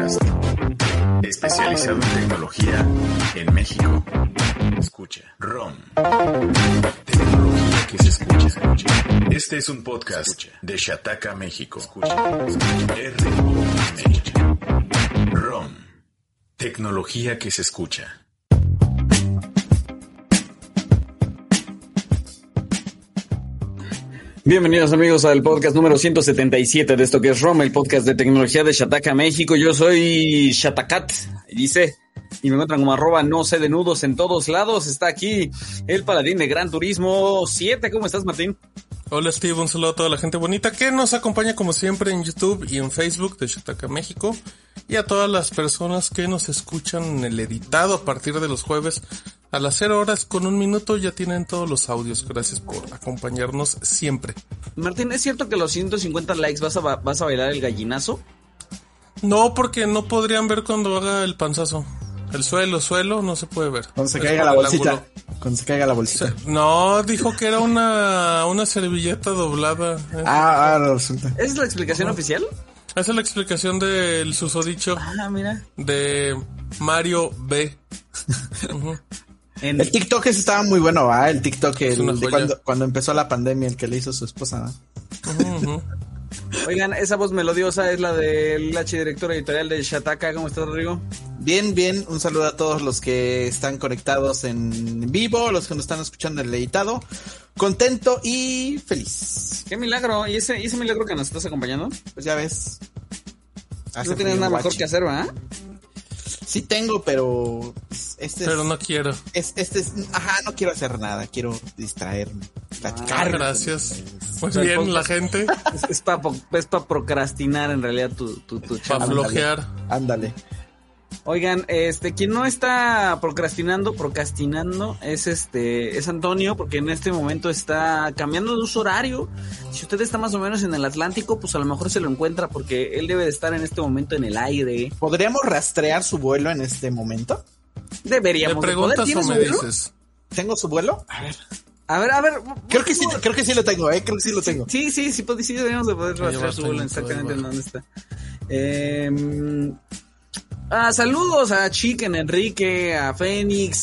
podcast especializado en tecnología en México. Escucha ROM. Tecnología que se escucha. Este es un podcast de Shataka, México. ROM. Tecnología que se escucha. Bienvenidos amigos al podcast número 177 de esto que es ROM, el podcast de tecnología de Shataka, México. Yo soy Shatakat, y me encuentran como @nosedenudos en todos lados. Está aquí el paladín de Gran Turismo 7. ¿Cómo estás, Martín? Hola, Steve, un saludo a toda la gente bonita que nos acompaña como siempre en YouTube y en Facebook de Shataka, México, y a todas las personas que nos escuchan en el editado a partir de los jueves a las 0:01 ya tienen todos los audios. Gracias por acompañarnos siempre. Martín, ¿es cierto que a los 150 likes vas a bailar el gallinazo? No, porque no podrían ver cuando haga el panzazo. El suelo no se puede ver. Cuando se caiga la bolsita. Cuando se caiga la bolsita. No, dijo que era una servilleta doblada. ¿Esa Resulta. es la explicación oficial? Esa es la explicación del susodicho. Mira. De Mario B. Uh-huh. El TikTok ese estaba muy bueno, ¿va? El TikTok cuando empezó la pandemia, el que le hizo su esposa, ¿no? Uh-huh. Oigan, esa voz melodiosa es la del director editorial de Shataka. ¿Cómo estás, Rodrigo? Bien. Un saludo a todos los que están conectados en vivo, los que nos están escuchando en el editado. Contento y feliz. ¡Qué milagro! ¿Y ese milagro que nos estás acompañando? Pues ya ves. No tienes nada mejor que hacer, ¿verdad? Sí tengo, pero pero no quiero. No quiero hacer nada, quiero distraerme, platicar. Gracias. Muy bien, la gente. Es para procrastinar en realidad tu para flojear. Ándale. Oigan, quien no está procrastinando es Antonio, porque en este momento está cambiando de uso horario. Si usted está más o menos en el Atlántico, pues a lo mejor se lo encuentra, porque él debe de estar en este momento en el aire. ¿Podríamos rastrear su vuelo en este momento? Deberíamos. ¿Me preguntas o me dices? ¿Tengo su vuelo? A ver. Creo que sí lo tengo, creo que sí lo tengo. Sí, deberíamos de poder rastrear su vuelo exactamente en dónde está. Saludos a Chicken, Enrique, a Fénix,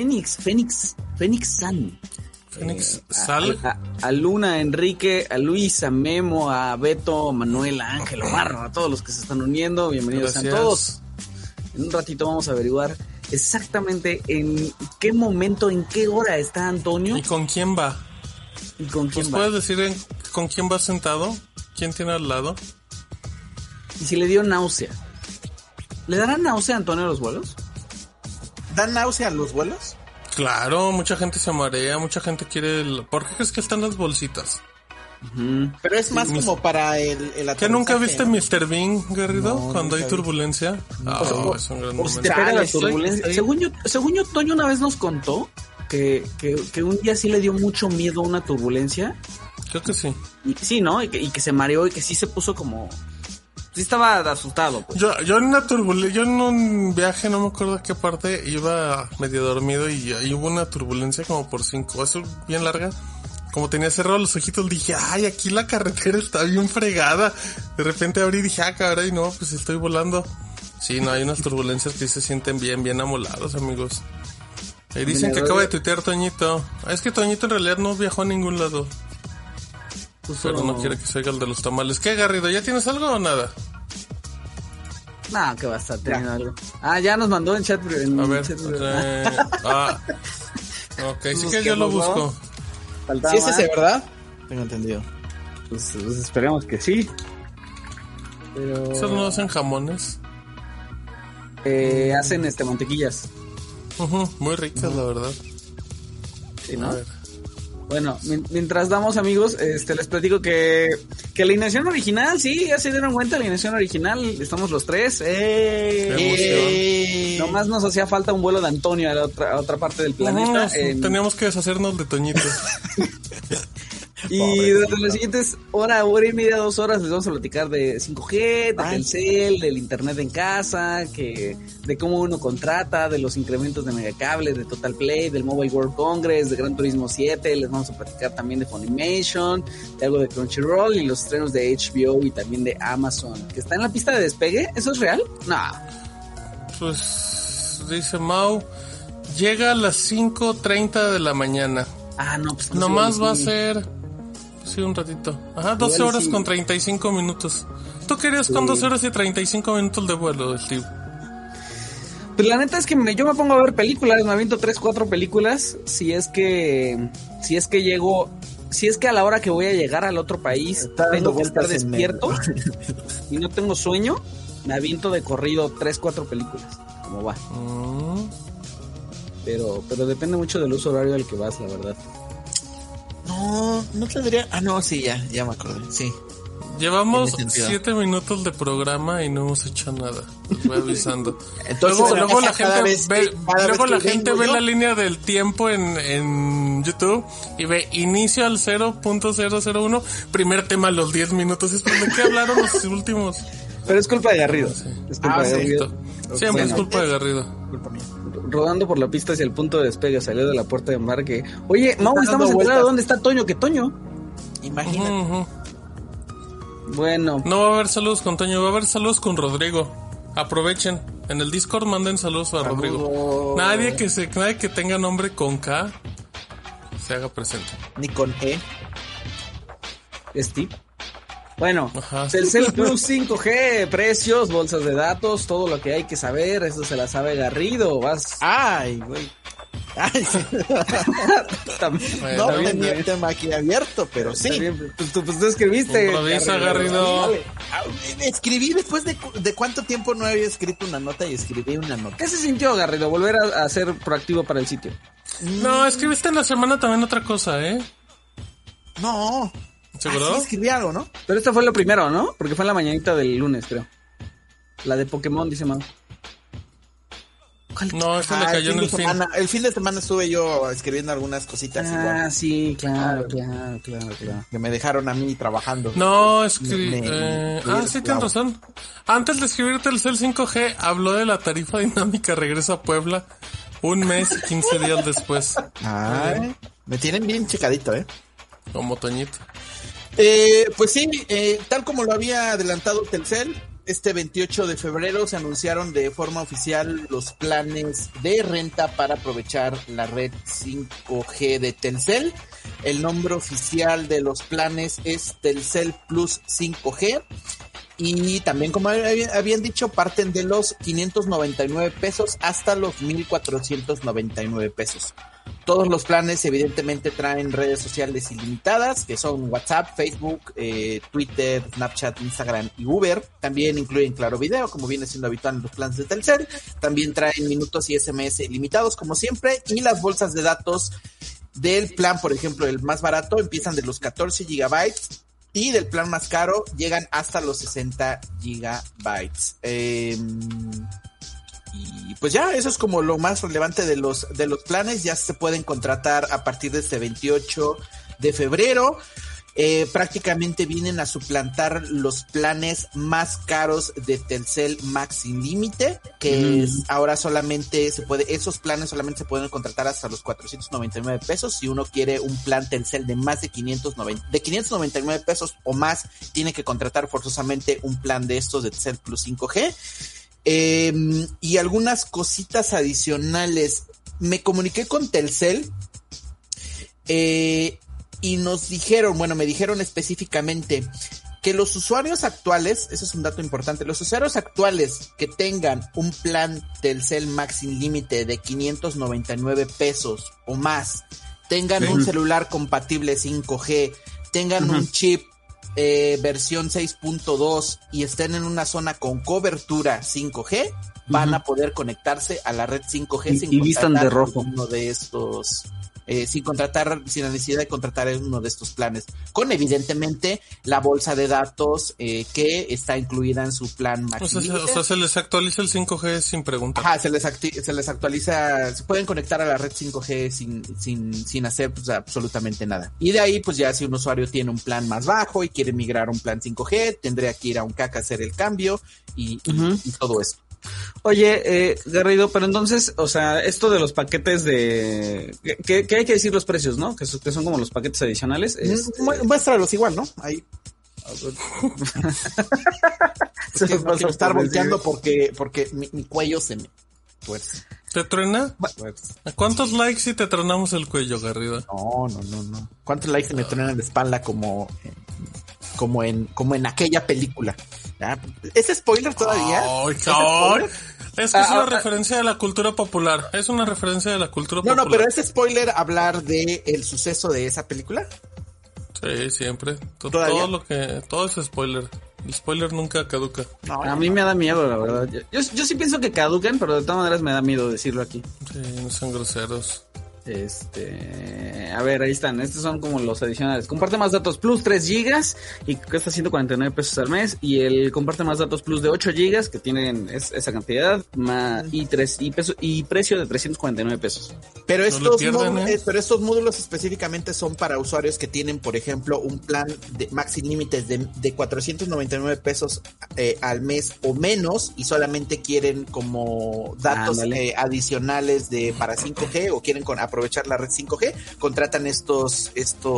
San. Fénix Sal. A Luna, Enrique, a Luis, a Memo, a Beto, a Manuel, a Ángel, Omar, a todos los que se están uniendo. Bienvenidos a todos. En un ratito vamos a averiguar exactamente en qué momento, en qué hora está Antonio. ¿Y con quién va? ¿Puedes decir con quién va sentado? ¿Quién tiene al lado? Y si le dio náusea. ¿Le dará náusea a Antonio a los vuelos? ¿Dan náusea a los vuelos? Claro, mucha gente se marea, mucha gente quiere... ¿Por qué crees que están las bolsitas? Uh-huh. Pero es más como para el aterrizaje. ¿Que nunca viste Mr. Bean, Garrido? No, cuando hay turbulencia. Es un gran momento. Si te pega la turbulencia. Según yo, Toño una vez nos contó que un día sí le dio mucho miedo a una turbulencia. Creo que sí. Sí, ¿no? Y que se mareó y que sí se puso como... Sí estaba asustado, pues. Yo en un viaje, no me acuerdo a qué parte, iba medio dormido y ahí hubo una turbulencia como por 5, eso bien larga. Como tenía cerrados los ojitos, dije, aquí la carretera está bien fregada. De repente abrí y dije, caray, no, pues estoy volando. Sí, no, hay unas turbulencias que se sienten bien amolados, amigos. Ahí dicen que acaba de tuitear Toñito. Es que Toñito en realidad no viajó a ningún lado. Pero no quiere que se oiga el de los tamales. ¿Qué, Garrido? ¿Ya tienes algo o nada? No, que va a estar teniendo algo. Ya nos mandó en chat. A ver. Ok, sí que yo lo busco. ¿Sí es ese, verdad? Tengo entendido. Pues esperemos que sí. Pero... ¿Esos no hacen jamones? Hacen mantequillas. Muy ricas, la verdad. Sí, ¿no? A ver. Bueno, mientras damos, amigos, les platico que la alineación original, sí, ya se dieron cuenta, la alineación original, estamos los tres. Nomás nos hacía falta un vuelo de Antonio a la otra parte del planeta. Teníamos que deshacernos de Toñito. Y durante las siguientes hora y media, 2 horas les vamos a platicar de 5G, de Telcel, del internet en casa, de cómo uno contrata, de los incrementos de Megacable, de Total Play, del Mobile World Congress, de Gran Turismo 7. Les vamos a platicar también de Funimation, de algo de Crunchyroll y los estrenos de HBO y también de Amazon, que está en la pista de despegue. ¿Eso es real? No. Pues dice Mau, llega a las 5:30 de la mañana. No, pues no. Nomás va a ser, sí, un ratito. 12 horas con 35 minutos. ¿Tú querías con 12 horas y 35 minutos de vuelo, Steve? Pues la neta es que yo me pongo a ver películas, me aviento 3-4 películas, si es que llego, si es que a la hora que voy a llegar al otro país tengo que estar despierto y no tengo sueño, me aviento de corrido 3-4 películas, como va. Pero depende mucho del uso horario al que vas, la verdad. No tendría... no, sí, ya me acordé, sí. Llevamos 7 minutos de programa y no hemos hecho nada. Voy avisando. Entonces, luego la gente ve la línea del tiempo en YouTube y ve inicio al 0.001, primer tema a los 10 minutos. ¿De qué hablaron los últimos? Pero es culpa de Garrido. Sí. Es culpa de Garrido. Siempre es culpa de Garrido. Culpa mía. Rodando por la pista hacia el punto de despegue, salió de la puerta de embarque. Oye, Mau, estamos enterados dónde está Toño, que Toño. Imagínate. Bueno. No va a haber saludos con Toño, va a haber saludos con Rodrigo. Aprovechen. En el Discord manden saludos a Rodrigo. Nadie que tenga nombre con K se haga presente. Ni con E. Steve. Bueno, Telcel Plus 5G, precios, bolsas de datos, todo lo que hay que saber, eso se la sabe Garrido. Ay, güey. No tenía el tema aquí abierto, pero sí. Pues tú escribiste. Improvisa, Garrido. Escribí después de cuánto tiempo no había escrito una nota y escribí una nota. ¿Qué se sintió, Garrido? Volver a ser proactivo para el sitio. No, escribiste en la semana también otra cosa, ¿eh? No. ¿Seguro? Sí, escribí algo, ¿no? Pero esta fue lo primero, ¿no? Porque fue en la mañanita del lunes, creo. La de Pokémon, dice Mau. No, esta le cayó en el fin. El fin de semana estuve yo escribiendo algunas cositas igual. Sí, claro. Que me dejaron a mí trabajando. No, escribí... sí, tienes razón. Antes de escribir Telcel 5G, habló de la tarifa dinámica regresa a Puebla 1 mes y 15 días después. Me tienen bien checadito, Como Toñito. Pues sí, tal como lo había adelantado Telcel, este 28 de febrero se anunciaron de forma oficial los planes de renta para aprovechar la red 5G de Telcel. El nombre oficial de los planes es Telcel Plus 5G. Y también, como habían dicho, parten de los 599 pesos hasta los 1,499 pesos. Todos los planes evidentemente traen redes sociales ilimitadas, que son WhatsApp, Facebook, Twitter, Snapchat, Instagram y Uber. También incluyen Claro Video, como viene siendo habitual en los planes de Telcel. También traen minutos y SMS ilimitados, como siempre. Y las bolsas de datos del plan, por ejemplo, el más barato, empiezan de los 14 gigabytes. Y del plan más caro llegan hasta los 60 gigabytes. Y pues ya, eso es como lo más relevante de los planes. Ya se pueden contratar a partir de este 28 de febrero. Prácticamente vienen a suplantar los planes más caros de Telcel Max sin límite, que es ahora solamente esos planes solamente se pueden contratar hasta los 499 pesos. Si uno quiere un plan Telcel de más de 599 pesos o más, tiene que contratar forzosamente un plan de estos de Telcel Plus 5G. Y algunas cositas adicionales. Me comuniqué con Telcel, y me dijeron específicamente que los usuarios actuales, eso es un dato importante, los usuarios actuales que tengan un plan Telcel Max sin límite de 599 pesos o más, tengan un celular compatible 5G, tengan un chip versión 6.2 y estén en una zona con cobertura 5G, van a poder conectarse a la red 5G y vistan de rojo uno de estos sin la necesidad de contratar uno de estos planes, con evidentemente la bolsa de datos que está incluida en su plan Max Límite. O sea, se les actualiza el 5G sin preguntar. Ajá, se les actualiza, se pueden conectar a la red 5G sin hacer pues, absolutamente nada. Y de ahí, pues ya si un usuario tiene un plan más bajo y quiere migrar a un plan 5G, tendría que ir a un CAC a hacer el cambio y todo eso. Oye, Garrido, pero entonces, o sea, esto de los paquetes de... que hay que decir los precios, ¿no? Que son como los paquetes adicionales. Muéstralos igual, ¿no? Ahí. No quiero estar volteando porque mi cuello se me tuerce. ¿Te truena? ¿A cuántos likes si te tronamos el cuello, Garrido? No. ¿Cuántos likes se me truenan la espalda como en aquella película? ¿Ya? ¿Es spoiler todavía? Es que es una referencia de la cultura popular. Es una referencia de la cultura popular. No, pero ¿es spoiler hablar de el suceso de esa película? Sí, siempre. ¿Todavía? Todo es spoiler. El spoiler nunca caduca. No, a mí me da miedo, la verdad. Yo sí pienso que caducan, pero de todas maneras me da miedo decirlo aquí. Sí, no son groseros. A ver, ahí están. Estos son como los adicionales. Comparte más datos plus 3 gigas y cuesta 149 pesos al mes. Y el comparte más datos plus de 8 gigas que tienen esa cantidad y precio de 349 pesos. Pero pero estos módulos específicamente son para usuarios que tienen, por ejemplo, un plan de Maxi Límites de 499 pesos al mes o menos y solamente quieren como datos adicionales para 5G o quieren aprovechar la red 5G, contratan estos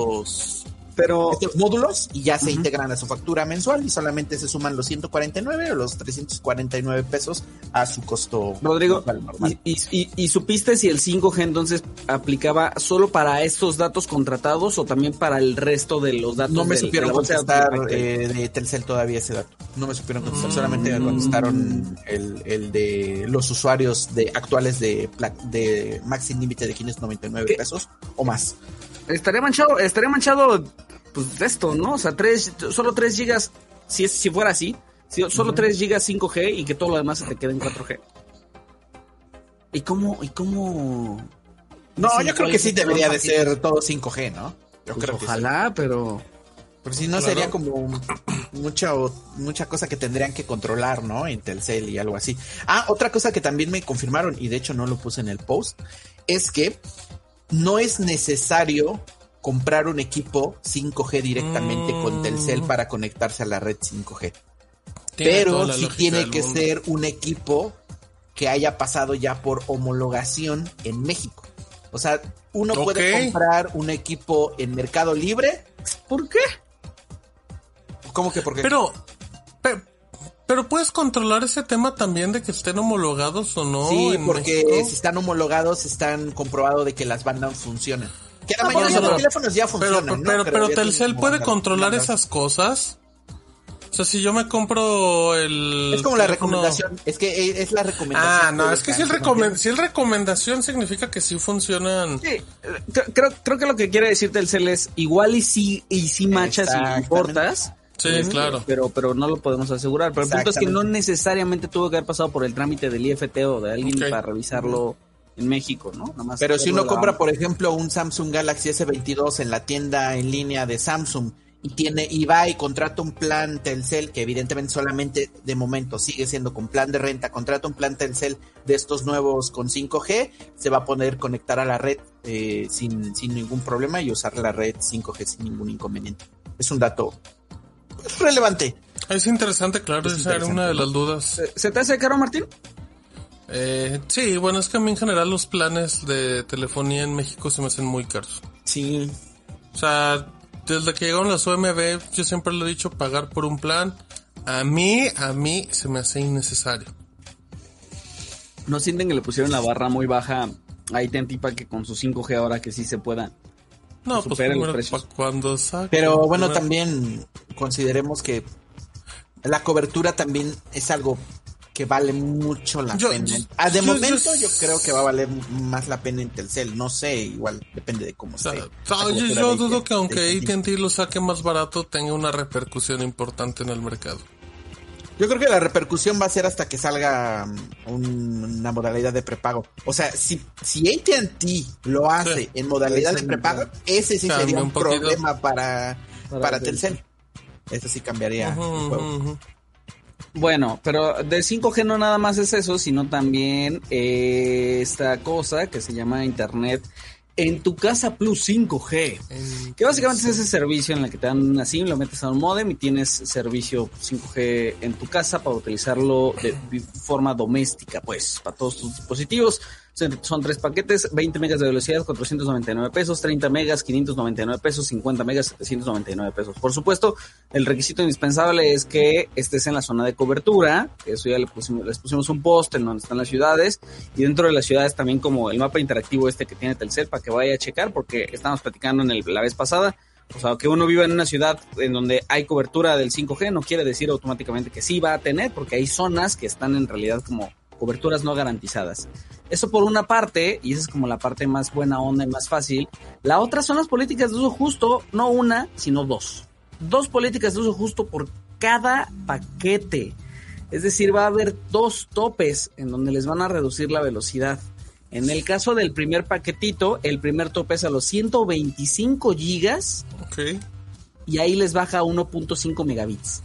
módulos y ya se integran a su factura mensual y solamente se suman los 149 o los 349 pesos a su costo. Rodrigo, normal. ¿Y supiste si el 5G entonces aplicaba solo para estos datos contratados o también para el resto de los datos? No me supieron contestar de Telcel todavía ese dato. No me supieron contestar, solamente me contestaron el de los usuarios actuales de Maxi Límite de 599 pesos o más. Estaría manchado pues esto, ¿no? O sea, solo 3 gigas, si fuera así, solo 3 gigas 5G y que todo lo demás se te quede en 4G. ¿Y cómo? No, yo creo que sí debería de ser todo 5G, ¿no? Yo pues creo ojalá, que sí. Pero si no sería como mucha cosa que tendrían que controlar, ¿no? En Telcel y algo así. Otra cosa que también me confirmaron, y de hecho no lo puse en el post, es que no es necesario comprar un equipo 5G directamente con Telcel para conectarse a la red 5G. Pero sí tiene que ser un equipo que haya pasado ya por homologación en México. O sea, uno puede comprar un equipo en Mercado Libre. ¿Por qué? ¿Cómo que por qué? Pero puedes controlar ese tema también de que estén homologados o no. Sí, porque México. si están homologados, están comprobado de que las bandas funcionan. Que la mayoría de los teléfonos ya funcionan, pero Telcel puede controlar esas cosas. O sea, si yo me compro es como la recomendación, es que es la recomendación. No, es que si el recomendación significa que sí funcionan. Sí, creo que lo que quiere decir Telcel es igual y sí machas y importas. Sí, claro. Pero no lo podemos asegurar. Pero el punto es que no necesariamente tuvo que haber pasado por el trámite del IFT o de alguien para revisarlo en México, ¿no? Nada más. Pero si uno compra, por ejemplo, un Samsung Galaxy S22 en la tienda en línea de Samsung y va y contrata un plan Telcel, que evidentemente solamente de momento sigue siendo con plan de renta, contrata un plan Telcel de estos nuevos con 5G, se va a poder conectar a la red sin ningún problema y usar la red 5G sin ningún inconveniente. Es un dato relevante. Es interesante, claro, esa era una de las dudas. ¿Se te hace caro, Martín? Sí, bueno, es que a mí en general los planes de telefonía en México se me hacen muy caros. Sí. O sea, desde que llegaron las OMB, yo siempre lo he dicho, pagar por un plan, a mí se me hace innecesario. ¿No sienten que le pusieron la barra muy baja a AT&T para que con su 5G ahora que sí se pueda? No, pues primero para cuando saque. Pero bueno, también consideremos que la cobertura también es algo que vale mucho la pena. De momento yo creo que va a valer más la pena en Telcel. No sé, igual depende de cómo esté. Yo dudo que aunque AT&T lo saque más barato tenga una repercusión importante en el mercado. Yo creo que la repercusión va a ser hasta que salga una modalidad de prepago. O sea, si AT&T lo hace en modalidad de prepago, ese sí sería un problema para Telcel. Eso sí cambiaría el juego. Bueno, pero de 5G no nada más es eso, sino también esta cosa que se llama Internet en tu casa plus 5G, que básicamente es ese servicio en el que te dan una SIM, lo metes a un módem y tienes servicio 5G en tu casa para utilizarlo de forma doméstica, pues, para todos tus dispositivos. Son 3 paquetes, 20 megas de velocidad, 499 pesos, 30 megas, 599 pesos, 50 megas, 799 pesos. Por supuesto, el requisito indispensable es que estés en la zona de cobertura, que eso ya les pusimos un post en donde están las ciudades, y dentro de las ciudades también como el mapa interactivo que tiene Telcel para que vaya a checar, porque estábamos platicando la vez pasada. O sea, que uno viva en una ciudad en donde hay cobertura del 5G no quiere decir automáticamente que sí va a tener, porque hay zonas que están en realidad como coberturas no garantizadas. Eso por una parte, y esa es como la parte más buena onda y más fácil. La otra son las políticas de uso justo, no una, sino 2. 2 políticas de uso justo por cada paquete. Es decir, va a haber 2 topes en donde les van a reducir la velocidad. En el caso del primer paquetito, el primer tope es a los 125 gigas. Ok. Y ahí les baja a 1.5 megabits.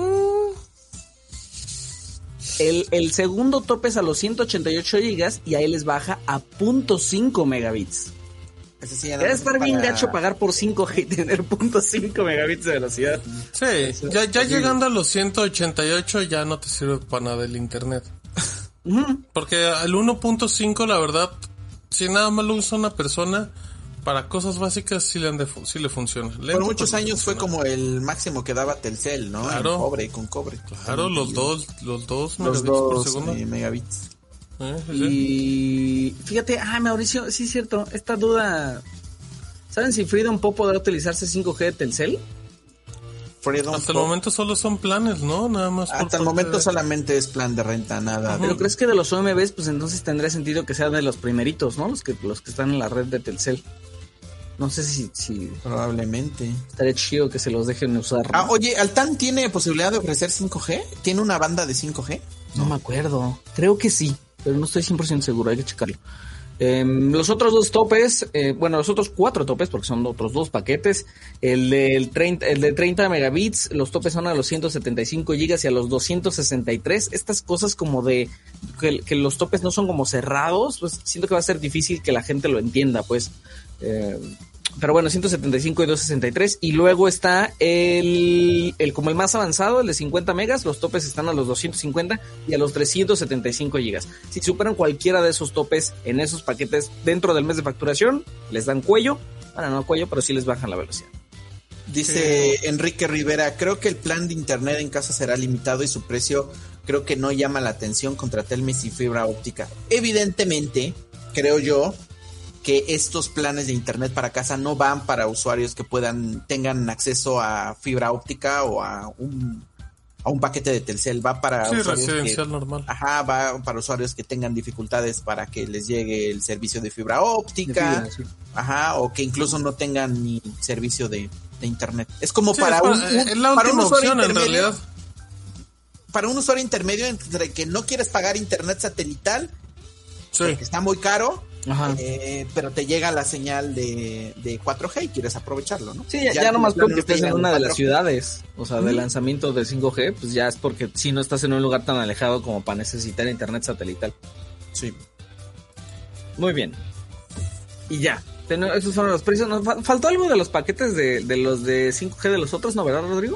El segundo tope es a los 188 gigas y ahí les baja a 0.5 megabits. Ese sí debe estar bien gacho pagar por 5G y tener 0.5 megabits de velocidad. Sí, ya llegando a los 188 ya no te sirve para nada el internet. Porque el 1.5, la verdad, si nada más lo usa una persona, para cosas básicas sí le funciona. Lento, por muchos años fue como el máximo que daba Telcel, ¿no? Claro. Con cobre. Claro, los dos megabits por segundo. Megabits. Y fíjate, Mauricio, sí es cierto, esta duda, ¿saben si Freedom Pop podrá utilizarse 5G de Telcel? Hasta el momento solo son planes, ¿no? Nada más. Hasta el momento solamente es plan de renta, nada. Pero crees que de los OMBs, pues entonces tendría sentido que sea de los primeritos, ¿no? Los que están en la red de Telcel. No sé si probablemente estaría chido que se los dejen usar, ¿no? Oye, ¿Altán tiene posibilidad de ofrecer 5G? ¿Tiene una banda de 5G? No me acuerdo. Creo que sí, pero no estoy 100% seguro, hay que checarlo. Los otros 2 topes, los otros 4 topes, porque son otros 2 paquetes. El de 30 megabits, los topes son a los 175 gigas y a los 263. Estas cosas como de que los topes no son como cerrados, pues siento que va a ser difícil que la gente lo entienda, pues. Pero bueno, 175 y 263. Y luego está el como el más avanzado, el de 50 megas. Los topes están a los 250 y a los 375 gigas. Si superan cualquiera de esos topes en esos paquetes dentro del mes de facturación, les dan cuello. Bueno, no cuello, pero sí les bajan la velocidad. Dice Enrique Rivera, creo que el plan de internet en casa será limitado y su precio creo que no llama la atención contra Telmex y fibra óptica. Evidentemente, creo yo que estos planes de internet para casa no van para usuarios que tengan acceso a fibra óptica o a un paquete de Telcel. Va para usuarios residencial normal. Va para usuarios que tengan dificultades para que les llegue el servicio de fibra óptica. Sí. O que incluso no tengan ni servicio de internet. Es como para un opción en realidad. Para un usuario intermedio entre que no quieres pagar internet satelital, porque está muy caro. Pero te llega la señal de 4G y quieres aprovecharlo, ¿no? Sí, ya nomás porque estés en una de las ciudades, o sea, de lanzamiento de 5G, pues ya es porque si no estás en un lugar tan alejado como para necesitar internet satelital. Sí. Muy bien. Y ya, esos fueron los precios. ¿Nos faltó algo de los paquetes de los de 5G de los otros, no, verdad, Rodrigo?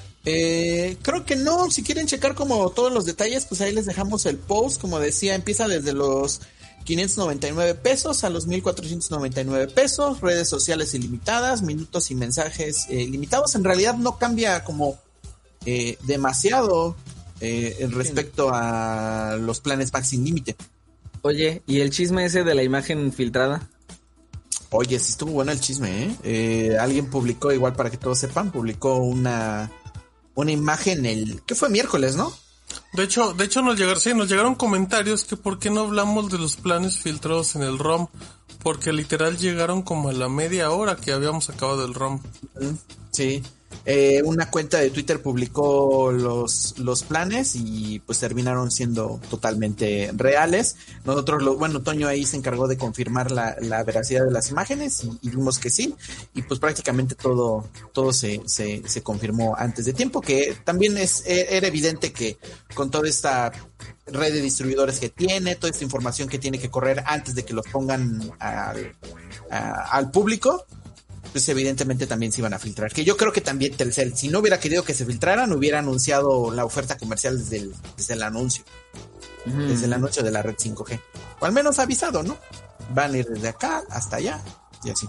Creo que no. Si quieren checar como todos los detalles, pues ahí les dejamos el post. Como decía, empieza desde los 599 pesos a los 1499 pesos, redes sociales ilimitadas, minutos y mensajes limitados. En realidad no cambia como demasiado respecto a los planes Max sin límite. Oye, ¿y el chisme ese de la imagen filtrada? Oye, sí estuvo bueno el chisme, alguien publicó, igual para que todos sepan, publicó una imagen ¿qué fue? Miércoles, ¿no? De hecho nos llegaron comentarios que por qué no hablamos de los planes filtrados en el ROM, porque literal llegaron como a la media hora que habíamos acabado el ROM. Sí. Una cuenta de Twitter publicó los planes y pues terminaron siendo totalmente reales. Nosotros, Toño ahí se encargó de confirmar la veracidad de las imágenes y vimos que sí. Y pues prácticamente todo se confirmó antes de tiempo, que también era evidente que con toda esta red de distribuidores que tiene, toda esta información que tiene que correr antes de que los pongan al público, pues evidentemente también se iban a filtrar. Que yo creo que también Telcel, si no hubiera querido que se filtraran, hubiera anunciado la oferta comercial desde el anuncio. Desde el anuncio de la red 5G. O al menos avisado, ¿no? Van a ir desde acá hasta allá y así.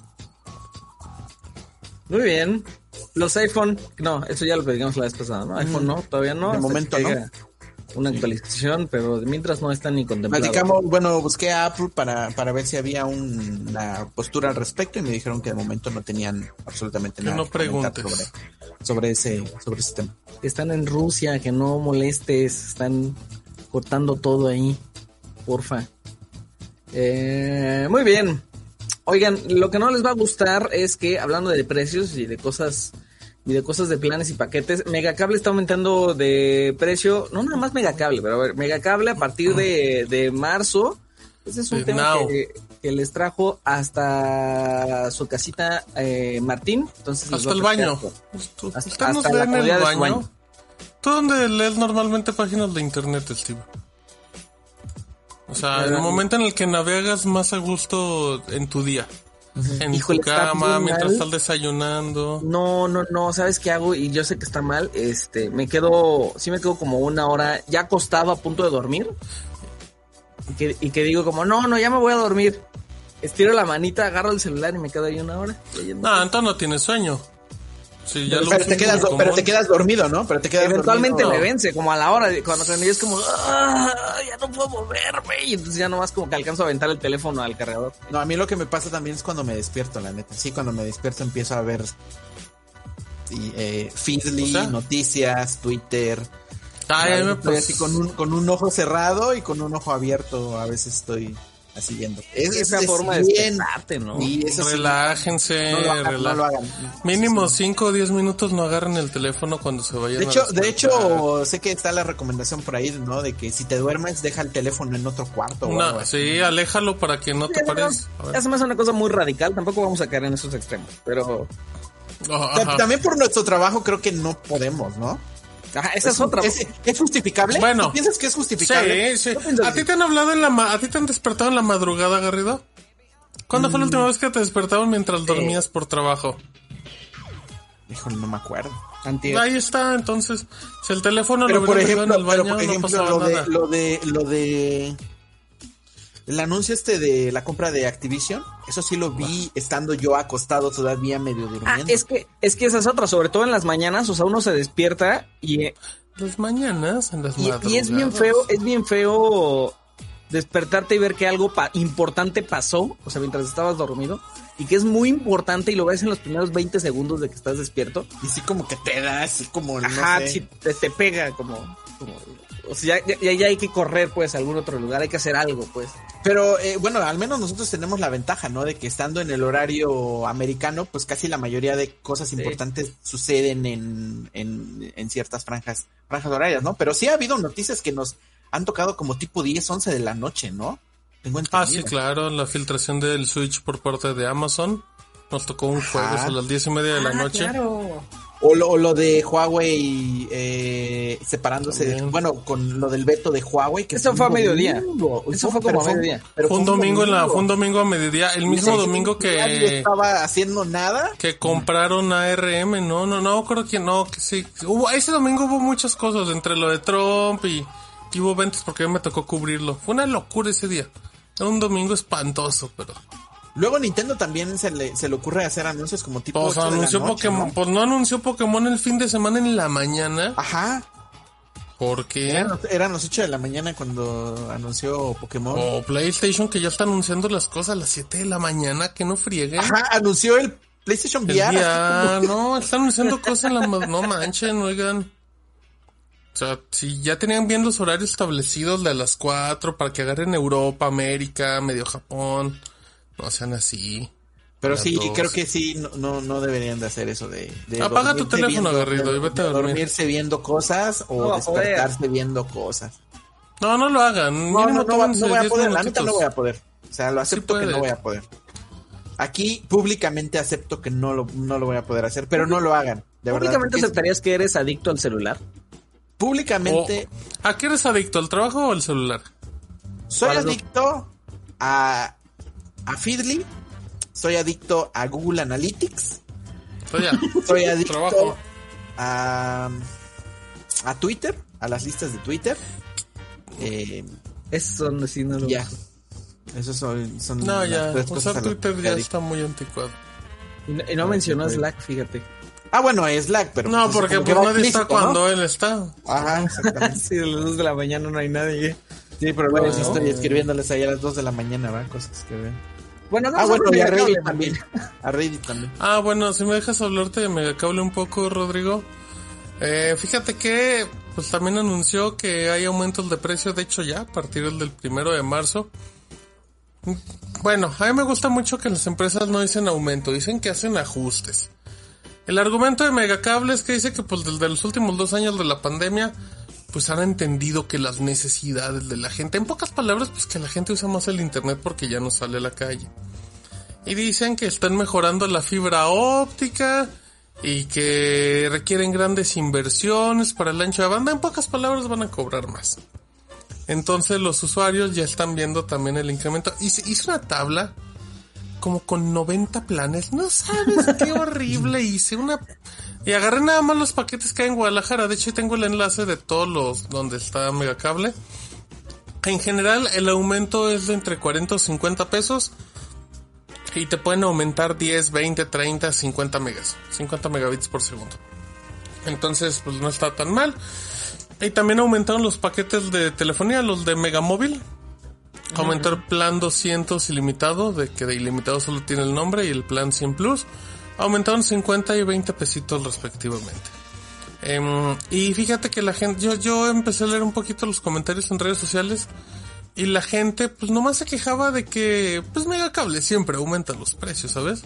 Muy bien. Los iPhone, no, eso ya lo pedimos la vez pasada, ¿no? iPhone no, todavía no. De momento no. Una actualización, pero mientras no están ni contemplados. Busqué a Apple para ver si había una postura al respecto y me dijeron que de momento no tenían absolutamente nada. No preguntes sobre ese tema. Están en Rusia, que no molestes, están cortando todo ahí, porfa. Muy bien. Oigan, lo que no les va a gustar es que, hablando de precios y de cosas de planes y paquetes, Megacable está aumentando de precio, no nada más Megacable, pero a ver, Megacable a partir de marzo, ese es un tema que les trajo hasta su casita Martín, entonces hasta el baño. Hasta la comodidad de su baño. ¿Tú dónde lees normalmente páginas de internet, Steve? O sea, el momento en el que navegas más a gusto en tu día. En tu cama, mientras estás desayunando. No, ¿sabes qué hago? Y yo sé que está mal, me quedo como una hora, ya acostado a punto de dormir. Y que digo como, no, ya me voy a dormir. Estiro la manita, agarro el celular y me quedo ahí una hora. No, entonces no tienes sueño. Sí, ya pero te quedas dormido, ¿no? Eventualmente dormido. Me vence, como a la hora, cuando yo es como, ya no puedo moverme, y entonces ya nomás como que alcanzo a aventar el teléfono al cargador. No, a mí lo que me pasa también es cuando me despierto, la neta. Sí, cuando me despierto empiezo a ver Feedly, o sea, noticias, Twitter. Estoy así con un ojo cerrado y con un ojo abierto, a veces estoy así viendo. Esa forma de despertarte, ¿no? Relájense, no lo hagan. Mínimo 5 o 10 minutos no agarren el teléfono cuando se vayan de hecho, sé que está la recomendación por ahí, ¿no? De que si te duermes, deja el teléfono en otro cuarto. Sí, aléjalo para que no te pares. Eso me hace una cosa muy radical, tampoco vamos a caer en esos extremos, pero... También por nuestro trabajo creo que no podemos, ¿no? Ajá, esa es otra. ¿Es justificable? Bueno. ¿Tú piensas que es justificable? Sí. ¿A ti te han hablado ¿A ti te han despertado en la madrugada, Garrido? ¿Cuándo fue la última vez que te despertaron mientras dormías por trabajo? Híjole, no me acuerdo. Ahí está, entonces, si el teléfono lo hubiera en el baño, no pasaba nada. Lo de el anuncio de la compra de Activision, eso sí lo vi estando yo acostado todavía medio durmiendo. Es que esa es otra, sobre todo en las mañanas, o sea, uno se despierta y... Las mañanas, en las madrugadas. Y es bien feo despertarte y ver que algo importante pasó, o sea, mientras estabas dormido, y que es muy importante y lo ves en los primeros 20 segundos de que estás despierto. Y sí como que te da, así como... Ajá, no sé. sí, te pega como o sea, ya hay que correr, pues, a algún otro lugar, hay que hacer algo, pues. Pero, bueno, al menos nosotros tenemos la ventaja, ¿no? De que estando en el horario americano, pues casi la mayoría de cosas importantes suceden en ciertas franjas horarias, ¿no? Pero sí ha habido noticias que nos han tocado como tipo 10, 11 de la noche, ¿no? Tengo entendido. Sí, claro, la filtración del Switch por parte de Amazon. Nos tocó un jueves a las 10:30 de la noche. Claro. O lo de Huawei separándose, con lo del veto de Huawei. Que eso fue a mediodía. Eso fue como a mediodía. Fue un domingo a mediodía. El mismo domingo que... Nadie estaba haciendo nada. Que compraron ARM. No, creo que no. Que sí. Ese domingo hubo muchas cosas entre lo de Trump y hubo ventas porque a mí me tocó cubrirlo. Fue una locura ese día. Era un domingo espantoso, pero... Luego Nintendo también se le ocurre hacer anuncios como tipo... Pues anunció Pokémon, ¿no? Pues no anunció Pokémon el fin de semana en la mañana. Ajá. ¿Por qué? Eran las 8 de la mañana cuando anunció Pokémon. O PlayStation, que ya está anunciando las cosas a las 7 de la mañana, que no frieguen. Ajá, anunció el PlayStation VR. No, está anunciando cosas en la... No manchen, oigan. O sea, si ya tenían bien los horarios establecidos de las 4 para que agarren Europa, América, medio Japón... No sean así. Pero Ya sí, todos. creo que sí, no deberían de hacer eso de Apaga tu dormirse teléfono, Garrido, y vete a de dormir. dormirse viendo cosas o No va a poder. despertarse viendo cosas. No lo hagan. Mínimo tómense no voy a 10 poder, la neta minutitos. no voy a poder. O sea, lo acepto que puede. no voy a poder. Aquí públicamente acepto que no lo voy a poder hacer, pero no lo hagan, de verdad. ¿Públicamente porque aceptarías que eres adicto al celular? Públicamente ¿A qué eres adicto? ¿Al trabajo o al celular? soy ¿Cuál es lo- adicto a Feedly, soy adicto a Google Analytics, Pues ya. soy adicto Trabajo. a Twitter, a las listas de Twitter. Esos son sí, no lo Ya. uso. Esos son No, las ya. tres cosas Usar a las que Twitter soy ya adicto. está muy anticuado. Y no mencionó Slack, fíjate. Ah, bueno, Slack, pero No, pues, porque como que pues va nadie está implícito, ¿no? cuando él está. Ajá, exactamente. Sí, a las 2 de la mañana no hay nadie. Sí, pero luego Bueno, sí estoy escribiéndoles ahí a las 2 de la mañana, ¿verdad? Cosas que ven. Bueno, no Ah, bueno, y a Reddit Megacable también. A Reddit también. Ah, bueno, si me dejas hablarte de Megacable un poco, Rodrigo. Fíjate que pues también anunció que hay aumentos de precio, de hecho ya, a partir del 1 de marzo. Bueno, a mí me gusta mucho que las empresas no dicen aumento, dicen que hacen ajustes. El argumento de Megacable es que dice que pues desde los últimos 2 años de la pandemia pues han entendido que las necesidades de la gente, en pocas palabras, pues que la gente usa más el internet porque ya no sale a la calle. Y dicen que están mejorando la fibra óptica y que requieren grandes inversiones para el ancho de banda. En pocas palabras van a cobrar más. Entonces los usuarios ya están viendo también el incremento. Hice una tabla como con 90 planes. No sabes qué horrible hice. Y agarré nada más los paquetes que hay en Guadalajara. De hecho tengo el enlace de todos los donde está Megacable. En general el aumento es de entre 40 o 50 pesos. Y te pueden aumentar 10, 20, 30, 50 megas. 50 megabits por segundo. Entonces, pues no está tan mal. Y también aumentaron los paquetes de telefonía, los de Megamóvil. Aumentó el plan 200 ilimitado, de que de ilimitado solo tiene el nombre, y el plan 100 Plus. Aumentaron 50 y 20 pesitos respectivamente. Y fíjate que la gente, yo empecé a leer un poquito los comentarios en redes sociales. Y la gente, pues nomás se quejaba de que, pues Megacable siempre aumenta los precios, ¿sabes?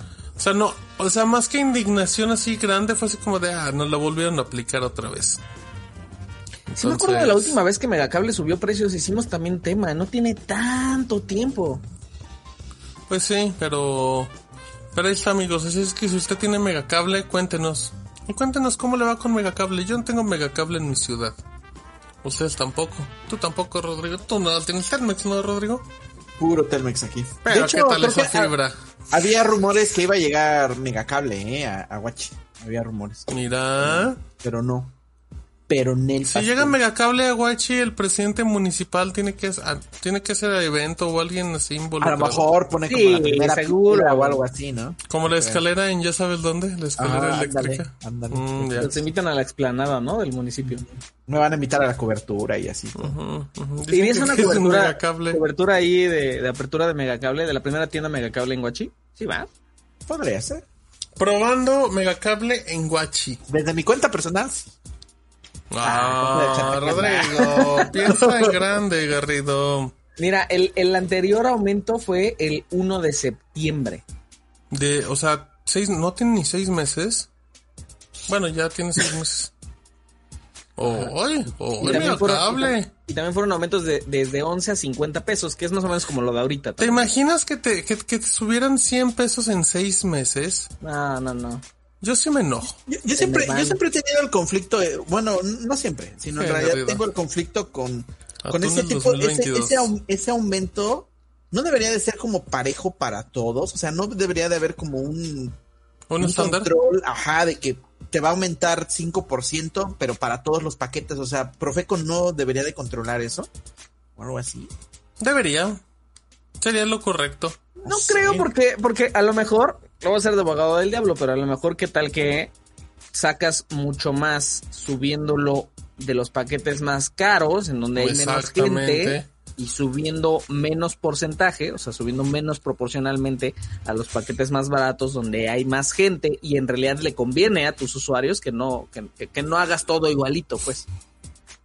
O sea, más que indignación así grande, fue así como de, nos la volvieron a aplicar otra vez. Sí, me acuerdo de la última vez que Megacable subió precios, hicimos también tema, no tiene tanto tiempo. Pues sí, pero ahí está, amigos. Así es que si usted tiene Megacable, cuéntenos. Y cuéntenos cómo le va con Megacable. Yo no tengo Megacable en mi ciudad. Ustedes tampoco. Tú tampoco, Rodrigo. Tú no tienes Telmex, ¿no, Rodrigo? Puro Telmex aquí. Pero de hecho, ¿qué tal creo esa que fibra? había rumores que iba a llegar Megacable, a Huachi. Había rumores. Mira. Pero no. Pero Nel. Si llega Megacable a Huachi, el presidente municipal tiene que hacer el evento o alguien así A involucrado. lo mejor pone como Sí, la primera seguro. piedra o algo así, ¿no? Como la escalera en ya sabes dónde, la escalera eléctrica. Ándale. Ya. Los invitan a la explanada, ¿no? Del municipio. Me van a invitar a la cobertura y así. Dicen ¿Irías que a una es un cobertura, Megacable. cobertura ahí de apertura de Megacable, de la primera tienda Megacable en Huachi? Sí, va. Podría ser. Probando Megacable en Huachi. Desde mi cuenta personal. Rodrigo, piensa en grande, Garrido. Mira, el anterior aumento fue el 1 de septiembre. O sea, no tiene ni 6 meses. Bueno, ya tiene 6 meses. Megacable. Y también fueron aumentos desde 11 a 50 pesos, que es más o menos como lo de ahorita. ¿Te imaginas que te subieran 100 pesos en 6 meses? No. Yo sí me enojo. Yo siempre he tenido el conflicto, bueno, no siempre, sino en realidad Garrido. tengo el conflicto con Atún ese del tipo, 2022. ese aumento no debería de ser como parejo para todos, o sea, no debería de haber como un estándar? control, de que te va a aumentar 5%, pero para todos los paquetes, o sea, Profeco no debería de controlar eso, o algo así. Debería. Sería lo correcto. No creo porque a lo mejor, lo voy a ser de abogado del diablo, pero a lo mejor qué tal que sacas mucho más subiéndolo de los paquetes más caros, en donde hay menos gente, y subiendo menos porcentaje, o sea, subiendo menos proporcionalmente a los paquetes más baratos donde hay más gente, y en realidad le conviene a tus usuarios que no hagas todo igualito, pues.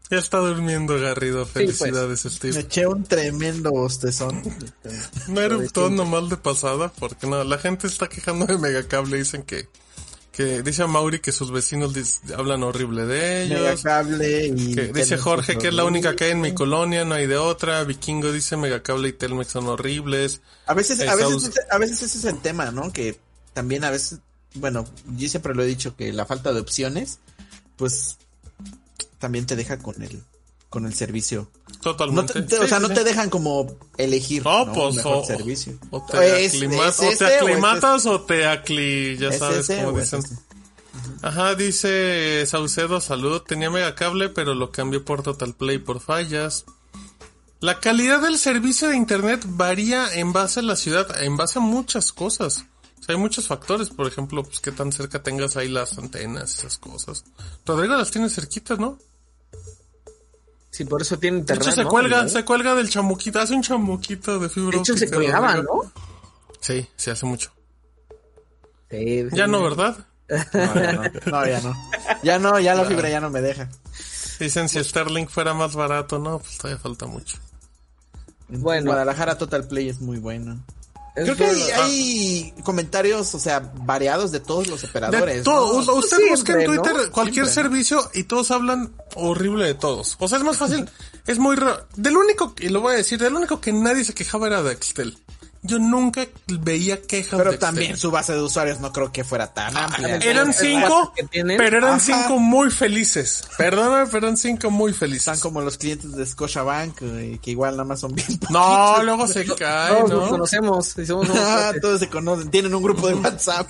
Ya está durmiendo Garrido, felicidades, Steve. Me eché un tremendo bostezón. No eruptó nomás de pasada, porque no, la gente está quejando de Megacable, dicen que dice a Mauri que sus vecinos hablan horrible de ellos. Megacable y que dice Jorge que es la única que hay en mi colonia, no hay de otra. Vikingo dice Megacable y Telmex son horribles. A veces ese es el tema, ¿no? Que también a veces, bueno, yo siempre lo he dicho, que la falta de opciones, pues también te deja con el servicio. Totalmente. No te dejan como elegir pues, mejor servicio. O te aclimatas o te ya sabes cómo dicen. Ajá, dice Saucedo, salud, tenía Megacable, pero lo cambió por Total Play por fallas. La calidad del servicio de internet varía en base a la ciudad, en base a muchas cosas. O sea, hay muchos factores, por ejemplo, pues qué tan cerca tengas ahí las antenas, esas cosas. Rodrigo las tiene cerquitas, ¿no? Sí, por eso tiene internet. De hecho, se cuelga del chamuquito, hace un chamuquito de fibra óptica. De hecho, se colgaba, ¿no? Sí, hace mucho. Sí, ya no, ¿verdad? No, ya no. Ya la fibra ya no me deja. Dicen si Starlink fuera más barato, no, pues todavía falta mucho. Bueno, Guadalajara Total Play es muy bueno. Creo que hay comentarios, o sea, variados de todos los operadores. De todo, ¿no? Usted busca en Twitter, ¿no? Cualquier servicio y todos hablan horrible de todos. O sea, es más fácil, es muy raro. Del único, y lo voy a decir, del único que nadie se quejaba era de Axtel. Yo nunca veía quejas de Pero Axtel. también su base de usuarios no creo que fuera tan amplia. Eran 5, pero eran 5 muy felices. Perdóname, pero eran 5 muy felices. Están como los clientes de Scotiabank, que igual nada más son bien poquitos. No, luego se caen, todos ¿no? nos conocemos. Todos se conocen, tienen un grupo de WhatsApp.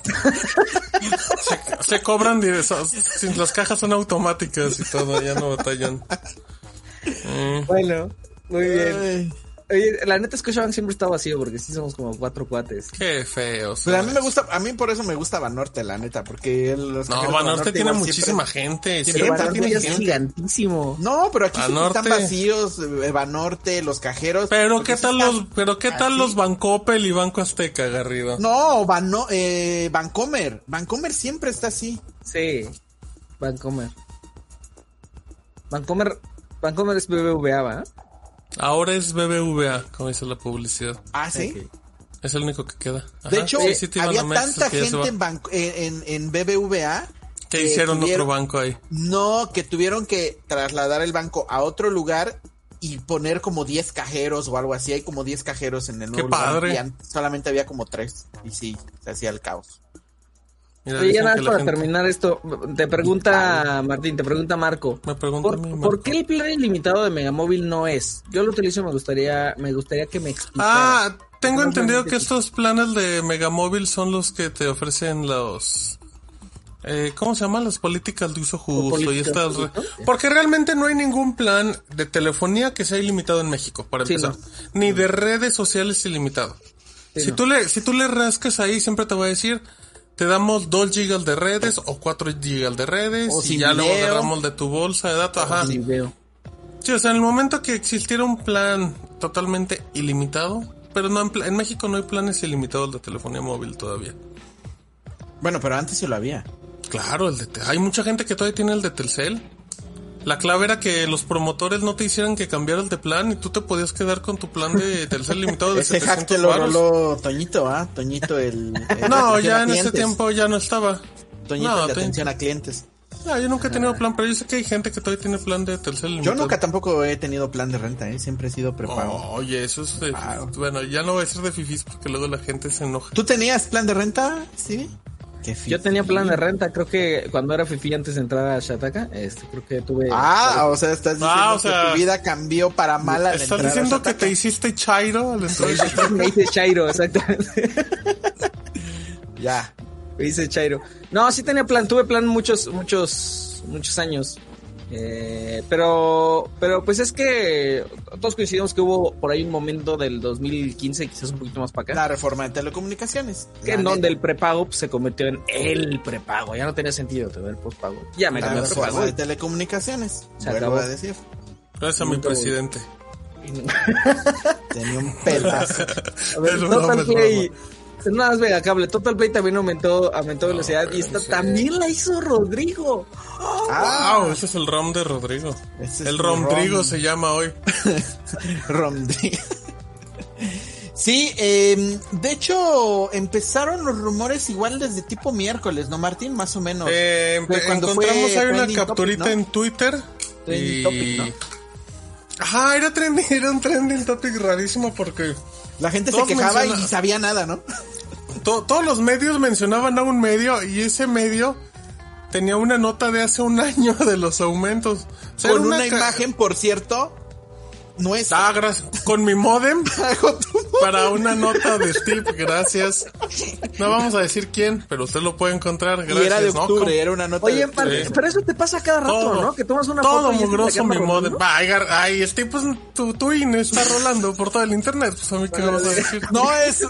se cobran, las cajas son automáticas y todo, ya no batallan. Bueno, muy bien. Oye, la neta Scotiabank siempre está vacío porque sí somos como 4 cuates. Qué feo. Pero a mí por eso me gusta Banorte, la neta, porque Banorte tiene muchísima gente. Banorte es gigantísimo. No, pero aquí están vacíos, Banorte, los cajeros. Pero qué tal los Bancoppel y Banco Azteca, Garrido. No, Bancomer. Bancomer siempre está así. Sí, Bancomer es BBVA, ¿va? Ahora es BBVA, como dice la publicidad. Ah, ¿sí? Okay. Es el único que queda. Ajá. De hecho, había tanta gente en BBVA que hicieron otro banco ahí. No, que tuvieron que trasladar el banco a otro lugar y poner como 10 cajeros o algo así. Hay como 10 cajeros en el nuevo lugar. ¡Qué padre! Y solamente había como 3. Y sí, se hacía el caos. Mira, oye, ya nada para terminar esto, te pregunta Martín, te pregunta Marco. Me pregunta Marco. ¿Por qué el plan ilimitado de Megamóvil no es? Yo lo utilizo, me gustaría que me explicara. Tengo entendido que estos planes de Megamóvil son los que te ofrecen los... ¿cómo se llaman? Las políticas de uso justo y estas... Porque realmente no hay ningún plan de telefonía que sea ilimitado en México, para empezar. No. Ni de redes sociales ilimitado. Sí, si tú le rascas ahí, siempre te voy a decir... Te damos 2 gigas de redes o 4 gigas de redes y ya luego agarramos de tu bolsa de datos. Ajá. Sí, o sea, en el momento que existiera un plan totalmente ilimitado, pero no en México no hay planes ilimitados de telefonía móvil todavía. Bueno, pero antes sí lo había. Claro, hay mucha gente que todavía tiene el de Telcel. La clave era que los promotores no te hicieran que cambiaras de plan y tú te podías quedar con tu plan de Telcel limitado de 700 hack te lo roló Toñito, Toñito el no, ya en ese tiempo ya no estaba. Toñito de atención a clientes. No, yo nunca he tenido plan, pero yo sé que hay gente que todavía tiene plan de Telcel limitado. Yo nunca tampoco he tenido plan de renta, siempre he sido prepago. Oye, eso es bueno, ya no voy a decir de fifís porque luego la gente se enoja. ¿Tú tenías plan de renta? Sí. Yo tenía plan de renta, creo que cuando era fifi antes de entrar a Shataka, creo que tuve... o sea, estás diciendo que tu vida cambió para mal al entrar. ¿Estás diciendo que te hiciste chairo al entrar? Me hice chairo, exactamente. Ya. Me hice chairo. No, sí tenía plan, tuve plan muchos años. Pero pues es que todos coincidimos que hubo por ahí un momento del 2015, quizás un poquito más para acá, la reforma de telecomunicaciones, en donde el prepago pues, se convirtió en el prepago, ya no tenía sentido tener postpago, ya me cambió el prepago. La reforma de telecomunicaciones, vuelvo a decir. Gracias a mi presidente. Tenía un pedazo. A ver, Total Play, nada más Megacable, Total Play también aumentó velocidad y esta también la hizo Rodrigo. Wow, ese es el ROM de Rodrigo. El Romdrigo se llama hoy. Romdrigo. Sí, de hecho, empezaron los rumores igual desde tipo miércoles, ¿no, Martín? Más o menos. Encontramos ahí una capturita topic, ¿no? En Twitter. Trending topic, ¿no? Ajá, era un trending topic rarísimo porque... La gente se quejaba y sabía nada, ¿no? Todos los medios mencionaban a un medio y ese medio tenía una nota de hace un año de los aumentos. O sea, con una imagen, por cierto... con mi modem para una nota de Steve, gracias. No vamos a decir quién, pero usted lo puede encontrar, gracias. Y era de octubre, era una nota. Oye, pero eso te pasa cada rato, ¿no? Que tomas una foto. Todo mugroso mi modem. Ay, Steve, pues tu INE está rolando por todo el internet, pues a mí qué vas a decir. No, es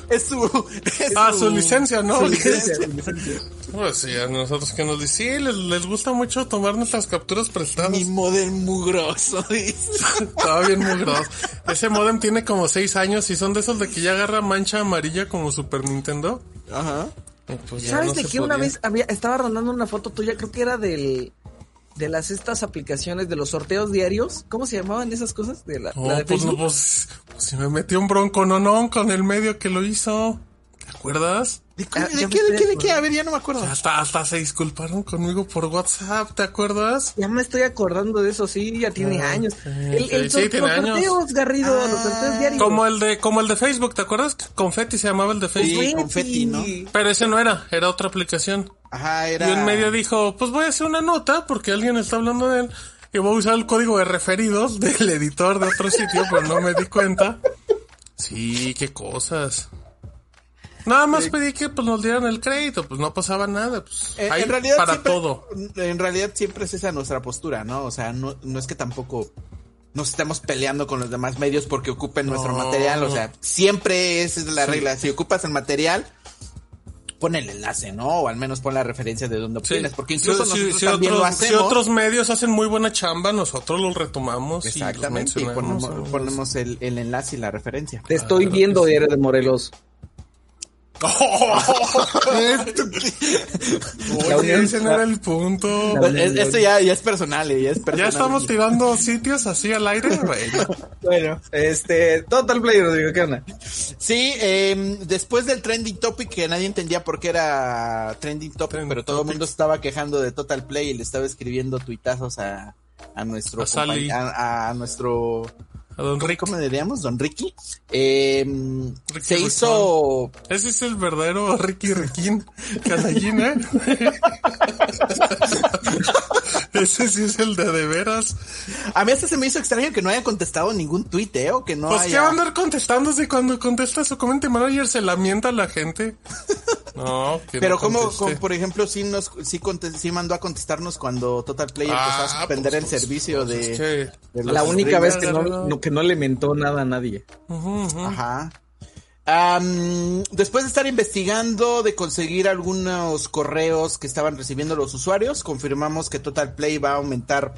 su licencia, ¿no? Su licencia. Pues sí, a nosotros que nos dicen, sí, les gusta mucho tomar nuestras capturas prestadas. Mi modem mugroso, dice. Estaba bien mugroso. Ese modem tiene como 6 años y son de esos de que ya agarra mancha amarilla como Super Nintendo. Ajá. Pues ¿sabes no de qué? Una vez estaba rondando una foto tuya, creo que era de estas aplicaciones de los sorteos diarios. ¿Cómo se llamaban esas cosas? La de Facebook. Pues si me metió un bronco nonón con el medio que lo hizo. ¿Te acuerdas? ¿De qué? A ver, ya no me acuerdo. Hasta se disculparon conmigo por WhatsApp, ¿te acuerdas? Ya me estoy acordando de eso, sí, ya tiene años. Los sorteos, Garrido, los sorteos diarios. Como el de Facebook, ¿te acuerdas? Confetti se llamaba el de Facebook. Sí, Confetti, ¿no? Pero ese no era otra aplicación. Ajá, era... Y un medio dijo, pues voy a hacer una nota porque alguien está hablando de él. Y voy a usar el código de referidos del editor de otro sitio, pero no me di cuenta. Sí, qué cosas. Nada más pedí que pues nos dieran el crédito, pues no pasaba nada, pues hay en realidad para siempre, todo. En realidad siempre es esa nuestra postura, ¿no? O sea, no es que tampoco nos estemos peleando con los demás medios porque ocupen nuestro material, o sea, siempre esa es la regla. Si ocupas el material, pon el enlace, ¿no? O al menos pon la referencia de dónde obtienes, porque incluso nosotros también lo hacemos. Si otros medios hacen muy buena chamba, nosotros los retomamos. Exactamente, y ponemos el enlace y la referencia. Te estoy viendo, eres de Morelos. Oye, ese no era el punto. Esto ya es personal, Ya estamos tirando sitios así al aire, Bueno, Total Play, Rodrigo, ¿qué onda? Sí, después del trending topic, que nadie entendía por qué era trending topic, pero todo el mundo estaba quejando de Total Play y le estaba escribiendo tuitazos a nuestro a nuestro a Don Ricky. ¿Cómo le diríamos? Don Ricky. Ricky se hizo... Ese es el verdadero Ricky Riquín. Canallín, ¿eh? Ese sí es el de veras. A mí hasta se me hizo extraño que no haya contestado ningún tuit, o que no pues haya... ¿qué va a andar contestando si cuando contesta su community manager se lamenta a la gente? No, que pero no como por ejemplo, sí mandó a contestarnos cuando Total Play empezó a suspender el servicio de la única vez que no le mentó nada a nadie. Ajá. Después de estar investigando, de conseguir algunos correos que estaban recibiendo los usuarios, confirmamos que Total Play va a aumentar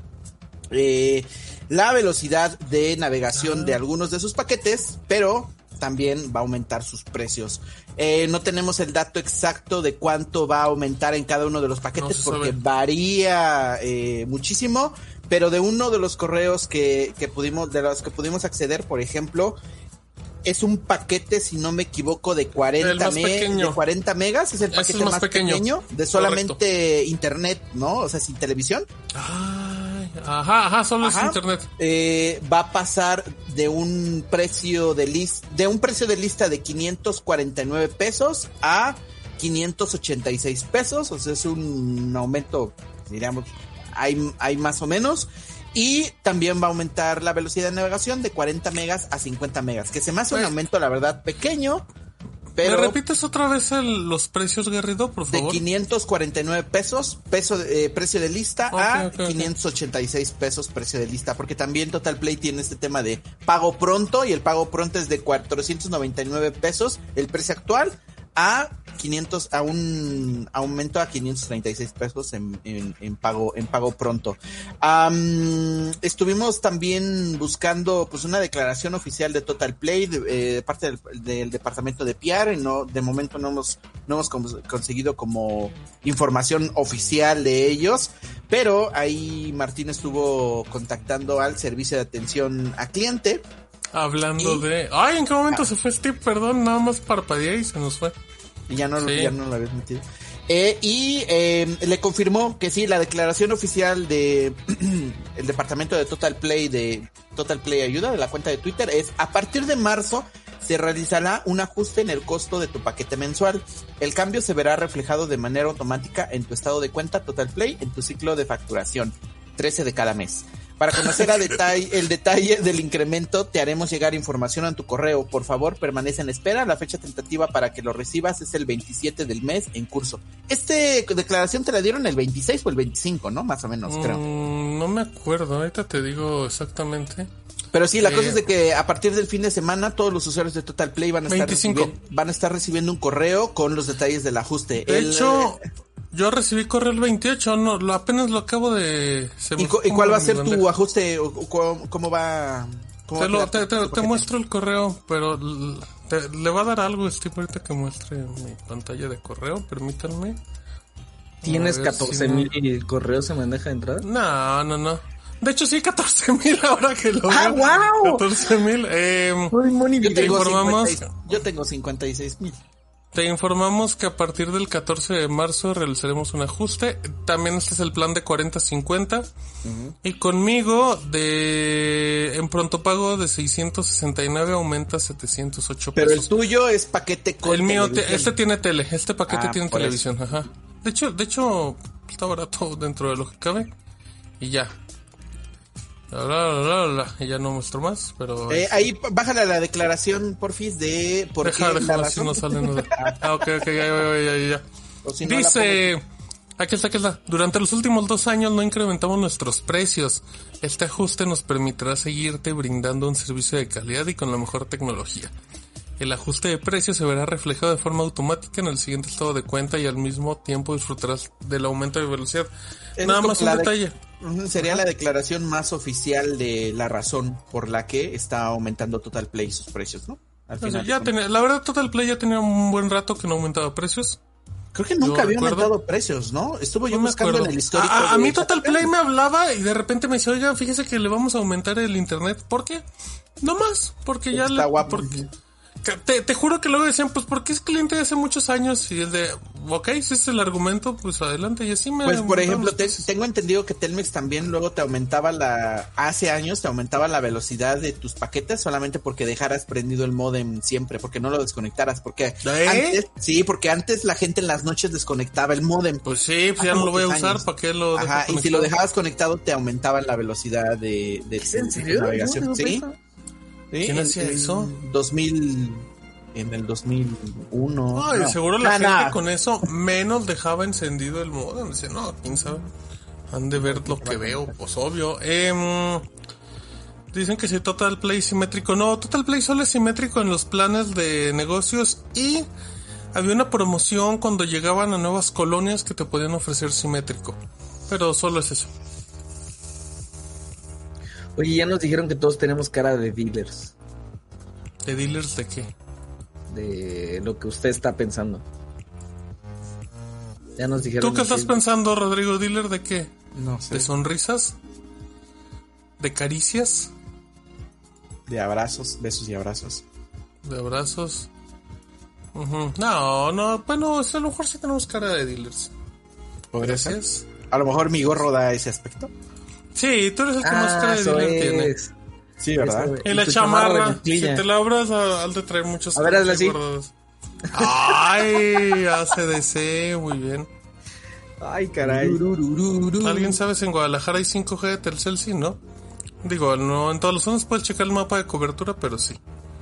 la velocidad de navegación de algunos de sus paquetes, pero también va a aumentar sus precios. No tenemos el dato exacto de cuánto va a aumentar en cada uno de los paquetes porque varía muchísimo, pero de uno de los correos de los que pudimos acceder, por ejemplo, es un paquete, si no me equivoco, de 40 megas, es el paquete más pequeño de solamente Correcto. Internet, ¿no? O sea, sin televisión. Ajá, solo es internet. Va a pasar de un precio de lista de 549 pesos a 586 pesos, o sea, es un aumento, diríamos, hay más o menos. Y también va a aumentar la velocidad de navegación de 40 megas a 50 megas, que se me hace un aumento, la verdad, pequeño. Pero ¿me repites otra vez los precios, Garrido, por favor? De 549 pesos, precio de lista, a 586 pesos, precio de lista, porque también Total Play tiene este tema de pago pronto, y el pago pronto es de 499 pesos, el precio actual, a un aumento a 536 pesos en pago pronto. Estuvimos también buscando pues una declaración oficial de Total Play de parte del departamento de PR, y de momento no hemos conseguido como información oficial de ellos, pero ahí Martín estuvo contactando al servicio de atención a cliente. Hablando de... Ay, ¿en qué momento se fue Steve? Perdón, nada más parpadeé y se nos fue. Y ya no lo habías metido. Le confirmó que sí, la declaración oficial de el departamento de Total Play Ayuda, de la cuenta de Twitter, es: a partir de marzo se realizará un ajuste en el costo de tu paquete mensual. El cambio se verá reflejado de manera automática en tu estado de cuenta Total Play en tu ciclo de facturación, 13 de cada mes. Para conocer el detalle del incremento, te haremos llegar información a tu correo. Por favor, permanece en espera. La fecha tentativa para que lo recibas es el 27 del mes en curso. Declaración te la dieron el 26 o el 25, ¿no? Más o menos, creo. No me acuerdo, ahorita te digo exactamente. Pero sí, la cosa es de que a partir del fin de semana todos los usuarios de Total Play van a estar recibiendo un correo con los detalles del ajuste. De hecho... Yo recibí correo el 28, apenas lo acabo de... ¿Y cuál va a ser tu ajuste? ¿Cómo va? Te muestro el correo, pero le va a dar algo, Steve, ahorita que muestre mi pantalla de correo, permítanme. ¿Tienes 14,000 correos en bandeja de entrada? No. De hecho, sí, 14,000 ahora que lo veo. ¡Ah, wow! 14,000. Yo tengo 56,000. Te informamos que a partir del 14 de marzo realizaremos un ajuste. También este es el plan de 40-50. Uh-huh. Y conmigo, en pronto pago de 669 aumenta a 708 pesos. Pero el tuyo es paquete con el mío, este tiene tele. Este paquete tiene televisión. Eso. Ajá. De hecho, está barato dentro de lo que cabe. Y ya. Y ya no muestro más, pero... ahí bájale la declaración, porfis, de... Deja, si no sale nada. Ok, ya. Si no dice... Aquí está. Durante los últimos 2 años no incrementamos nuestros precios. Este ajuste nos permitirá seguirte brindando un servicio de calidad y con la mejor tecnología. El ajuste de precios se verá reflejado de forma automática en el siguiente estado de cuenta y al mismo tiempo disfrutarás del aumento de velocidad. Nada más un detalle. Sería la declaración más oficial de la razón por la que está aumentando Total Play sus precios, ¿no? Al final la verdad, Total Play ya tenía un buen rato que no aumentaba precios. Creo que nunca había aumentado precios, ¿no? Estuve yo buscando en el histórico. A mí Total Play me hablaba y de repente me dice, oiga, fíjese que le vamos a aumentar el internet. ¿Por qué? No más, porque ya está guapo. Te juro que luego decían, pues porque es cliente de hace muchos años, y el de, ok, si es el argumento, pues adelante, y así me... Pues por ejemplo, tengo entendido que Telmex también luego te aumentaba hace años te aumentaba la velocidad de tus paquetes solamente porque dejaras prendido el módem siempre, porque no lo desconectaras, porque porque antes la gente en las noches desconectaba el módem. Pues sí, pues ya no lo voy a usar, ¿para qué lo dejo conectado? Y si lo dejabas conectado te aumentaba la velocidad de navegación. ¿Sí? ¿Quién hacía eso? En el 2001. Ay, seguro la gente con eso menos dejaba encendido el modem. Dice, no, quién sabe. Han de ver lo que veo, pues obvio. Dicen que si Total Play simétrico. No, Total Play solo es simétrico en los planes de negocios. Y había una promoción cuando llegaban a nuevas colonias que te podían ofrecer simétrico. Pero solo es eso. Oye, ya nos dijeron que todos tenemos cara de dealers. ¿De dealers de qué? De lo que usted está pensando. Ya nos dijeron. ¿Tú qué estás pensando, Rodrigo? ¿Dealer de qué? No sé. ¿De sonrisas? ¿De caricias? De abrazos, besos y abrazos. ¿De abrazos? Uh-huh. No, bueno, a lo mejor sí tenemos cara de dealers. ¿Podría ser? A lo mejor mi gorro da ese aspecto. Sí, tú eres el que más cara de dealer tiene. Sí, ¿verdad? Y la chamarra, si te la abras, al de traer muchos... A ver, hazla así. Ay, ACDC, muy bien. Ay, caray. ¿Alguien sabe si en Guadalajara hay 5G de Telcel? Sí, ¿no? Digo, no en todas las zonas puedes checar el mapa de cobertura, pero sí.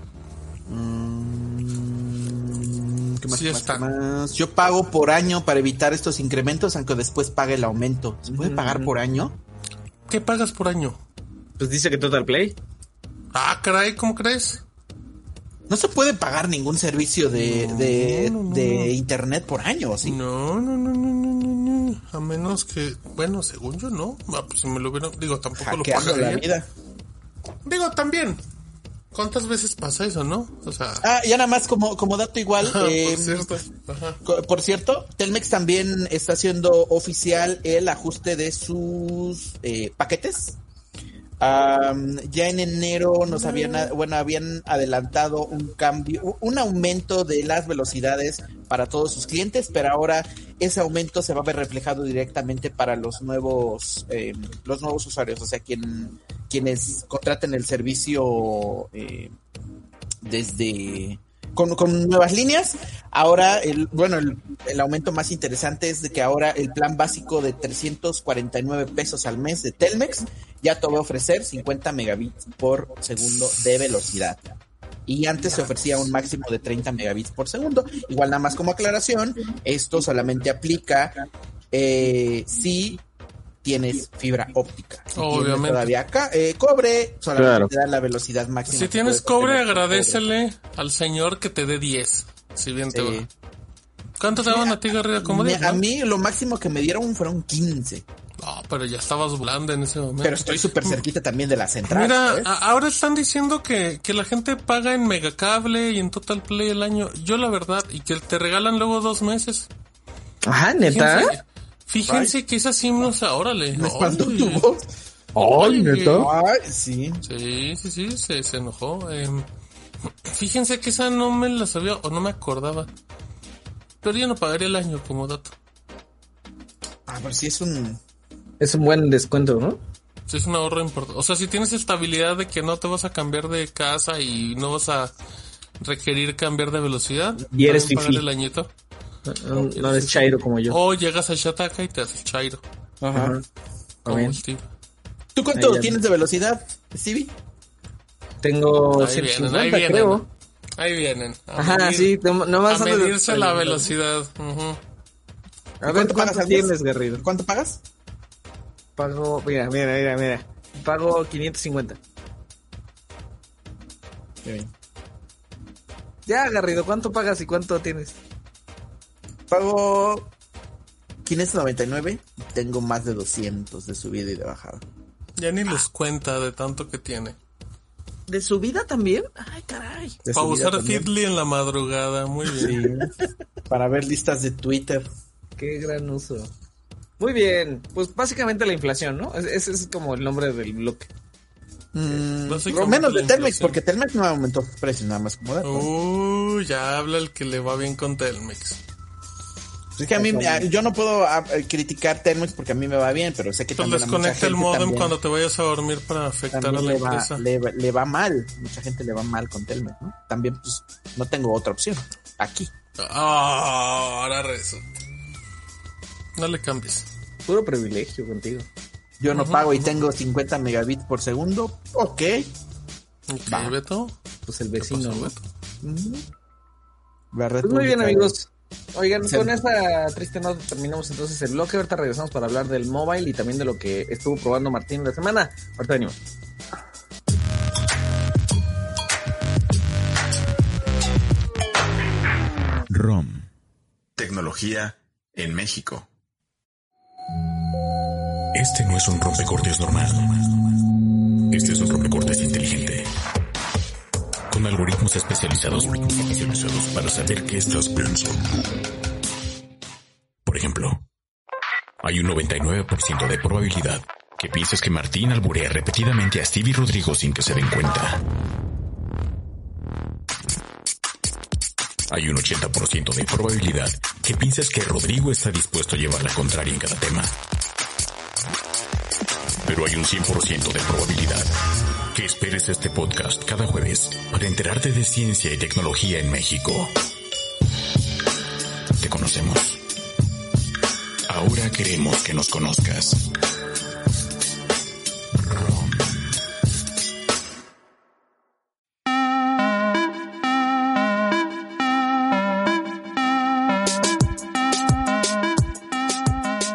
¿Qué más, sí está. Más? Yo pago por año para evitar estos incrementos, aunque después pague el aumento. ¿Se puede pagar por año? ¿Qué pagas por año? Pues dice que Total Play. Ah, caray, ¿cómo crees? No se puede pagar ningún servicio de internet por año, ¿sí? No. A menos que, bueno, según yo no. Pues si me lo hubieran, digo, tampoco lo Hackeando pagaría. la vida. Digo, también. ¿Cuántas veces pasa eso, no? O sea. Ya nada más como dato igual. Por cierto. Ajá. Por cierto, Telmex también está haciendo oficial el ajuste de sus paquetes. Ya en enero habían adelantado un aumento de las velocidades para todos sus clientes, pero ahora ese aumento se va a ver reflejado directamente para los nuevos usuarios, o sea, quienes contraten el servicio con nuevas líneas. Ahora, el aumento más interesante es de que ahora el plan básico de 349 pesos al mes de Telmex ya te va a ofrecer 50 megabits por segundo de velocidad. Y antes se ofrecía un máximo de 30 megabits por segundo. Igual, nada más como aclaración, esto solamente aplica si tienes fibra óptica. Si obviamente. Todavía cobre, solamente te da la velocidad máxima. Si tienes cobre, agradécele al señor que te dé 10. Si bien te va. ¿Cuánto te daban a ti, Garrido? ¿Cómo 10? A mí lo máximo que me dieron fueron 15. No, pero ya estabas volando en ese momento. Pero estoy súper cerquita también de la central. Mira, ¿sabes? ahora están diciendo que la gente paga en Megacable y en Total Play el año. Yo la verdad, y que te regalan luego 2 meses. Ajá, ¿neta? Fíjense que esa sí, no sé, órale. Me espantó tu voz. Ay, ¿neta? Ay, sí. Sí, se enojó. Fíjense que esa no me la sabía o no me acordaba. Pero yo no pagaría el año como dato. Pero sí es un... Es un buen descuento, ¿no? Sí, es un ahorro importante. O sea, si tienes estabilidad de que no te vas a cambiar de casa y no vas a requerir cambiar de velocidad, Y eres pagar fifí. el añito. No eres chairo como yo. O llegas a Shataka y te haces chairo. Ajá. Como Bien. Steve. ¿Tú cuánto Ahí tienes de velocidad, Stevie? Tengo Ahí vienen, 150, creo. Ahí vienen. Ajá, sí, nomás A ando de- medirse la velocidad. Ujú. A ver, ¿cuánto al mes? tienes, Garrido? ¿Cuánto pagas? Pago, mira. Pago 550. Ya, Garrido, ¿cuánto pagas y cuánto tienes? Pago 599 y tengo más de 200 de subida y de bajada. Ya ni los cuenta de tanto que tiene. ¿De subida también? Ay, caray. De Para subida usar también. Feedly en la madrugada, muy bien. Sí. Para ver listas de Twitter. Qué gran uso. Muy bien, pues básicamente la inflación, ¿no? Ese es como el nombre del bloque. Básicamente O menos de la Telmex, inflación. porque Telmex no aumentó precios, nada más como dato. Ya habla el que le va bien con Telmex. Es que a mí, yo no puedo criticar Telmex porque a mí me va bien, pero sé que Pues también a mucha desconecta el gente modem también, cuando te vayas a dormir para afectar a también la le va, empresa. le va mal. Mucha gente le va mal con Telmex, ¿no? También, pues, no tengo otra opción. Aquí. Ahora resulta. No le cambies. Puro privilegio contigo. Yo no pago y tengo 50 megabits por segundo. Ok. Ok, Va. Beto. Pues el ¿Qué vecino, pasó, ¿no? Beto? La red Pues muy bien, pública. amigos. Oigan, Sí. con esta triste nota terminamos entonces el bloque. Ahorita regresamos para hablar del mobile y también de lo que estuvo probando Martín la semana. Ahorita venimos. ROM. Tecnología en México. Este no es un rompecortes normal. Este es un rompecortes inteligente. Con algoritmos especializados para saber qué estás pensando. Por ejemplo, hay un 99% de probabilidad que pienses que Martín alburea repetidamente a Stevie Rodrigo sin que se den cuenta. Hay un 80% de probabilidad que pienses que Rodrigo está dispuesto a llevar la contraria en cada tema. Pero hay un 100% de probabilidad que esperes este podcast cada jueves para enterarte de ciencia y tecnología en México. Te conocemos. Ahora queremos que nos conozcas.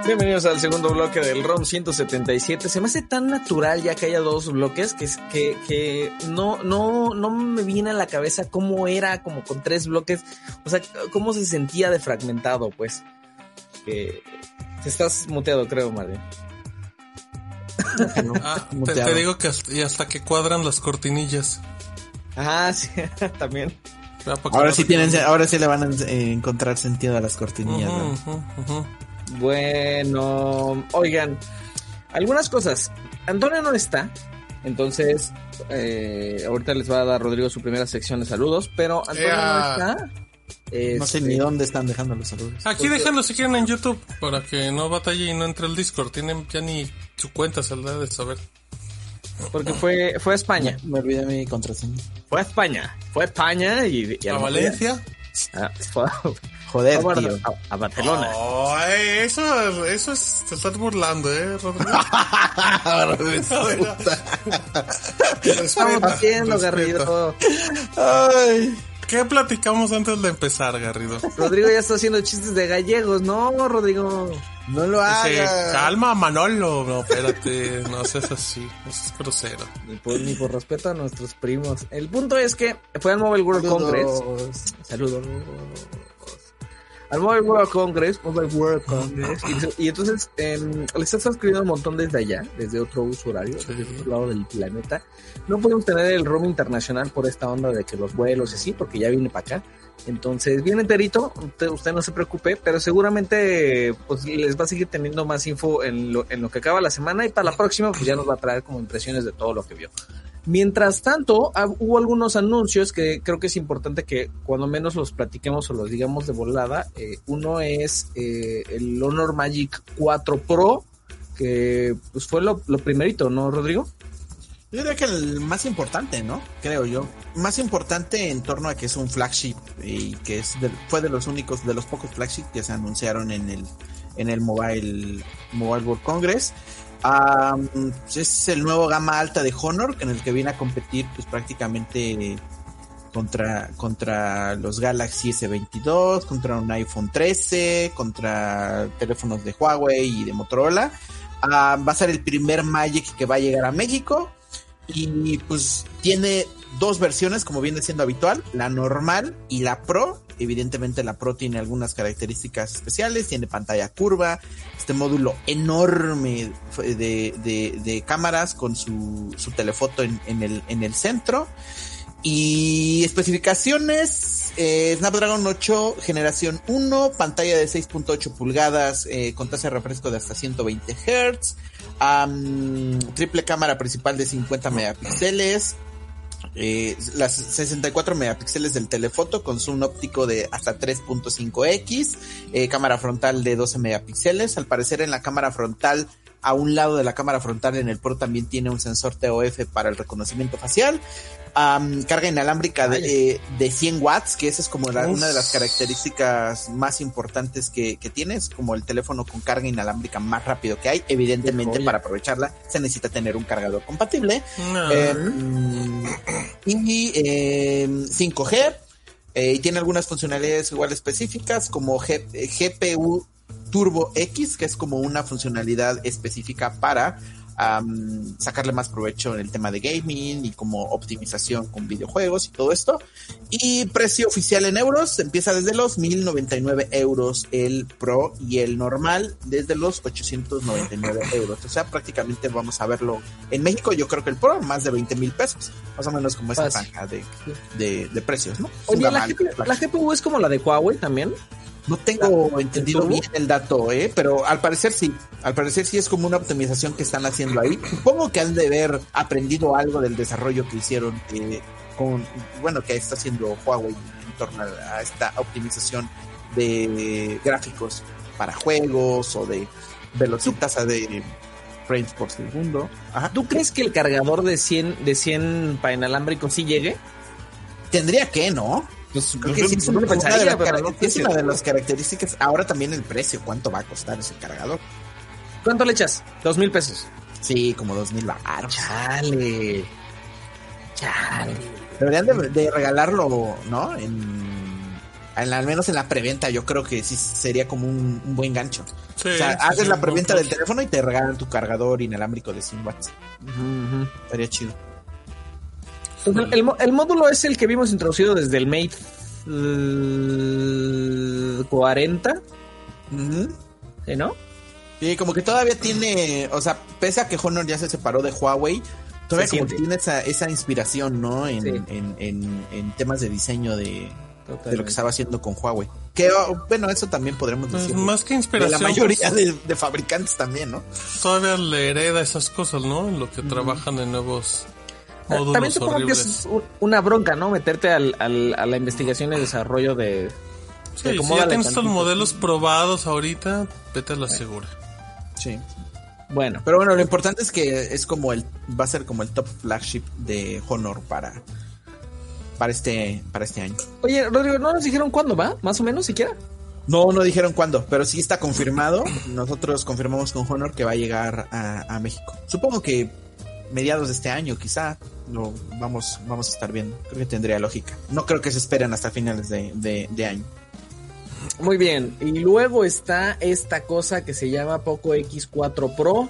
Bienvenidos al segundo bloque del ROM 177. Se me hace tan natural ya que haya dos bloques que no me viene a la cabeza cómo era como con tres bloques. O sea, cómo se sentía de fragmentado, pues. Te estás muteado, creo, Mario. Te digo que hasta que cuadran las cortinillas. Ah, sí, también. Ahora sí le van a encontrar sentido a las cortinillas, ¿no? Bueno, oigan, algunas cosas. Antonio no está, entonces ahorita les va a dar Rodrigo su primera sección de saludos, pero Antonio no está. No sé ni dónde están dejando los saludos. Aquí déjenlo si quieren en YouTube, para que no batalle y no entre el Discord. Tienen ya ni su cuenta, se la de saber. Porque fue a España. Me olvidé mi contraseña. Fue a España y ¿A Valencia? Joder, tío. A Barcelona. Oh, eso es, te estás burlando, Rodrigo. Estamos haciendo, Garrido. Ay. ¿Qué platicamos antes de empezar, Garrido? Rodrigo ya está haciendo chistes de gallegos. No, Rodrigo. No lo hagas. Calma, Manolo. No, espérate. No seas así. No seas grosero. Ni por respeto a nuestros primos. El punto es que fue al Mobile World Congress. Saludos. Al Mobile World Congress. Y entonces les está escribiendo un montón desde allá, desde otro uso horario, desde otro lado del planeta. No podemos tener el roam internacional por esta onda de que los vuelos y así, porque ya viene para acá. Entonces, bien enterito, usted no se preocupe, pero seguramente pues les va a seguir teniendo más info en lo que acaba la semana, y para la próxima pues ya nos va a traer como impresiones de todo lo que vio. Mientras tanto, hubo algunos anuncios que creo que es importante que cuando menos los platiquemos o los digamos de volada. Uno es el Honor Magic 4 Pro, que pues fue lo primerito, ¿no, Rodrigo? Yo diría que el más importante, ¿no? Creo yo. Más importante en torno a que es un flagship y que fue de los pocos flagship que se anunciaron en el Mobile World Congress. Es el nuevo gama alta de Honor, en el que viene a competir pues prácticamente contra los Galaxy S22, contra un iPhone 13, contra teléfonos de Huawei y de Motorola. Va a ser el primer Magic que va a llegar a México. Y pues tiene dos versiones, como viene siendo habitual, la normal y la Pro. Evidentemente la Pro tiene algunas características especiales, tiene pantalla curva, este módulo enorme de cámaras con su telefoto en el centro. Y especificaciones, Snapdragon 8 generación 1, pantalla de 6.8 pulgadas con tasa de refresco de hasta 120 Hz, triple cámara principal de 50 megapíxeles, las 64 megapíxeles del telefoto con zoom óptico de hasta 3.5x, cámara frontal de 12 megapíxeles. Al parecer en la cámara frontal, a un lado de la cámara frontal en el Pro también tiene un sensor TOF para el reconocimiento facial. Carga inalámbrica de 100 watts, que esa es como una de las características más importantes que tiene. Es como el teléfono con carga inalámbrica más rápido que hay. Evidentemente, para aprovecharla se necesita tener un cargador compatible. Y 5G. Y tiene algunas funcionalidades igual específicas, como GPU Turbo X, que es como una funcionalidad específica para sacarle más provecho en el tema de gaming y como optimización con videojuegos y todo esto. Y precio oficial en euros empieza desde los 1,099 euros el Pro, y el normal desde los 899 euros. O sea, prácticamente vamos a verlo en México. Yo creo que el Pro más de 20,000 pesos, más o menos como esa franja de precios, ¿no? Oye, la GPU es como la de Huawei también. No tengo entendido bien el dato, pero al parecer sí es como una optimización que están haciendo ahí. Supongo que han de haber aprendido algo del desarrollo que hicieron que está haciendo Huawei en torno a esta optimización de gráficos para juegos o de tasa de frames por segundo. Ajá. ¿Tú crees que el cargador de 100 para inalámbrico sí llegue? Tendría que, ¿no? Pues creo que sí, es una de las características. Ahora también el precio, ¿cuánto va a costar ese cargador? ¿Cuánto le echas? 2,000 pesos. Sí, como 2,000 baros. Chale. Deberían de regalarlo, ¿no? al menos en la preventa, yo creo que sí sería como un buen gancho. Sí, o sea, sí, haces sí, la un preventa buen del teléfono y te regalan tu cargador inalámbrico de 100 watts. Estaría chido. Pues el módulo es el que vimos introducido desde el Mate 40. ¿Sí, no? Sí, como que todavía tiene, o sea, pese a que Honor ya se separó de Huawei, todavía como que tiene esa inspiración, ¿no? En temas de diseño de lo que estaba haciendo con Huawei. Que, bueno, eso también podremos decir. Pues más que inspiración. De la mayoría de fabricantes también, ¿no? Todavía le hereda esas cosas, ¿no? En lo que trabajan en nuevos módulos también supongo horribles. que es una bronca, ¿no? Meterte a la investigación y desarrollo de... Sí, si ya tienes estos modelos probados ahorita, vete a la segura. Sí. Bueno. Pero bueno, lo importante es que es como va a ser como el top flagship de Honor para este año. Oye, Rodrigo, ¿no nos dijeron cuándo va? Más o menos, siquiera. No dijeron cuándo, pero sí está confirmado. Nosotros confirmamos con Honor que va a llegar a México. Supongo que mediados de este año, quizá. Lo vamos a estar viendo. Creo que tendría lógica. No creo que se esperen hasta finales de año. Muy bien. Y luego está esta cosa que se llama Poco X4 Pro.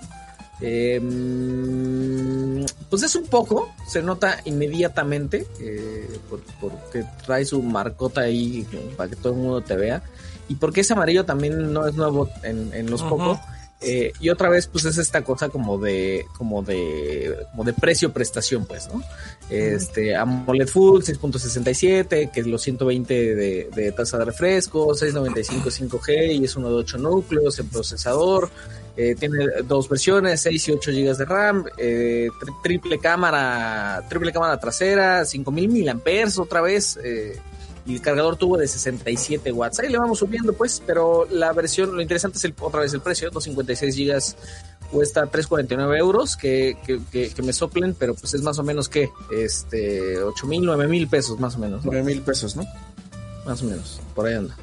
Pues es un poco, se nota inmediatamente, porque trae su marcota ahí para que todo el mundo te vea. Y porque ese amarillo también no es nuevo en los Poco. Y otra vez, pues es esta cosa como de precio-prestación, pues, ¿no? AMOLED Full, 6.67, que es los 120 de tasa de refresco, 695 5G y es uno de 8 núcleos, el procesador. Tiene dos versiones, 6 y 8 GB de RAM, triple cámara trasera, 5000 mAh otra vez, y el cargador tuvo de 67 watts. Ahí le vamos subiendo, pues, pero la versión, lo interesante es otra vez el precio, 256 GB cuesta 349 euros, que me soplen, pero pues es más o menos que 8,000, 9,000 pesos más o menos, ¿no? 9,000 pesos, ¿no? Más o menos, por ahí anda.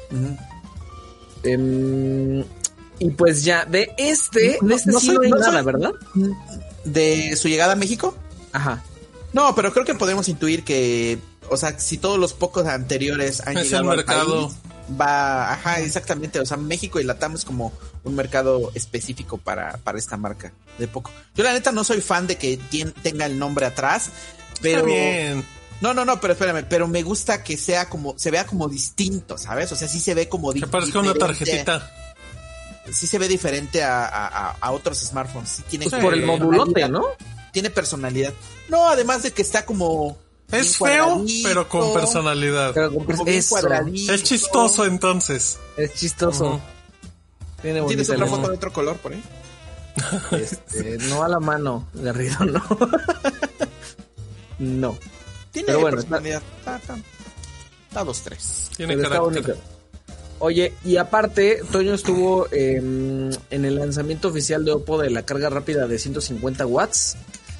Y pues ya, de este sí no hay nada, ¿verdad? ¿De su llegada a México? Ajá. No, pero creo que podemos intuir que, o sea, si todos los pocos anteriores han llegado al mercado, ajá, exactamente, o sea, México y Latam es como un mercado específico para esta marca de Poco. Yo la neta no soy fan de que tenga el nombre atrás, pero... Está bien. No, pero espérame, pero me gusta que se vea como distinto, ¿sabes? O sea, sí se ve como diferente. Que parezca una tarjetita. Sí se ve diferente a otros smartphones. Sí tiene pues por el modulote, ¿no? Tiene personalidad. No, además de que está como... Es feo, pero con personalidad. Es chistoso, entonces. Es chistoso. ¿Tienes otra foto de otro color por ahí? No a la mano, Garrido, no. No. Tiene personalidad. Está 2-3. Tiene carácter. Oye, y aparte, Toño estuvo en el lanzamiento oficial de Oppo de la carga rápida de 150 watts.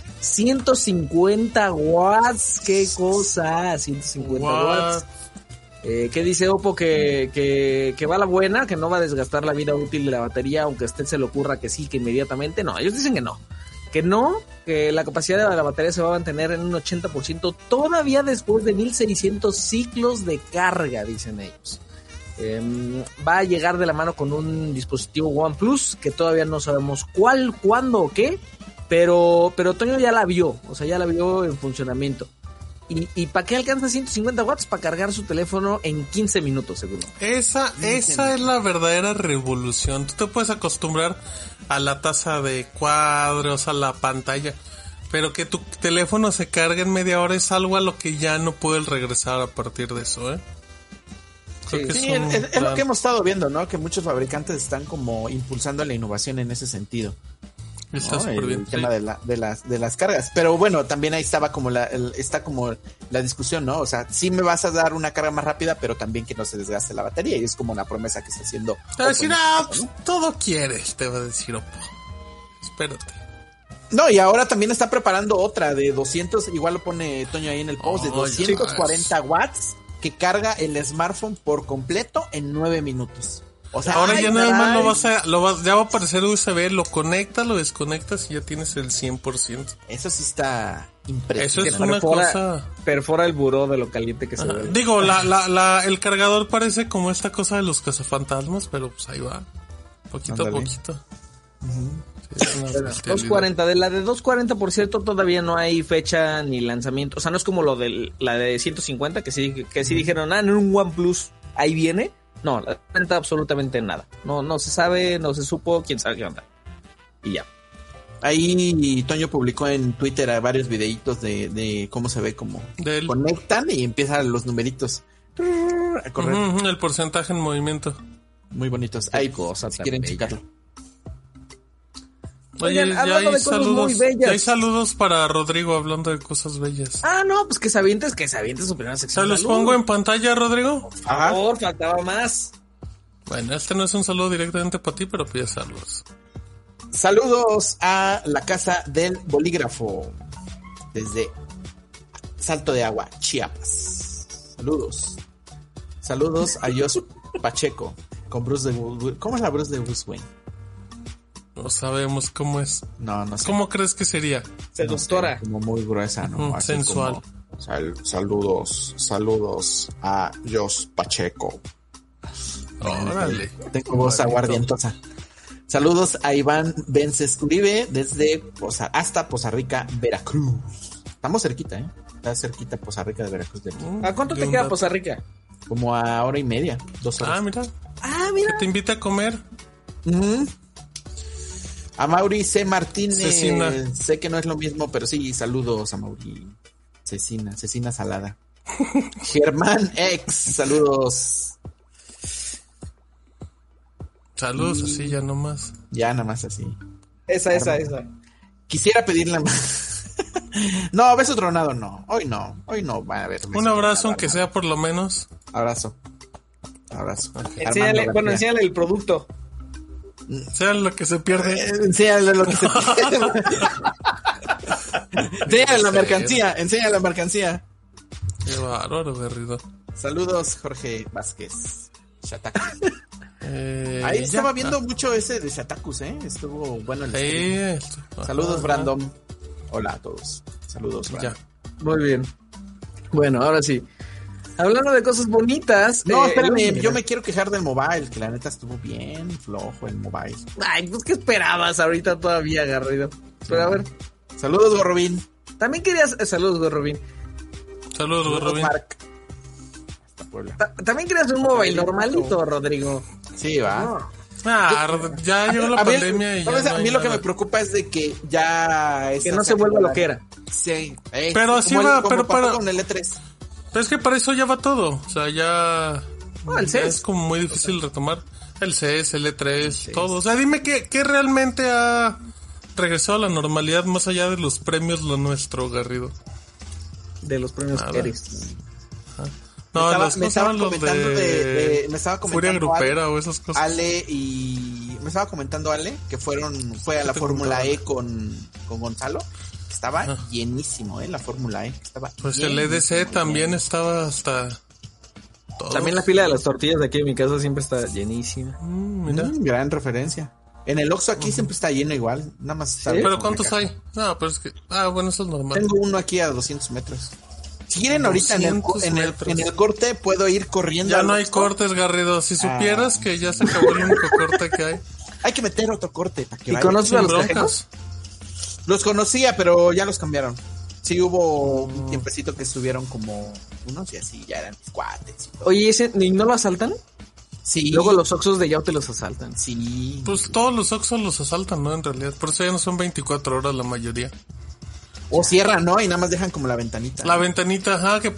150 watts, qué cosa, 150 watts. ¿Qué dice Oppo? Que va a la buena, que no va a desgastar la vida útil de la batería, aunque a usted se le ocurra que sí, que inmediatamente. No, ellos dicen que no. Que la capacidad de la batería se va a mantener en un 80% todavía después de 1600 ciclos de carga, dicen ellos. Va a llegar de la mano con un dispositivo OnePlus, que todavía no sabemos cuál, cuándo o qué, pero Toño ya la vio, o sea, ya la vio en funcionamiento. ¿Y para qué alcanza 150 watts? Para cargar su teléfono en 15 minutos, seguro. Esa es la verdadera revolución. Tú te puedes acostumbrar a la tasa de cuadros, a la pantalla, pero que tu teléfono se cargue en media hora es algo a lo que ya no puedes regresar a partir de eso, ¿eh? Sí, es lo que hemos estado viendo, ¿no? Que muchos fabricantes están como impulsando la innovación en ese sentido. Está súper bien. El tema de las cargas. Pero bueno, también ahí estaba como la discusión, ¿no? O sea, sí me vas a dar una carga más rápida, pero también que no se desgaste la batería. Y es como una promesa que está haciendo. Te va a decir, todo quieres, te va a decir Oppo. Espérate. No, y ahora también está preparando otra de 200, igual lo pone Toño ahí en el post, de 240 watts, que carga el smartphone por completo en 9 minutos. O sea, Ahora ay, ya nada más caray. ya va a aparecer USB, lo conectas, lo desconectas y ya tienes el 100%. Eso sí está Eso impresionante. es una cosa... Perfora el buró de lo caliente que se ve. Digo, el cargador parece como esta cosa de los cazafantasmas, pero pues ahí va. Poquito Ándale. a poquito. Sí, es una bestialidad. 240, de la de 240 por cierto todavía no hay fecha ni lanzamiento, o sea no es como la de 150 que sí dijeron, en un OnePlus ahí viene, no, la cuenta absolutamente nada, no se sabe, no se supo, quién sabe qué onda, y ya. Ahí Toño publicó en Twitter varios videitos de cómo se ve como De él. conectan y empiezan los numeritos a correr. Ujú, el porcentaje en movimiento. Muy bonitos. Ahí, cosa si tan quieren bella. checarlo. Oye, Oigan, ya hablando hay de cosas saludos. muy bellas. Ya hay saludos para Rodrigo hablando de cosas bellas. No, pues que se aviente su primera sección. ¿Se los Salud. pongo en pantalla, Rodrigo? Por favor, faltaba más. Bueno, este no es un saludo directamente para ti, pero pide saludos. Saludos a la casa del bolígrafo desde Salto de Agua, Chiapas. Saludos. Saludos a Jos Pacheco con Bruce de... ¿Cómo es la Bruce de Bruce Wayne? No sabemos cómo es. No sé. ¿Cómo crees que sería? Seductora. Como muy gruesa, ¿no? Así Sensual. como, saludos a Jos Pacheco. Órale. Tengo voz aguardientosa. Saludos a Iván Vences Uribe desde hasta Poza Rica, Veracruz. Estamos cerquita, ¿eh? Está cerquita Poza Rica de Veracruz. ¿A cuánto te Y un queda dato. Poza Rica? Como a hora y media, 2 horas. Mira. Mira. Que te invite a comer. Ujú. A Mauri C. Martínez. Cecina. Sé que no es lo mismo, pero sí, saludos a Mauri. Cecina salada. Germán X, saludos. Saludos, así ya nomás. Ya nada más así. Esa. Quisiera pedirle más. No, beso tronado no. Hoy no va a haber. beso Un abrazo, tronado, aunque no. sea por lo menos. Abrazo. Enséñale, Armando García. enséñale el producto. Sea lo que se pierde. Enséñale lo que se Enséñale la mercancía. Qué bárbaro, Garrido. Saludos, Jorge Vázquez. Shataku. Ahí ya. estaba viendo mucho ese de Shatakus, estuvo bueno el stream. Sí. Saludos, Ajá. Brandon. Hola a todos. Saludos, Brandon. Ya. Muy bien. Bueno, ahora sí. Hablando de cosas bonitas. No, espérame, yo me quiero quejar del mobile, que la neta estuvo bien flojo el mobile. Ay, pues ¿qué esperabas ahorita todavía, Garrido? Pero a ver, Saludos, Gorrobín. también querías... saludos, Robin. Saludos, Robin. Mark. Hasta Puebla. También querías un mobile normalito, Rodrigo. Sí, va. No. Ya llegó la A mí, pandemia y ya ¿sabes? no A hay mí lo que nada. me preocupa es de que ya... Que no se vuelva lo que era. Sí. Pero así como va, como pero pasó para- con el E3. Pero es que para eso ya va todo. O sea, ya... El ya CES. es como muy difícil retomar. El CES, el E3, todo. O sea, dime qué realmente ha regresado a la normalidad más allá de los premios lo nuestro, Garrido. De los premios Nada. Keris. No, me estaba los comentando de... me estaba Furia comentando Grupera o esas cosas. Ale y me estaba comentando Ale que fue a la te Fórmula contaba? E con Gonzalo. Estaba Ah. llenísimo, la Fórmula E. Estaba Pues el EDC también estaba hasta... todo. También la fila de las tortillas de aquí en mi casa siempre está llenísima. Mira. Gran referencia. En el Oxxo aquí siempre está lleno igual, nada más está Pero ¿cuántos hay? No, pero es que... bueno, eso es normal. Tengo uno aquí a 200 metros. Si quieren ahorita en el 200 metros. en el corte puedo ir corriendo. Ya al no hay Oxxo. cortes, Garrido. Si supieras que ya se acabó el único corte que hay. Hay que meter otro corte para que ¿Y vaya. conoces a Sin los broncas. cajeros? Los conocía, pero ya los cambiaron. Sí hubo un tiempecito que estuvieron como unos y así, ya eran cuates. y todo. Oye, ¿y no lo asaltan? Sí. Luego los Oxxos de Yao te los asaltan. Sí. Pues todos los Oxxos los asaltan, ¿no? En realidad. Por eso ya no son 24 horas la mayoría. O cierran, ¿no? Y nada más dejan como la ventanita. La ventanita, que...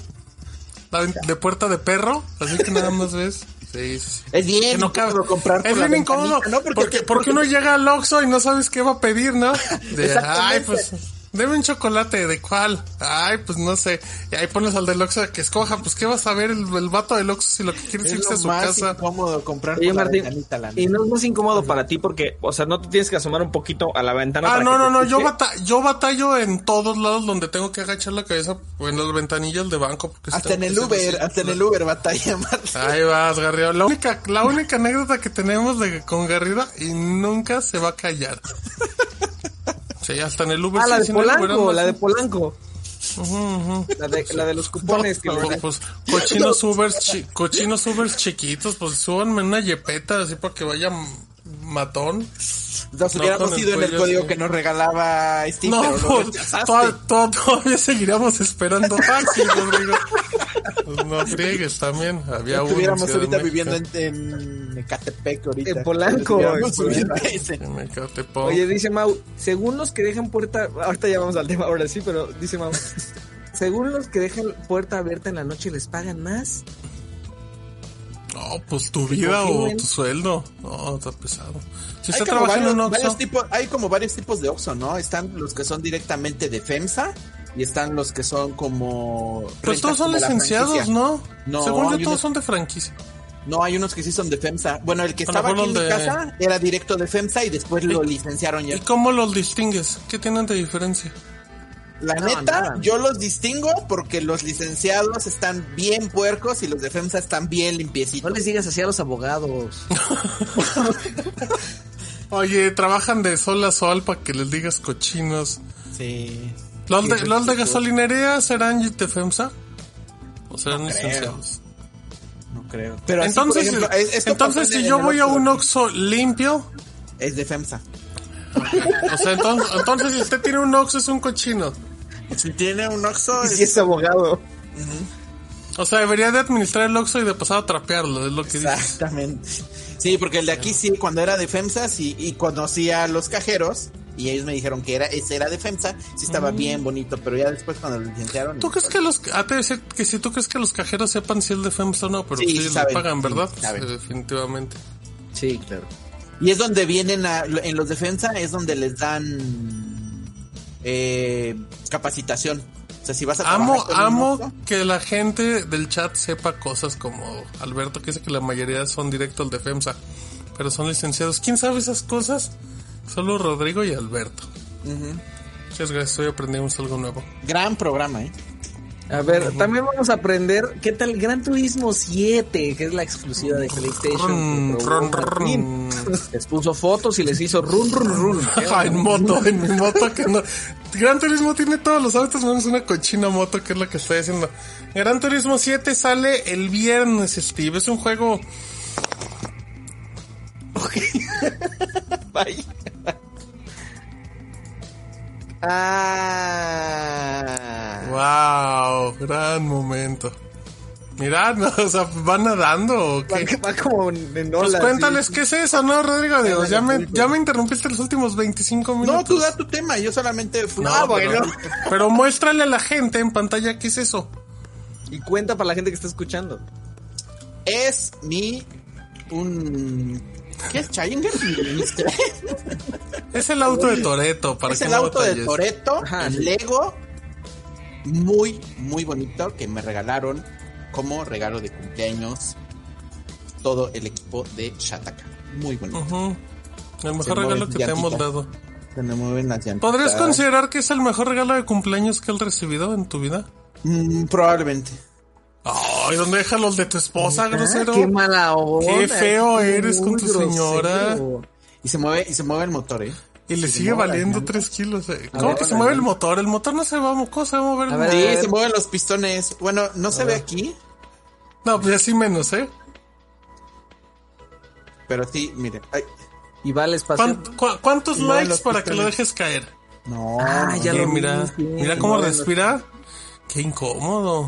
de puerta de perro. Así que nada más ves. Sí, sí. Es bien Que no cabe. incómodo comprar Es por la bien incómodo. ventanita, ¿no? Porque uno llega al Oxxo y no sabes qué va a pedir, ¿no? De, Exactamente. pues... Deme un chocolate, ¿de cuál? Ay, pues no sé. Y ahí pones al del Oxxo que escoja, pues ¿qué vas a ver el vato del Oxxo si lo que quiere es irse a su casa? Es más incómodo comprar Oye, por la Martín, ventanita, la y neta. no es más incómodo para ti porque, o sea, no te tienes que asomar un poquito a la ventana. Ah, para no, que no, te no, escuche? yo batallo en todos lados donde tengo que agachar la cabeza, o en las ventanillas de banco. Porque Hasta en el Uber batalla, Martín. Ahí vas, Garrido. La única anécdota que tenemos con Garrido y nunca se va a callar. Sí, hasta en el Uber. Ah, la sí, de sin el Uber, Polanco, no, la de sí. Polanco. Ujú. La de los cupones. que le- Pues, cochinos Ubers chiquitos, pues súbanme en una yepeta así para que vaya matón. Nos No, hubiéramos con el ido en el cuello código así. que nos regalaba Steve, No, pero lo pues, rechazaste. todavía seguiríamos esperando taxi, Rodrigo. Pues no friegues también. Había uno. Estuviéramos en Ciudad ahorita de México. viviendo en Ecatepec ahorita. En Polanco, Estuviéramos en subiendo Polanco. a ese. En Ecatepec. Oye, dice Mau, según los que dejan puerta, ahorita ya vamos al tema, ahora sí, pero dice Mau, según los que dejan puerta abierta en la noche les pagan más. No, pues tu vida ¿Por qué, o güey? tu sueldo. No, está pesado. Si Hay usted como trabaja en un varios Oxxo, tipos, hay como varios tipos de Oxxo, ¿no? Están los que son directamente de FEMSA y están los que son como... pues rentas todos son como la licenciados, franquicia. ¿no? No, Según yo, hay todos unos- son de franquicia. No, hay unos que sí son de FEMSA. Bueno, el que A lo estaba aquí mejor en mi los de- casa era directo de FEMSA y después lo licenciaron ya. ¿Y cómo los distingues? ¿Qué tienen de diferencia? La No, neta, nada. yo los distingo porque los licenciados están bien puercos y los de FEMSA están bien No limpiecitos. les digas así a los abogados. Oye, trabajan de sol a sol para que les digas cochinos. Sí. ¿Los de gasolinería serán de FEMSA? ¿O serán No creo. licenciados? No creo. Pero así, Entonces, por ejemplo, esto entonces pasó si en yo el voy a Oxxo un de aquí. Oxxo limpio, Es de FEMSA. o sea, entonces si usted tiene un Oxxo es un cochino. Si tiene un Oxxo... Y si es abogado. O sea, debería de administrar el Oxxo y de pasar a trapearlo, es lo que dice. Exactamente. Sí, porque el de aquí sí, cuando era de FEMSA, sí, y conocía a los cajeros, y ellos me dijeron que ese era de FEMSA, sí estaba bien bonito, pero ya después cuando lo licenciaron... ¿Tú crees que te decir que si tú crees que los cajeros sepan si es de FEMSA o no? Pero Sí, sí, sí le saben, pagan, sí, ¿verdad? saben. Definitivamente. Sí, claro. Y es donde vienen, en los de FEMSA, es donde les dan capacitación. O sea, si vas a trabajar con un Amo Oxxo, que la gente del chat sepa cosas como Alberto, que dice que la mayoría son directos de FEMSA, pero son licenciados. ¿Quién sabe esas cosas? Solo Rodrigo y Alberto. Muchas gracias, hoy aprendimos algo nuevo. gran programa, ¿eh? A ver, también vamos a aprender qué tal Gran Turismo 7, que es la exclusiva de PlayStation. que probó Martín. Les puso fotos y les hizo run. En mi moto que no. Gran Turismo tiene todos los autos menos una cochina moto, que es lo que estoy haciendo. Gran Turismo 7 sale el viernes, Steve. Es un juego. Bye. Wow, gran momento. Mirad, no, o sea, ¿van nadando o qué? Va como en Pues olas. cuéntales sí. qué es eso, ¿no, Rodrigo? Digo, ya me interrumpiste los últimos 25 minutos. No, tú da tu tema, yo solamente fui... No, pero muéstrale a la gente en pantalla qué es eso. Y cuenta para la gente que está escuchando. Es ¿qué es Challenger? Es el auto de Toretto, para Es que el no auto de batalles. Toretto Ajá, en sí. Lego, muy, muy bonito, que me regalaron como regalo de cumpleaños todo el equipo de Shataka. Muy bonito. Ujú. El mejor Se regalo mueve que te hemos llantita. dado. Se me mueven las llantitas. ¿Podrías considerar que es el mejor regalo de cumpleaños que has recibido en tu vida? Probablemente. Ay, ¿dónde deja los de tu esposa, grosero? Qué mala onda. Qué feo es eres con muy tu señora. grosero. Y se mueve el motor, ¿eh? Y le Se sigue mueve valiendo las 3 kilos. A ¿Cómo ver, que se a mueve ver. el motor? El motor no se va, ¿cómo se va a mover el A ver, motor? Sí, se mueven los pistones. Bueno, no se ve aquí, No, pues así menos, ¿eh? pero sí, mire. Ay, Y va al espacio. ¿Cuántos No, likes los para que lo pistones. dejes caer? no. Ah, ya lo vi, Mira, sí, mira se cómo mueven los- respira. Qué incómodo.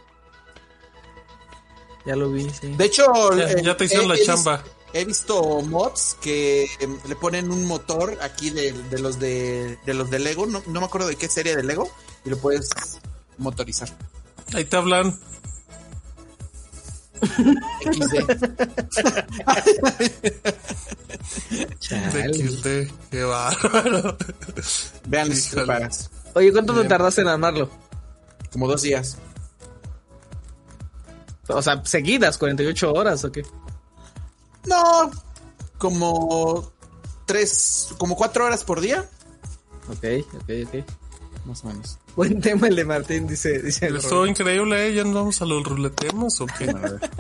Ya lo vi, sí. De hecho, Ya te hicieron la chamba. He visto mods que le ponen un motor aquí de los de Lego, no me acuerdo de qué serie de Lego, y lo puedes motorizar. Ahí te hablan. XD. XD, qué bárbaro. Vean, Híjole. pagas. Oye, ¿cuánto te tardaste en armarlo? Como 2 días. O sea, seguidas, 48 horas o qué. No, como 4 horas por día. Ok. Más o menos. Buen tema el de Martín, dice Estuvo increíble, ¿ya nos vamos a los ruletemos o qué?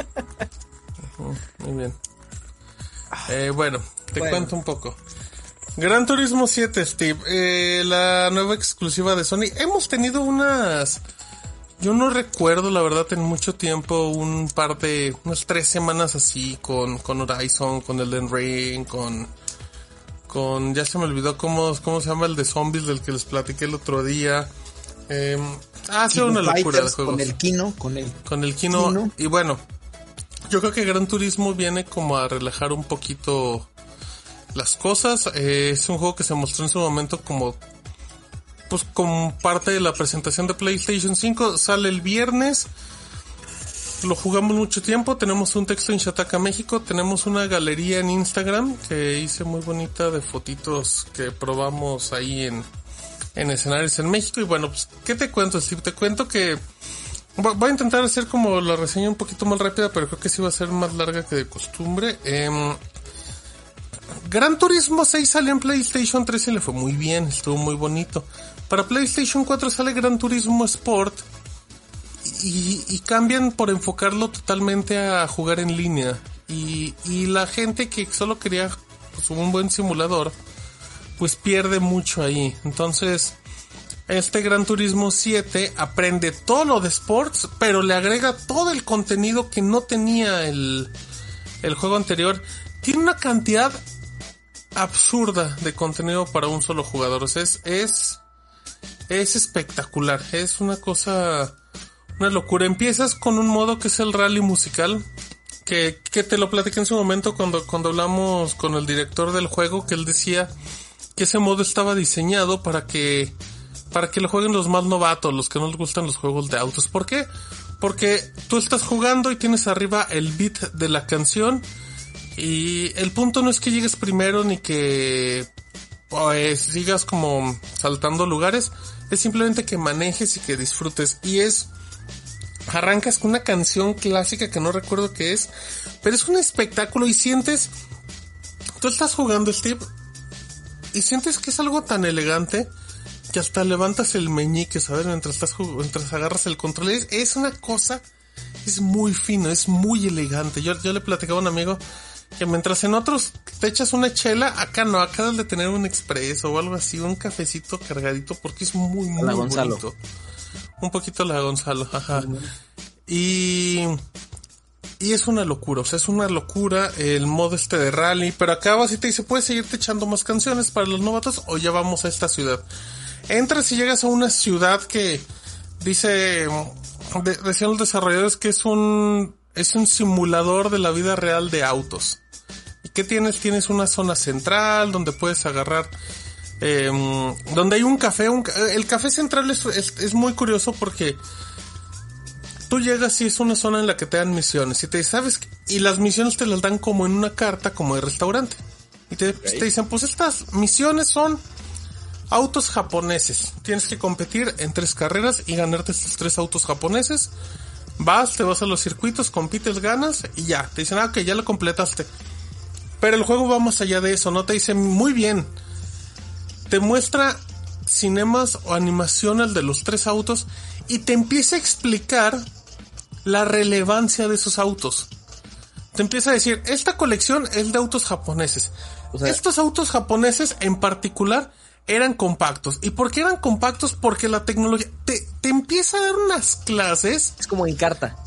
Muy bien. Bueno, te cuento un poco. Gran Turismo 7, Steve, la nueva exclusiva de Sony. Hemos tenido unas... Yo no recuerdo, la verdad, en mucho tiempo, unas 3 semanas así, con Horizon, con Elden Ring, con ya se me olvidó cómo se llama el de zombies del que les platiqué el otro día. Ha sido una locura de juegos. Con el Kino. Y bueno, yo creo que Gran Turismo viene como a relajar un poquito las cosas. Es un juego que se mostró en su momento como parte de la presentación de PlayStation 5. Sale el viernes. Lo jugamos mucho tiempo. Tenemos un texto en Shataka México. Tenemos una galería en Instagram que hice muy bonita de fotitos que probamos ahí en escenarios en México. Y bueno, pues, ¿qué te cuento, Steve? Te cuento que voy a intentar hacer como la reseña un poquito más rápida, pero creo que sí va a ser más larga que de costumbre. Gran Turismo 6 salió en PlayStation 3 y le fue muy bien, estuvo muy bonito. Para PlayStation 4 sale Gran Turismo Sport y cambian por enfocarlo totalmente a jugar en línea. Y la gente que solo quería un buen simulador, pues pierde mucho ahí. Entonces, este Gran Turismo 7 aprende todo lo de sports, pero le agrega todo el contenido que no tenía el juego anterior. Tiene una cantidad absurda de contenido para un solo jugador. O sea, es espectacular. Es una cosa, una locura. Empiezas con un modo que es el rally musical, que te lo platiqué en su momento cuando hablamos con el director del juego, que él decía que ese modo estaba diseñado para que lo jueguen los más novatos, los que no les gustan los juegos de autos. ¿Por qué? Porque tú estás jugando y tienes arriba el beat de la canción. Y el punto no es que llegues primero ni que sigas como saltando lugares, es simplemente que manejes y que disfrutes. Y arrancas con una canción clásica que no recuerdo qué es, pero es un espectáculo y sientes, tú estás jugando, Steve, y sientes que es algo tan elegante que hasta levantas el meñique, ¿sabes? Mientras agarras el control. Es una cosa, es muy fino, es muy elegante. Yo le platicaba a un amigo que mientras en otros te echas una chela, acá no, acá debes de tener un expreso o algo así, un cafecito cargadito, porque es muy, muy bonito. Un poquito la Gonzalo, ajá. Y es una locura, o sea, es una locura el modo de rally, pero acá vas y te dice, puedes seguirte echando más canciones para los novatos o ya vamos a esta ciudad. Entras y llegas a una ciudad que decían los desarrolladores que es un simulador de la vida real de autos. ¿Y qué tienes? Tienes una zona central donde puedes agarrar, donde hay un café. El café central es muy curioso porque tú llegas y es una zona en la que te dan misiones. Y y las misiones te las dan como en una carta, como de restaurante. Y te dicen, pues estas misiones son autos japoneses. Tienes que competir en 3 carreras y ganarte estos 3 autos japoneses. Te vas a los circuitos, compites, ganas y ya. Te dicen, ok, ya lo completaste. Pero el juego va más allá de eso, ¿no? Te dicen, muy bien. Te muestra cinemas o animaciones de los 3 autos y te empieza a explicar la relevancia de esos autos. Te empieza a decir, esta colección es de autos japoneses. O sea, estos autos japoneses en particular eran compactos. ¿Y por qué eran compactos? Porque la tecnología te empieza a dar unas clases. Es como en carta.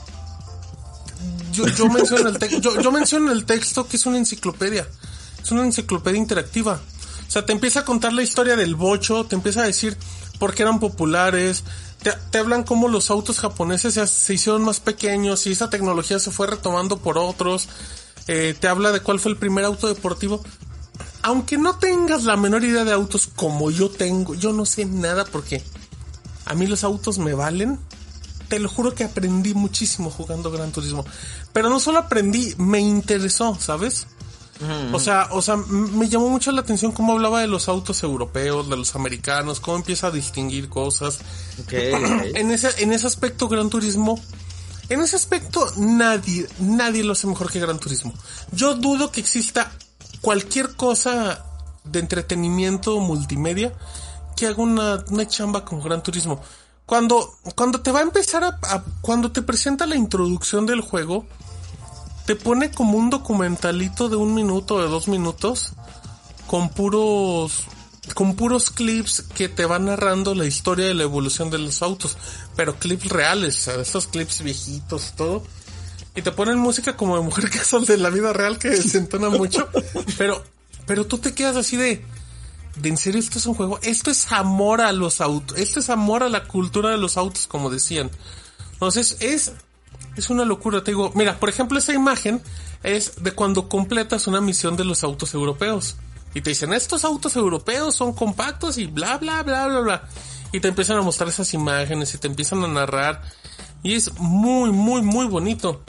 Yo menciono en el texto que es una enciclopedia. Es una enciclopedia interactiva. O sea, te empieza a contar la historia del bocho, te empieza a decir por qué eran populares, te hablan cómo los autos japoneses se hicieron más pequeños y esa tecnología se fue retomando por otros. Te habla de cuál fue el primer auto deportivo. Aunque no tengas la menor idea de autos como yo tengo, yo no sé nada porque a mí los autos me valen. Te lo juro que aprendí muchísimo jugando Gran Turismo. Pero no solo aprendí, me interesó, ¿sabes? O sea, me llamó mucho la atención cómo hablaba de los autos europeos, de los americanos, cómo empieza a distinguir cosas. Okay. En ese aspecto, Gran Turismo, en ese aspecto nadie lo hace mejor que Gran Turismo. Yo dudo que exista cualquier cosa de entretenimiento multimedia que haga una chamba con Gran Turismo. Cuando te va a empezar cuando te presenta la introducción del juego, te pone como un documentalito de 1 minuto, de 2 minutos, con puros clips que te van narrando la historia de la evolución de los autos, pero clips reales, o sea, estos clips viejitos y todo, y te ponen música como de Mujer Casual de la vida real que se entona mucho, pero tú te quedas así de en serio, esto es un juego, esto es amor a los autos, esto es amor a la cultura de los autos, como decían. Entonces es una locura, te digo, mira, por ejemplo, esa imagen es de cuando completas una misión de los autos europeos. Y te dicen, estos autos europeos son compactos y bla, bla, bla, bla, bla. Y te empiezan a mostrar esas imágenes y te empiezan a narrar. Y es muy, muy, muy bonito.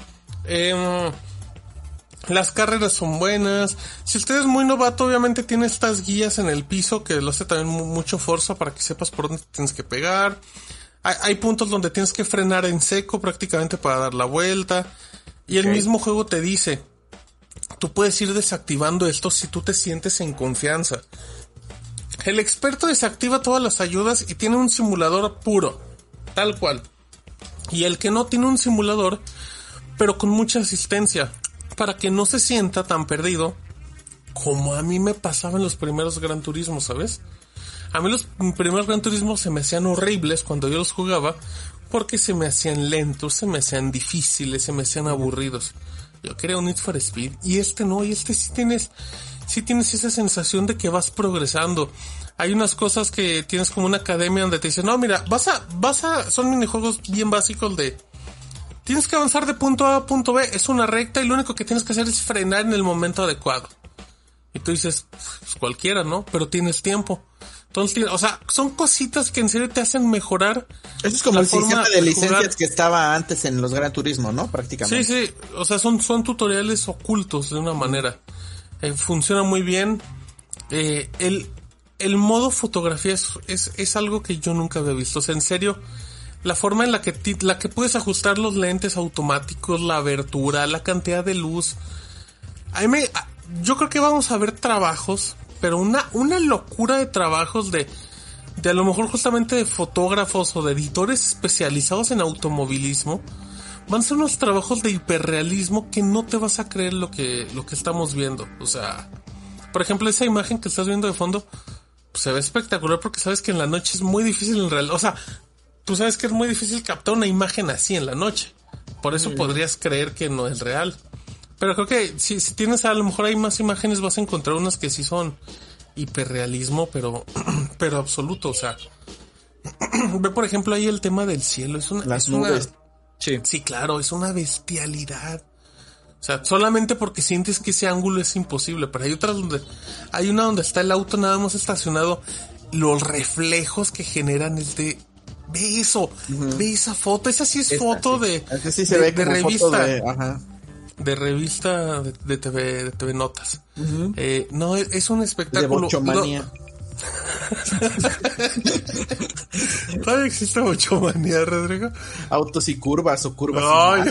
Las carreras son buenas. Si usted es muy novato, obviamente tiene estas guías en el piso que lo hace también mucho fuerza para que sepas por dónde tienes que pegar. Hay puntos donde tienes que frenar en seco prácticamente para dar la vuelta. Y el mismo juego te dice, tú puedes ir desactivando esto si tú te sientes en confianza. El experto desactiva todas las ayudas y tiene un simulador puro, tal cual. Y el que no tiene un simulador, pero con mucha asistencia, para que no se sienta tan perdido como a mí me pasaba en los primeros Gran Turismo, ¿sabes? A mí los primeros Gran Turismo se me hacían horribles cuando yo los jugaba porque se me hacían lentos, se me hacían difíciles, se me hacían aburridos. Yo quería un Need for Speed y no, y este sí tienes esa sensación de que vas progresando. Hay unas cosas que tienes como una academia donde te dicen, no, mira, son minijuegos bien básicos de tienes que avanzar de punto A a punto B, es una recta y lo único que tienes que hacer es frenar en el momento adecuado. Y tú dices, pues cualquiera, ¿no? Pero tienes tiempo. Entonces, o sea, son cositas que en serio te hacen mejorar. Eso es como el sistema de licencias que estaba antes en los Gran Turismo, ¿no? Prácticamente. Sí, o sea, son tutoriales ocultos de una manera. Funciona muy bien. El modo fotografía es algo que yo nunca había visto. O sea, en serio, la forma en la que puedes ajustar los lentes automáticos, la abertura, la cantidad de luz. Yo creo que vamos a ver trabajos, pero una locura de trabajos de a lo mejor justamente de fotógrafos o de editores especializados en automovilismo. Van a ser unos trabajos de hiperrealismo que no te vas a creer lo que estamos viendo. O sea, por ejemplo, esa imagen que estás viendo de fondo, pues se ve espectacular porque sabes que en la noche es muy difícil en realidad. O sea, tú sabes que es muy difícil captar una imagen así en la noche. Por eso podrías creer que no es real. Pero creo que si tienes, a lo mejor hay más imágenes, vas a encontrar unas que sí son hiperrealismo, pero absoluto. O sea, ve por ejemplo ahí el tema del cielo. Las nubes. Sí, claro, es una bestialidad. O sea, solamente porque sientes que ese ángulo es imposible. Pero hay una donde está el auto nada más estacionado. Los reflejos que generan ve eso, ve esa foto. Esa sí es foto de revista. De revista de TV Notas. No, es un espectáculo. De bochomanía. ¿Todavía existe bochomanía, Rodrigo? Autos y curvas o curvas.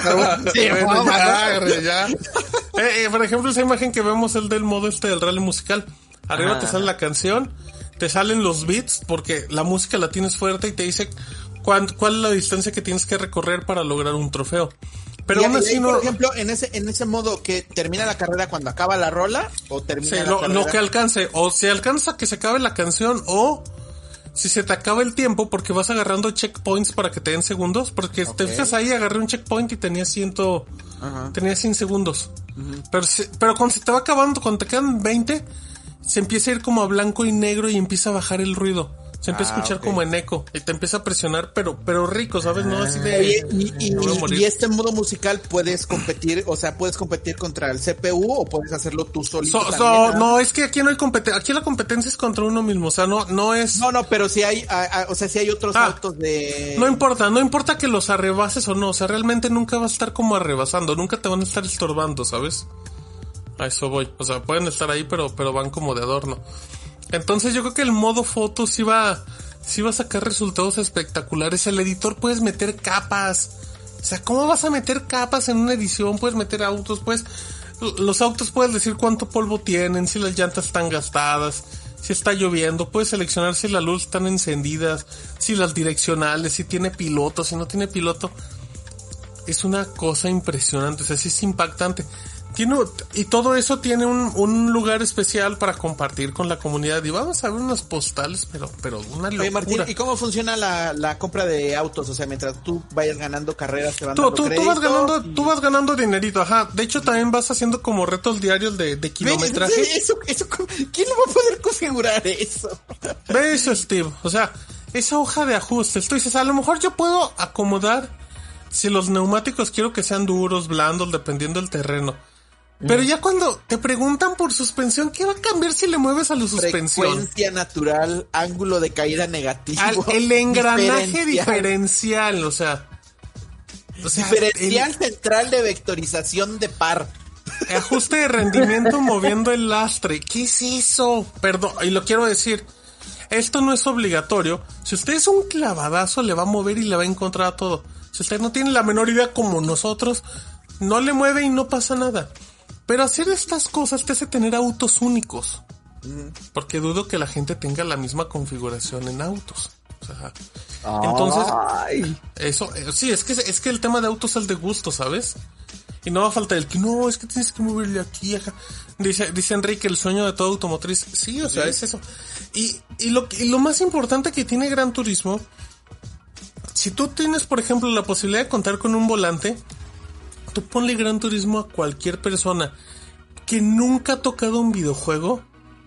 Ya. Por ejemplo, esa imagen que vemos el del modo del rally musical. Arriba te sale la canción, te salen los beats, porque la música la tienes fuerte y te dice cuál es la distancia que tienes que recorrer para lograr un trofeo. Pero aún así por ejemplo, en ese modo que termina la carrera cuando acaba la rola o termina la carrera. Lo que alcance, o se alcanza que se acabe la canción, o si se te acaba el tiempo porque vas agarrando checkpoints para que te den segundos, porque te fijas ahí, agarré un checkpoint y tenía 100 segundos. Pero cuando se te va acabando, cuando te quedan 20, se empieza a ir como a blanco y negro y empieza a bajar el ruido. Se empieza a escuchar como en eco y te empieza a presionar, pero rico, ¿sabes? No así de... Oye, y este modo musical puedes competir, o sea, puedes competir contra el CPU o puedes hacerlo tú solito. No, es que aquí no hay competencia, aquí la competencia es contra uno mismo, o sea, no es... No, pero si hay, si hay otros autos de... No importa que los arrebases o no, o sea, realmente nunca vas a estar como arrebasando, nunca te van a estar estorbando, ¿sabes? A eso voy. O sea, pueden estar ahí, pero van como de adorno. Entonces yo creo que el modo foto sí va a sacar resultados espectaculares. El editor puedes meter capas. O sea, ¿cómo vas a meter capas en una edición? Puedes meter autos, pues los autos puedes decir cuánto polvo tienen, si las llantas están gastadas, si está lloviendo, puedes seleccionar si las luces están encendidas, si las direccionales, si tiene piloto, si no tiene piloto. Es una cosa impresionante, o sea, sí es impactante. Y todo eso tiene un lugar especial para compartir con la comunidad. Y vamos a ver unas postales, pero una locura. Oye, Martín, ¿y cómo funciona la compra de autos? O sea, mientras tú vayas ganando carreras, te van dando crédito. Tú vas ganando dinerito, ajá. De hecho, también vas haciendo como retos diarios de kilometraje. Eso, ¿quién lo va a poder configurar eso? Ve eso, Steve. O sea, esa hoja de ajustes. Tú dices, a lo mejor yo puedo acomodar si los neumáticos quiero que sean duros, blandos, dependiendo del terreno. Pero ya cuando te preguntan por suspensión, ¿qué va a cambiar si le mueves a la suspensión? Frecuencia natural, ángulo de caída negativo. El engranaje diferencial, o sea diferencial central de vectorización de par. Ajuste de rendimiento moviendo el lastre. ¿Qué es eso? Perdón, y lo quiero decir. Esto no es obligatorio. Si usted es un clavadazo, le va a mover y le va a encontrar a todo. Si usted no tiene la menor idea como nosotros, no le mueve y no pasa nada. Pero hacer estas cosas te hace tener autos únicos. Porque dudo que la gente tenga la misma configuración en autos. O sea, entonces, eso, sí, es que el tema de autos es el de gusto, ¿sabes? Y no va a faltar el que, no, es que tienes que moverle aquí, acá. Dice Enrique, el sueño de todo automotriz. Sí, o sea, es eso. Y lo más importante que tiene Gran Turismo, si tú tienes, por ejemplo, la posibilidad de contar con un volante, tú ponle Gran Turismo a cualquier persona que nunca ha tocado un videojuego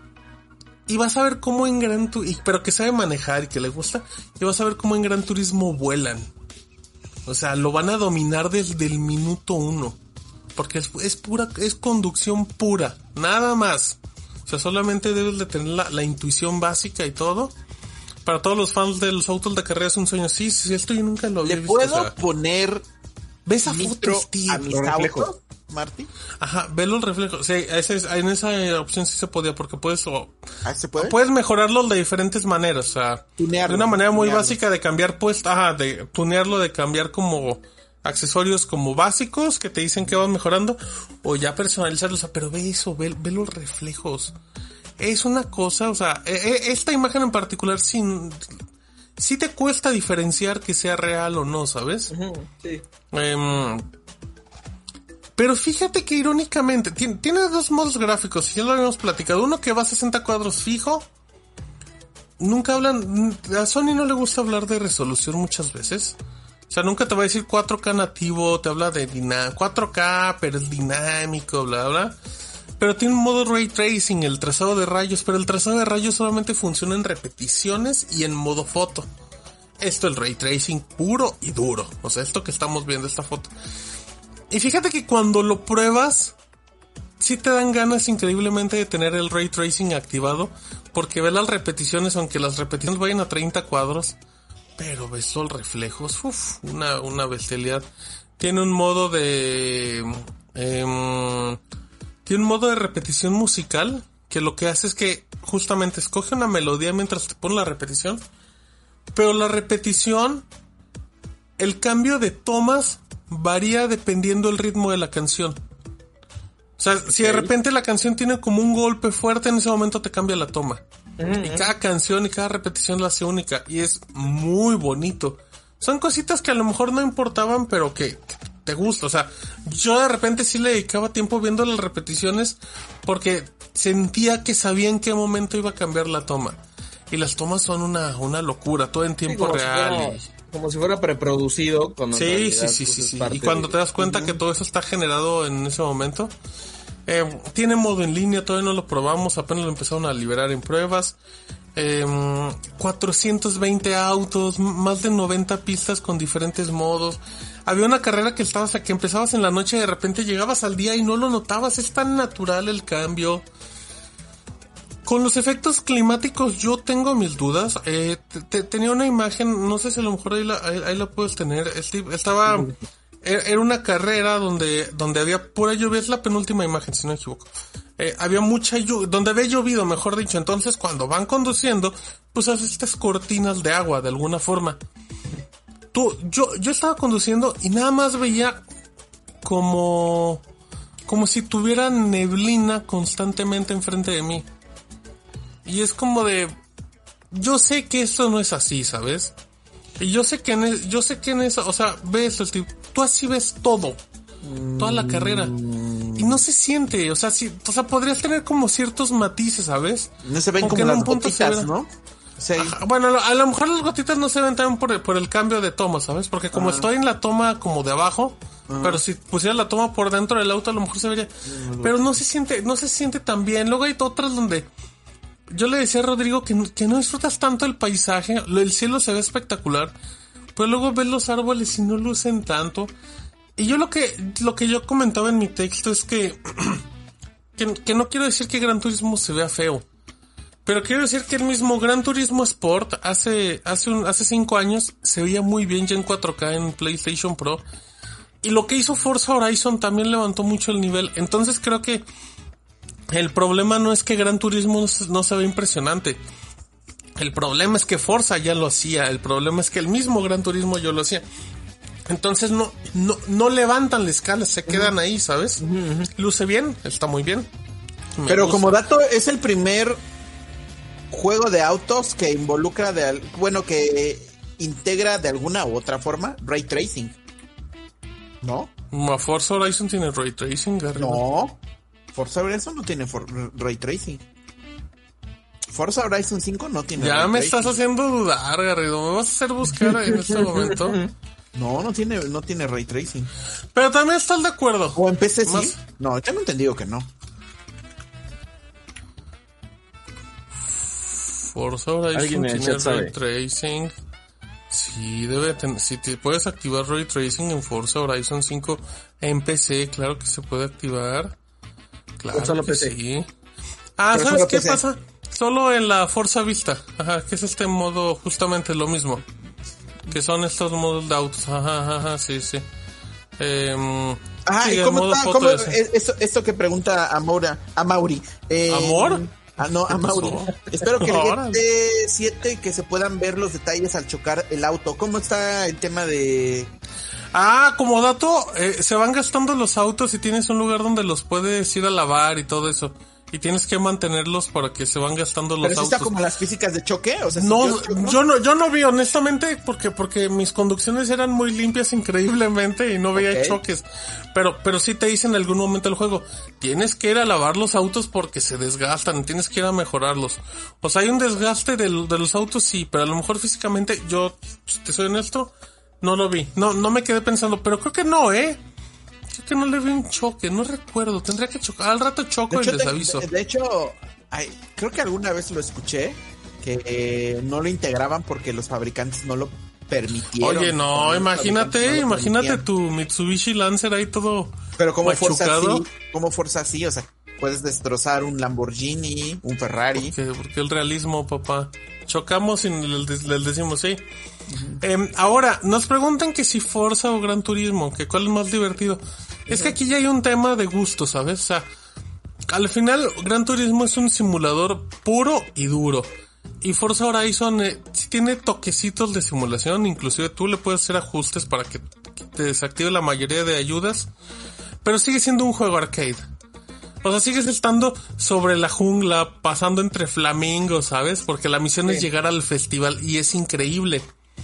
y vas a ver cómo en Gran Turismo, pero que sabe manejar y que le gusta, y vas a ver cómo en Gran Turismo vuelan. O sea, lo van a dominar desde el minuto 1. Porque es conducción pura, nada más. O sea, solamente debes de tener la intuición básica y todo. Para todos los fans de los autos de carrera es un sueño. Sí, esto yo nunca lo había visto. ¿Le puedo poner ¿ves a foto, Steve? A mis autos, Marty? Ajá, ve los reflejos. Sí, en esa opción sí se podía, porque puedes... ¿se puede? Puedes mejorarlo de diferentes maneras, o sea... Tunearlo, de una manera muy básica de cambiar, pues... de tunearlo, de cambiar como accesorios como básicos que te dicen que van mejorando, o ya personalizarlos. O sea, pero ve eso, ve los reflejos. Es una cosa, o sea... esta imagen en particular sí te cuesta diferenciar que sea real o no, ¿sabes? Sí. Pero fíjate que irónicamente tiene dos modos gráficos, ya lo habíamos platicado. Uno que va a 60 cuadros fijo. Nunca hablan, a Sony no le gusta hablar de resolución muchas veces. O sea, nunca te va a decir 4K nativo, te habla de 4K, pero es dinámico, bla, bla. Pero tiene un modo Ray Tracing, el trazado de rayos, pero el trazado de rayos solamente funciona en repeticiones y en modo foto. Esto es el Ray Tracing puro y duro. O sea, esto que estamos viendo, esta foto. Y fíjate que cuando lo pruebas, sí te dan ganas increíblemente de tener el Ray Tracing activado, porque ves las repeticiones, aunque las repeticiones vayan a 30 cuadros, pero ves los reflejos, una bestialidad. Tiene un modo de... tiene un modo de repetición musical, que lo que hace es que justamente escoge una melodía mientras te pone la repetición, pero la repetición, el cambio de tomas varía dependiendo del ritmo de la canción. O sea, si de repente la canción tiene como un golpe fuerte, en ese momento te cambia la toma. Y cada canción y cada repetición la hace única. Y es muy bonito. Son cositas que a lo mejor no importaban, pero que te gusta. O sea, yo de repente sí le dedicaba tiempo viendo las repeticiones porque sentía que sabía en qué momento iba a cambiar la toma. Y las tomas son una locura, todo en tiempo real. Como si fuera preproducido. Sí. Y cuando te das cuenta que todo eso está generado en ese momento. Tiene modo en línea, todavía no lo probamos, apenas lo empezaron a liberar en pruebas. 420 autos, más de 90 pistas con diferentes modos. Había una carrera que empezabas en la noche y de repente llegabas al día y no lo notabas, es tan natural el cambio. Con los efectos climáticos yo tengo mis dudas. Tenía una imagen, no sé si a lo mejor ahí la puedes tener, Steve. Estaba era una carrera donde había pura lluvia, es la penúltima imagen, si no me equivoco. Había mucha lluvia, donde había llovido, mejor dicho. Entonces, cuando van conduciendo, pues haces estas cortinas de agua, de alguna forma. Yo estaba conduciendo y nada más veía como si tuviera neblina constantemente enfrente de mí. Y es como de, yo sé que esto no es así, ¿sabes? Y yo sé que en eso, o sea, ves el tipo, tú así ves todo, toda la carrera. Y no se siente, o sea, podrías tener como ciertos matices, ¿sabes? No se ven como las gotitas, ¿no? Sí. Ajá, bueno, a lo mejor las gotitas no se ven también por el cambio de toma, ¿sabes? Porque como estoy en la toma como de abajo, pero si pusiera la toma por dentro del auto a lo mejor se vería, pero no se siente tan bien. Luego hay otras donde yo le decía a Rodrigo que no disfrutas tanto el paisaje, el cielo se ve espectacular, pero luego ves los árboles y no lucen tanto. Y yo lo que yo comentaba en mi texto es que no quiero decir que Gran Turismo se vea feo, pero quiero decir que el mismo Gran Turismo Sport hace 5 años se veía muy bien ya en 4K en PlayStation Pro, y lo que hizo Forza Horizon también levantó mucho el nivel. Entonces creo que el problema no es que Gran Turismo no se ve impresionante. El problema es que Forza ya lo hacía. El problema es que el mismo Gran Turismo ya lo hacía. Entonces no levantan la escala, se quedan ahí, ¿sabes? Luce bien, está muy bien. Pero gusta. Como dato, es el primer juego de autos que involucra que integra de alguna u otra forma Ray Tracing. ¿No? Forza Horizon tiene Ray Tracing, Garrido. No. Forza Horizon no tiene Ray Tracing. Forza Horizon 5 no tiene ya Ray me Tracing. Estás haciendo dudar, Garrido. ¿Me vas a hacer buscar en este momento? No tiene Ray Tracing. Pero también estás de acuerdo. ¿O en PC sí? No, tengo entendido que no. Forza Horizon tiene Ray Tracing. Sí, si te puedes activar Ray Tracing en Forza Horizon 5 en PC, claro que se puede activar. Claro solo que PC. Sí. ¿Sabes qué pasa? Solo en la Forza Vista, que es este modo justamente lo mismo. Que son estos modos de autos, sí. Sí, ¿y cómo está? Esto que pregunta a Mauri. ¿Amor? No, a Mauri. Espero que el GT7 que se puedan ver los detalles al chocar el auto. ¿Cómo está el tema de...? Como dato, se van gastando los autos y tienes un lugar donde los puedes ir a lavar y todo eso. Y tienes que mantenerlos para que se van gastando los autos. ¿Pero está como las físicas de choque? O sea, no, yo no vi honestamente porque mis conducciones eran muy limpias increíblemente y no veía choques. Pero sí te dice en algún momento el juego, tienes que ir a lavar los autos porque se desgastan, tienes que ir a mejorarlos. O sea, hay un desgaste de los autos, sí, pero a lo mejor físicamente, yo, si te soy honesto, no lo vi. No me quedé pensando, pero creo que no, Creo que no le vi un choque, no recuerdo, tendría que chocar, al rato choco y les aviso. De hecho, creo que alguna vez lo escuché, que no lo integraban porque los fabricantes no lo permitieron. Oye, no, imagínate tu Mitsubishi Lancer ahí todo. Pero como machucado. Forza sí, o sea, puedes destrozar un Lamborghini, un Ferrari. Porque el realismo, papá. Chocamos y les decimos sí. Ahora, nos preguntan que si Forza o Gran Turismo, que cuál es más divertido. Es que aquí ya hay un tema de gusto, ¿sabes? O sea, al final Gran Turismo es un simulador puro y duro. Y Forza Horizon sí tiene toquecitos de simulación, inclusive tú le puedes hacer ajustes para que te desactive la mayoría de ayudas. Pero sigue siendo un juego arcade. O sea, sigues estando sobre la jungla, pasando entre flamingos, ¿sabes? Porque la misión es llegar al festival y es increíble.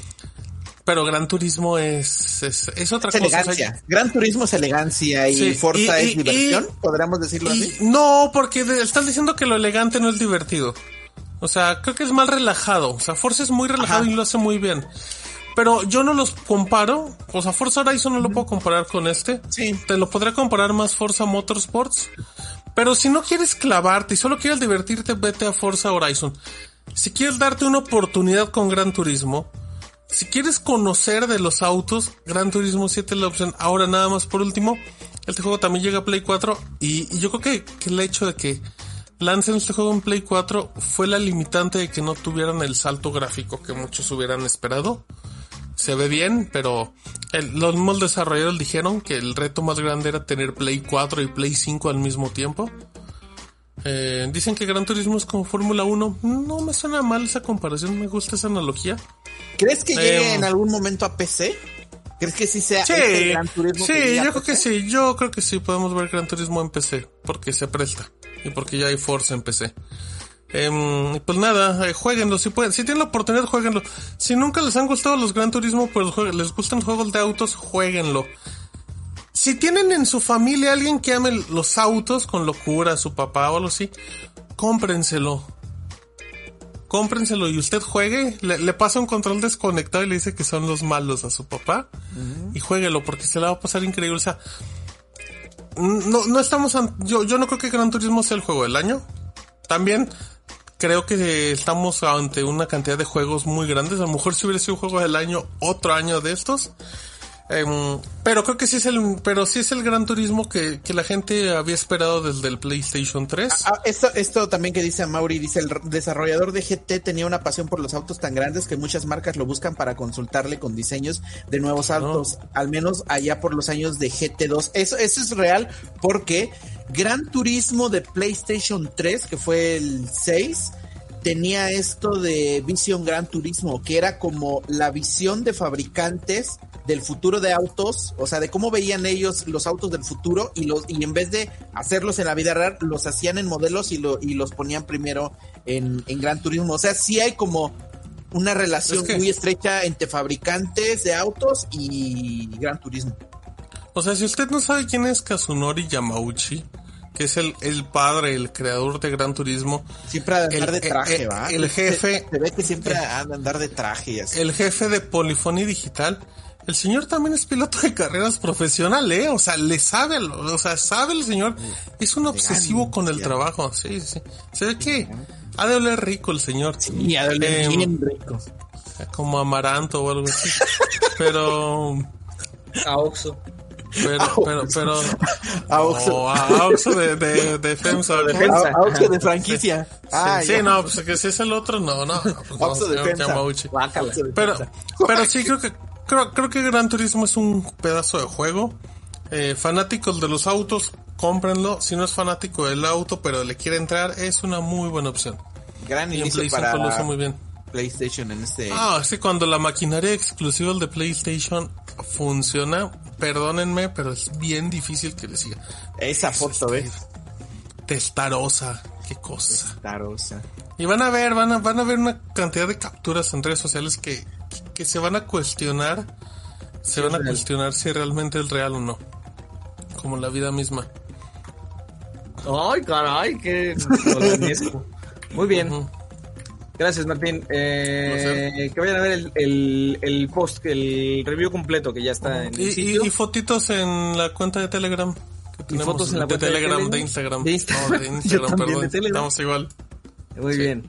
Pero Gran Turismo es otra cosa. Elegancia. O sea, Gran Turismo es elegancia y Forza es diversión, ¿podríamos decirlo así? No, porque están diciendo que lo elegante no es divertido. O sea, creo que es más relajado. O sea, Forza es muy relajado y lo hace muy bien. Pero yo no los comparo. O sea, Forza Horizon no lo puedo comparar con este. Sí. Te lo podré comparar más Forza Motorsports. Pero si no quieres clavarte y solo quieres divertirte, vete a Forza Horizon. Si quieres darte una oportunidad con Gran Turismo, si quieres conocer de los autos, Gran Turismo 7 es la opción. Ahora nada más por último, este juego también llega a Play 4 y yo creo que el hecho de que lancen este juego en Play 4 fue la limitante de que no tuvieran el salto gráfico que muchos hubieran esperado. se ve bien, pero los mismos desarrolladores dijeron que el reto más grande era tener Play 4 y Play 5 al mismo tiempo. Dicen que Gran Turismo es como Fórmula 1. No me suena mal esa comparación, me gusta esa analogía. ¿Crees que llegue en algún momento a PC? ¿Crees que sí sea este Gran Turismo? Sí, yo creo que sí. Yo creo que sí podemos ver Gran Turismo en PC, porque se presta y porque ya hay Forza en PC. Pues nada, jueguenlo si pueden. Si tienen la oportunidad, jueguenlo. Si nunca les han gustado los Gran Turismo, pero les gustan juegos de autos, jueguenlo. Si tienen en su familia alguien que ame los autos con locura, su papá o algo así, cómprenselo y usted juegue, le pasa un control desconectado y le dice que son los malos a su papá, y juéguelo porque se la va a pasar increíble. O sea, no estamos yo no creo que Gran Turismo sea el juego del año. También creo que estamos ante una cantidad de juegos muy grandes. A lo mejor si hubiera sido un juego del año, otro año de estos. Pero creo que sí es el Gran Turismo que la gente había esperado desde el PlayStation 3. Esto también que dice Mauri, dice el desarrollador de GT tenía una pasión por los autos tan grandes que muchas marcas lo buscan para consultarle con diseños de nuevos autos, al menos allá por los años de GT2. Eso es real porque Gran Turismo de PlayStation 3, que fue el 6, tenía esto de Vision Gran Turismo, que era como la visión de fabricantes del futuro de autos, o sea, de cómo veían ellos los autos del futuro y en vez de hacerlos en la vida real, los hacían en modelos y los ponían primero en Gran Turismo. O sea, sí hay como una relación muy estrecha entre fabricantes de autos y Gran Turismo. O sea, si usted no sabe quién es Kazunori Yamauchi, que es el padre, el creador de Gran Turismo. Siempre a andar de traje, ¿va? El jefe. Se ve que siempre anda a andar de traje y así. El jefe de Polyphony Digital. El señor también es piloto de carreras profesional, ¿eh? O sea, sabe el señor. Es un obsesivo con el trabajo. Sí. Se ve que ha de oler rico el señor. Sí, ha de oler bien rico. Como amaranto o algo así. Pero... A Oxxo. Pero a Oxxo de FEMSA. A Oxxo de franquicia. Sí, no, pues que si es el otro, no. Oxxo de FEMSA. Pero sí, creo que Gran Turismo es un pedazo de juego. Fanáticos de los autos, cómprenlo. Si no es fanático del auto, pero le quiere entrar, es una muy buena opción. Gran inicio para lo usa muy bien. PlayStation en este... sí, cuando la maquinaria exclusiva de PlayStation funciona, perdónenme, pero es bien difícil que le siga. Esa foto, ¿ves? Testarosa, qué cosa. Testarosa. Y van a ver una cantidad de capturas en redes sociales que se van a cuestionar. Se van a cuestionar si realmente es real o no. Como la vida misma. Ay, caray, qué holonesco. Muy bien. Uh-huh. Gracias, Martín. Que vayan a ver el post, el review completo que ya está en el sitio. Y fotitos en la cuenta de Telegram. Que tenemos y fotos en la cuenta de Telegram, de Instagram. De Instagram. No, de Instagram, perdón. De estamos igual. Muy bien.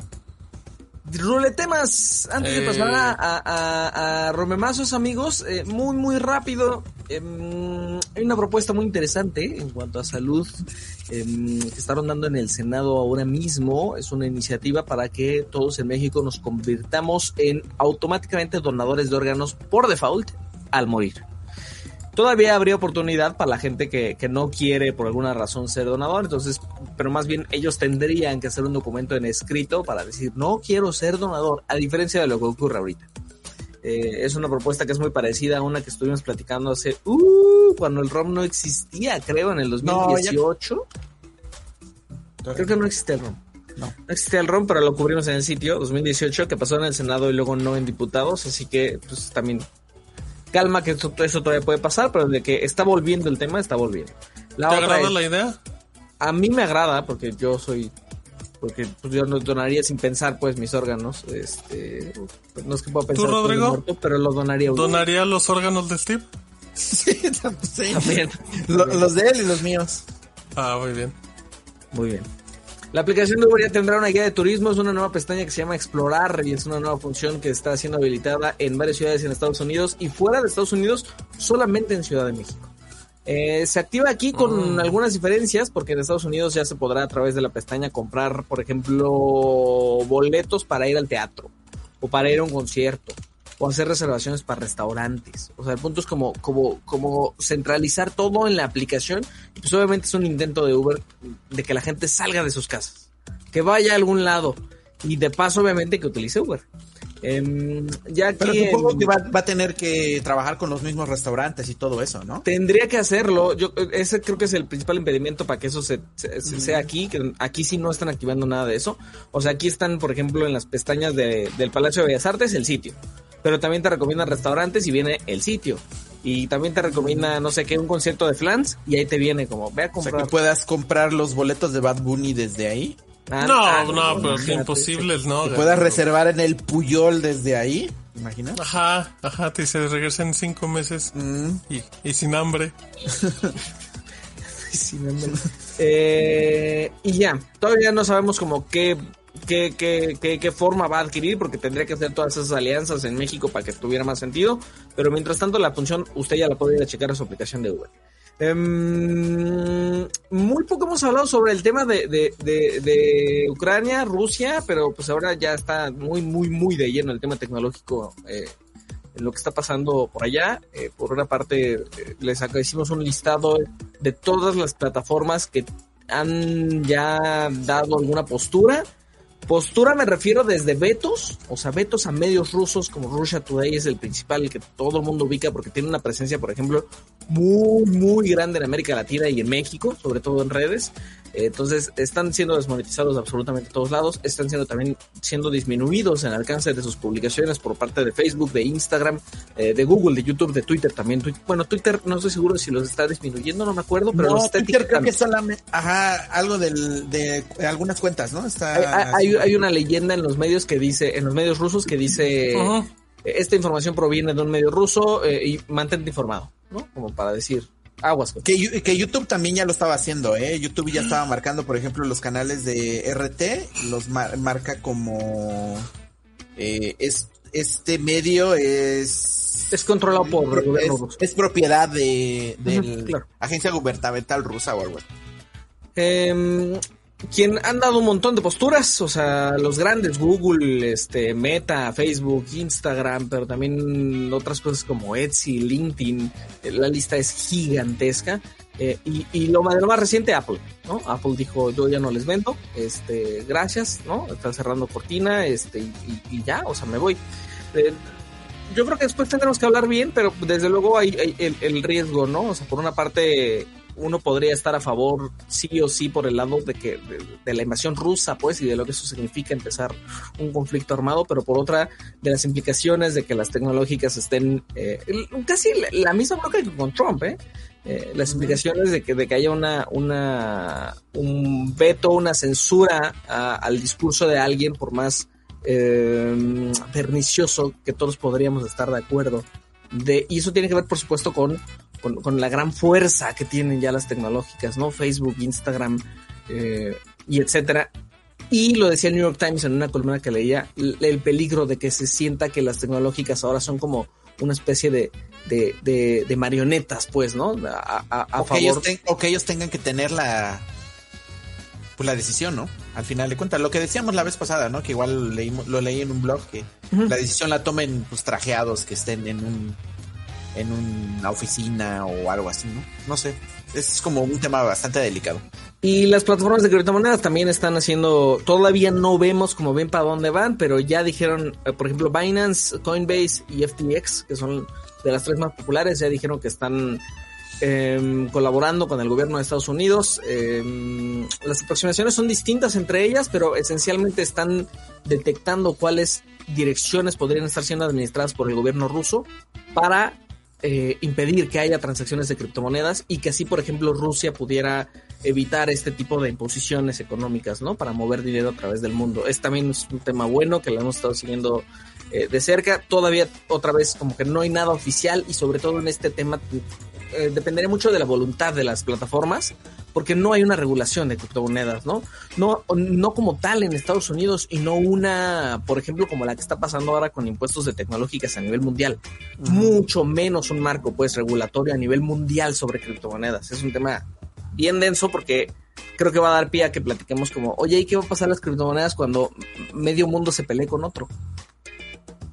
Ruletemas, antes de pasar a romemazos, amigos, muy rápido. Hay una propuesta muy interesante en cuanto a salud que está rondando en el Senado ahora mismo. Es una iniciativa para que todos en México nos convirtamos en automáticamente donadores de órganos por default al morir. Todavía habría oportunidad para la gente que no quiere por alguna razón ser donador, entonces, pero más bien ellos tendrían que hacer un documento en escrito para decir no quiero ser donador, a diferencia de lo que ocurre ahorita. Es una propuesta que es muy parecida a una que estuvimos platicando hace cuando el ROM no existía, creo, en el 2018. Creo que no existía el ROM. No existía el ROM, pero lo cubrimos en el sitio 2018, que pasó en el Senado y luego no en diputados, así que pues también calma, que eso todavía puede pasar, pero de que está volviendo el tema, está volviendo. ¿Te agrada la idea? A mí me agrada, porque yo no donaría sin pensar pues mis órganos. No es que pueda pensar. ¿Tú, Rodrigo? Muerto, pero los donaría. ¿Donaría los órganos de Steve? Sí. También. Los de él y los míos. Muy bien. Muy bien. La aplicación de Uber ya tendrá una guía de turismo, es una nueva pestaña que se llama Explorar y es una nueva función que está siendo habilitada en varias ciudades en Estados Unidos y fuera de Estados Unidos, solamente en Ciudad de México. Se activa aquí con algunas diferencias, porque en Estados Unidos ya se podrá a través de la pestaña comprar, por ejemplo, boletos para ir al teatro o para ir a un concierto o hacer reservaciones para restaurantes. O sea, el punto es como centralizar todo en la aplicación. Y pues obviamente es un intento de Uber de que la gente salga de sus casas, que vaya a algún lado y de paso obviamente que utilice Uber. Ya aquí pero supongo que va a tener que trabajar con los mismos restaurantes y todo eso, ¿no? Tendría que hacerlo. Ese creo que es el principal impedimento para que eso sea aquí, que aquí sí no están activando nada de eso. O sea, aquí están, por ejemplo, en las pestañas del Palacio de Bellas Artes, el sitio. Pero también te recomiendan restaurantes y viene el sitio. Y también te recomienda, no sé qué, un concierto de Flans y ahí te viene como, ve a comprar. O sea, que puedas comprar los boletos de Bad Bunny desde ahí. No, pero es imposible, ¿no? Que puedas reservar en el Puyol desde ahí, ¿te imaginas? Ajá, te dice, regresa en 5 meses y sin hambre. Sin hambre. Y ya, todavía no sabemos como qué forma va a adquirir, porque tendría que hacer todas esas alianzas en México para que tuviera más sentido, pero mientras tanto la función usted ya la puede ir a checar a su aplicación de Uber. Muy poco hemos hablado sobre el tema de Ucrania, Rusia, pero pues ahora ya está muy de lleno el tema tecnológico, en lo que está pasando por allá. Por una parte, hicimos un listado de todas las plataformas que han ya dado alguna postura. Postura me refiero desde vetos, o sea, vetos a medios rusos como Russia Today es el principal, el que todo el mundo ubica porque tiene una presencia, por ejemplo, muy grande en América Latina y en México, sobre todo en redes. Entonces están siendo desmonetizados absolutamente todos lados, están también siendo disminuidos en alcance de sus publicaciones por parte de Facebook, de Instagram, de Google, de YouTube, de Twitter también. Bueno, Twitter no estoy seguro si los está disminuyendo, no me acuerdo, pero los está Twitter creo que solamente, algo de algunas cuentas, ¿no? Hay una leyenda en los medios rusos que dice esta información proviene de un medio ruso y mantente informado, ¿no? Como para decir aguas. Que YouTube también ya lo estaba haciendo, YouTube ya estaba marcando, por ejemplo, los canales de RT, los marca como este medio es controlado por el gobierno ruso. Es propiedad de la agencia gubernamental rusa o algo. Quien han dado un montón de posturas, o sea, los grandes, Google, Meta, Facebook, Instagram, pero también otras cosas como Etsy, LinkedIn, la lista es gigantesca. Y lo más reciente, Apple, ¿no? Apple dijo, yo ya no les vendo, gracias, ¿no? Está cerrando cortina, y ya, o sea, me voy. Yo creo que después tendremos que hablar bien, pero desde luego hay el riesgo, ¿no? O sea, por una parte, uno podría estar a favor sí o sí por el lado de la invasión rusa, pues, y de lo que eso significa empezar un conflicto armado, pero por otra, de las implicaciones de que las tecnológicas estén casi la misma bronca que con Trump, las implicaciones de que haya un veto, una censura al discurso de alguien, por más pernicioso que todos podríamos estar de acuerdo. Y eso tiene que ver, por supuesto, con la gran fuerza que tienen ya las tecnológicas, ¿no? Facebook, Instagram, y etcétera. Y lo decía el New York Times en una columna que leía, el peligro de que se sienta que las tecnológicas ahora son como una especie de marionetas, pues, ¿no? Que ellos tengan que tener la decisión, ¿no? Al final de cuentas, lo que decíamos la vez pasada, ¿no? Que igual lo leí en un blog, que la decisión la tomen pues trajeados que estén en una oficina o algo así, ¿no? No sé, es como un tema bastante delicado. Y las plataformas de criptomonedas también están haciendo, todavía no vemos como ven para dónde van, pero ya dijeron, por ejemplo, Binance, Coinbase y FTX, que son de las 3 más populares, ya dijeron que están colaborando con el gobierno de Estados Unidos. Las aproximaciones son distintas entre ellas, pero esencialmente están detectando cuáles direcciones podrían estar siendo administradas por el gobierno ruso para impedir que haya transacciones de criptomonedas y que así, por ejemplo, Rusia pudiera evitar este tipo de imposiciones económicas, ¿no? Para mover dinero a través del mundo. También es un tema bueno que lo hemos estado siguiendo de cerca. Todavía, otra vez, como que no hay nada oficial y sobre todo en este tema dependería mucho de la voluntad de las plataformas, porque no hay una regulación de criptomonedas, ¿no? No como tal en Estados Unidos y no una, por ejemplo, como la que está pasando ahora con impuestos de tecnológicas a nivel mundial. Mucho menos un marco, pues, regulatorio a nivel mundial sobre criptomonedas. Es un tema bien denso porque creo que va a dar pie a que platiquemos como, oye, ¿y qué va a pasar a las criptomonedas cuando medio mundo se pelee con otro?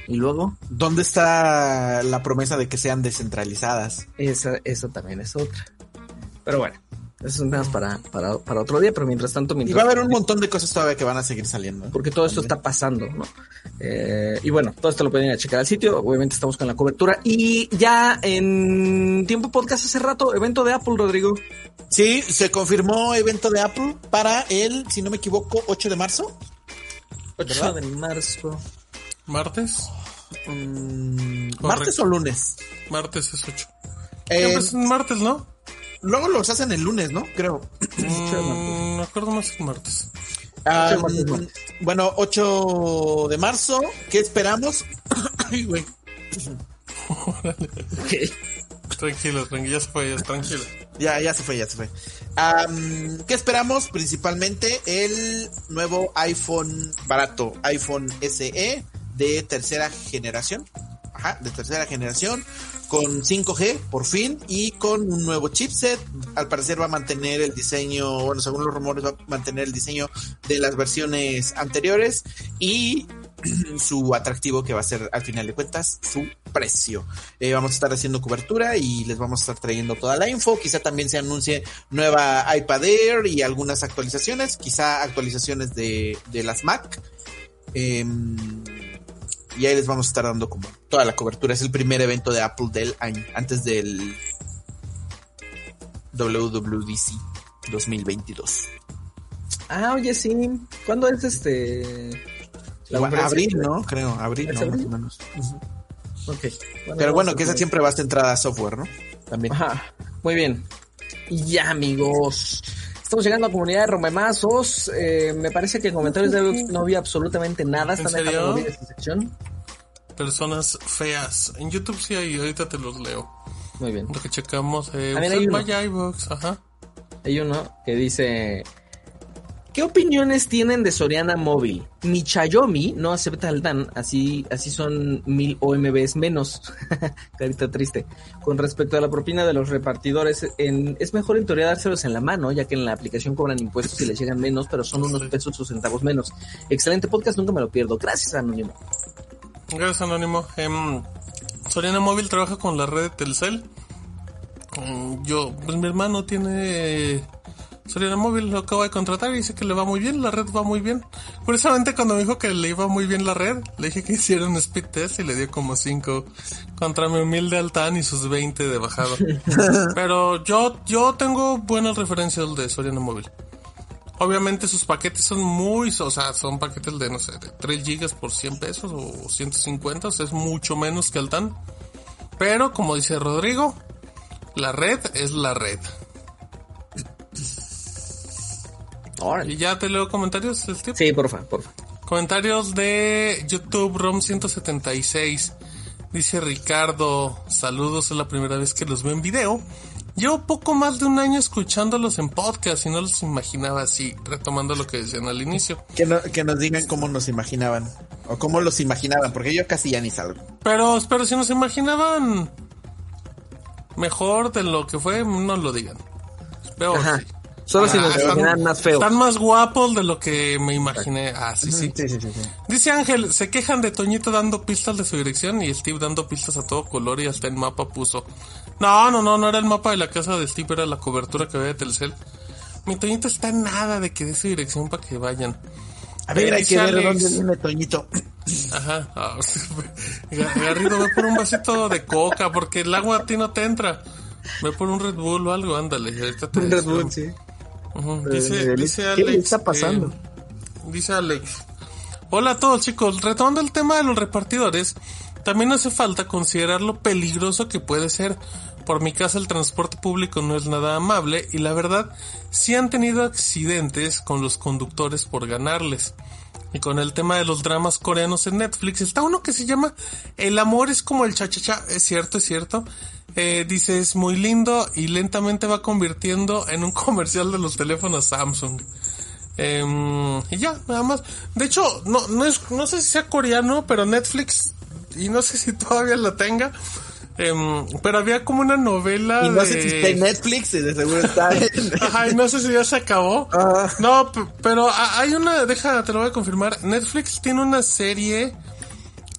¿Y luego? ¿Dónde está la promesa de que sean descentralizadas? Eso también es otra. Pero bueno, esos son temas para otro día, pero mientras tanto... Y va a haber un montón de cosas todavía que van a seguir saliendo. Porque todo esto está pasando, ¿no? Y bueno, todo esto lo pueden ir a checar al sitio. Obviamente estamos con la cobertura. Y ya en Tiempo Podcast hace rato, evento de Apple, Rodrigo. Sí, se confirmó evento de Apple para el, si no me equivoco, 8 de marzo. 8 de marzo. ¿Martes? ¿Martes o lunes? Martes es 8. Siempre es martes, ¿no? Luego los hacen el lunes, ¿no? Creo. Me acuerdo más que martes. Bueno, 8 de marzo. ¿Qué esperamos? Ay, güey. Tranquilo, ya se fue, tranquilo. Ya se fue. ¿Qué esperamos? Principalmente el nuevo iPhone barato, iPhone SE de tercera generación. De tercera generación, con 5G por fin y con un nuevo chipset. Al parecer va a mantener el diseño, bueno, según los rumores va a mantener el diseño de las versiones anteriores y su atractivo, que va a ser al final de cuentas su precio. Vamos a estar haciendo cobertura y les vamos a estar trayendo toda la info. Quizá también se anuncie nueva iPad Air y algunas actualizaciones, quizá actualizaciones de las Mac. Y ahí les vamos a estar dando como toda la cobertura. Es el primer evento de Apple del año, antes del WWDC 2022. Oye, sí. ¿Cuándo es abril, ¿no? Creo, abril, ¿no? Más o menos. Ok. Pero bueno, que esa siempre va a estar entrada a software, ¿no? También. Ajá. Muy bien. Y ya, amigos. Estamos llegando a comunidad de Romemazos. Me parece que en comentarios de iVoox no había absolutamente nada. ¿En Están serio? dejando morir esta sección. Personas feas. En YouTube sí hay, ahorita te los leo. Muy bien. Lo que checamos. Hay uno. Vaya iVoox, ajá. Hay uno que dice: ¿qué opiniones tienen de Soriana Móvil? Mi Xiaomi no acepta al DAN, así son 1000 OMBs menos. Carita triste. Con respecto a la propina de los repartidores, es mejor en teoría dárselos en la mano, ya que en la aplicación cobran impuestos y les llegan menos, pero son unos pesos o centavos menos. Excelente podcast, nunca me lo pierdo. Gracias, Anónimo. Gracias, Anónimo. Soriana Móvil trabaja con la red de Telcel. Pues mi hermano tiene Soriana Móvil, lo acabo de contratar y dice que le va muy bien, la red va muy bien. Curiosamente, cuando me dijo que le iba muy bien la red, le dije que hiciera un speed test y le dio como 5 contra mi humilde Altan y sus 20 de bajado. Pero yo tengo buenas referencias de Soriana Móvil. Obviamente sus paquetes son son paquetes de, no sé, de 3 gigas por 100 pesos o 150, o sea, es mucho menos que Altan. Pero, como dice Rodrigo, la red es la red. ¿Y ya te leo comentarios, Steve? Sí, porfa. Comentarios de YouTube, Rom176. Dice Ricardo: saludos, es la primera vez que los veo en video. Llevo poco más de un año escuchándolos en podcast y no los imaginaba así, retomando lo que decían al inicio. Que nos digan cómo nos imaginaban, o cómo los imaginaban, porque yo casi ya ni salgo. Pero si nos imaginaban mejor de lo que fue, no lo digan. Peor. Ajá. Solo si nos imaginan más feos. Están más guapos de lo que me imaginé. Sí. Sí. Dice Ángel: se quejan de Toñito dando pistas de su dirección y Steve dando pistas a todo color y hasta el mapa puso. No era el mapa de la casa de Steve, era la cobertura que había de Telcel. Mi Toñito está en nada de que dé su dirección para que vayan. A ver, hay que ver dónde viene Toñito. Ajá. Garrido, ve por un vasito de coca porque el agua a ti no te entra. Ve por un Red Bull o algo, ándale. Ahorita te Red Bull, sí. Dice Alex. ¿Qué le está pasando? Dice Alex: hola a todos, chicos. Retomando el tema de los repartidores, también hace falta considerar lo peligroso que puede ser. Por mi casa el transporte público no es nada amable y la verdad sí han tenido accidentes con los conductores por ganarles. Y con el tema de los dramas coreanos en Netflix, está uno que se llama El amor es como el cha-cha-cha. Es cierto. Dice: es muy lindo y lentamente va convirtiendo en un comercial de los teléfonos Samsung. Y ya, nada más. De hecho, no sé si sea coreano, pero Netflix, y no sé si todavía la tenga, pero había como una novela. Y no sé si está en Netflix, de seguro está Ajá, y no sé si ya se acabó. No, pero hay una, te lo voy a confirmar. Netflix tiene una serie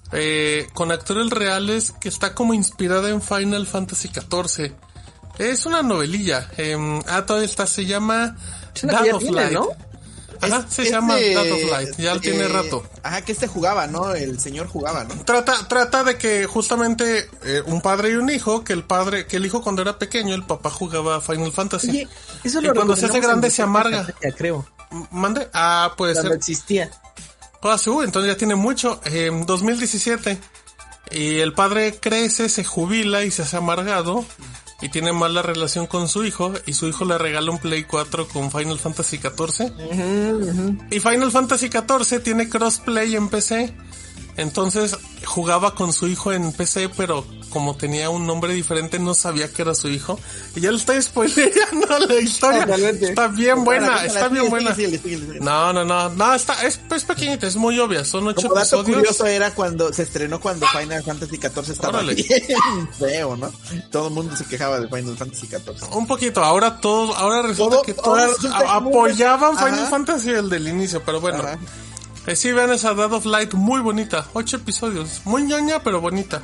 con actores reales, que está como inspirada en Final Fantasy XIV. Es una novelilla. Todavía está, se llama Dad of Light, ¿no? Ajá, se llama Dad of Light, ya tiene rato. Ajá, que jugaba, ¿no? El señor jugaba, ¿no? Trata de que justamente un padre y un hijo, que el hijo cuando era pequeño, el papá jugaba a Final Fantasy. Oye, eso y cuando se hace grande se amarga. Creo. ¿Mande? Puede cuando ser. Existía. Entonces ya tiene mucho. 2017. Y el padre crece, se jubila y se hace amargado. Y tiene mala relación con su hijo. Y su hijo le regala un Play 4 con Final Fantasy XIV. Y Final Fantasy XIV tiene crossplay en PC. Entonces jugaba con su hijo en PC, pero como tenía un nombre diferente no sabía que era su hijo. Y ya le estoy spoileando la historia. Está bien buena, está bien buena. No, es pequeñita, es muy obvia, son 8 como dato episodios. Curioso era cuando se estrenó cuando Final Fantasy XIV estaba bien feo, ¿no? Todo el mundo se quejaba de Final Fantasy XIV. Un poquito, ahora resulta que todos apoyaban Final Fantasy el del inicio, pero bueno. Sí, vean esa Dad of Light, muy bonita, 8 episodios, muy ñoña pero bonita.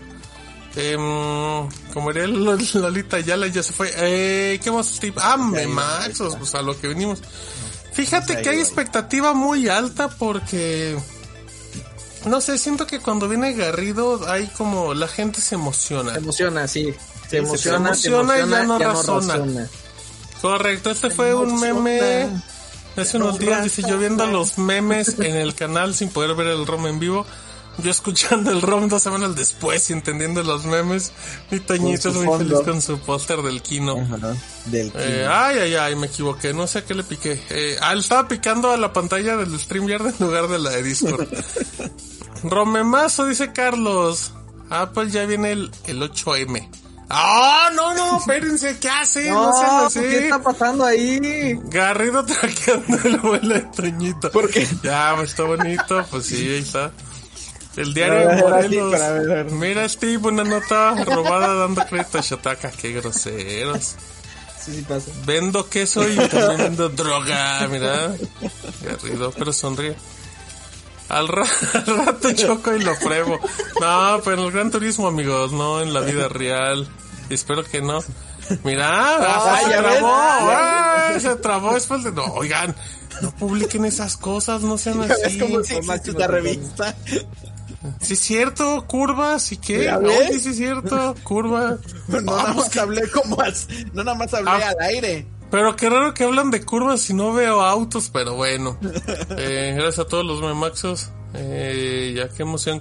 Como diría Lolita Ayala, ya se fue. ¿Qué más, Steve? Maxos, pues a lo que venimos. Fíjate que hay expectativa muy alta porque, no sé, siento que cuando viene Garrido hay como, la gente se emociona. Se emociona, sí. Se emociona y ya no razona. Correcto, este fue un meme. Hace unos días, dice, yo viendo los memes en el canal sin poder ver el ROM en vivo, yo escuchando el ROM 2 semanas después y entendiendo los memes. Mi Toñito es muy feliz con su póster del Kino. Del Kino. Me equivoqué, no sé a qué le piqué. Él estaba picando a la pantalla del StreamYard en lugar de la de Discord. Romemazo, dice Carlos. Pues ya viene el 8M. No, espérense, ¿qué hace? No sean así. ¿Qué está pasando ahí? Garrido traqueando el vuelo de Toñito. ¿Por qué? Ya, está bonito, pues sí, ahí está. El diario de Morelos. Mira, Steve, una nota robada dando crédito a Shataka. Qué groseros. Sí pasa. Vendo queso y también vendo droga, mira. Garrido, pero sonríe. Al rato choco y lo pruebo. No, pero en el Gran Turismo, amigos, no en la vida real. Espero que no. Mira, se trabó después de... No, oigan, no publiquen esas cosas, no sean así. Es como si existe esta revista. Sí es cierto, curvas, ¿y qué? Oye, sí es cierto, curva. No, nada más hablé al aire. Pero qué raro que hablan de curvas si no veo autos, pero bueno. Gracias a todos los memaxos. Ya, qué emoción.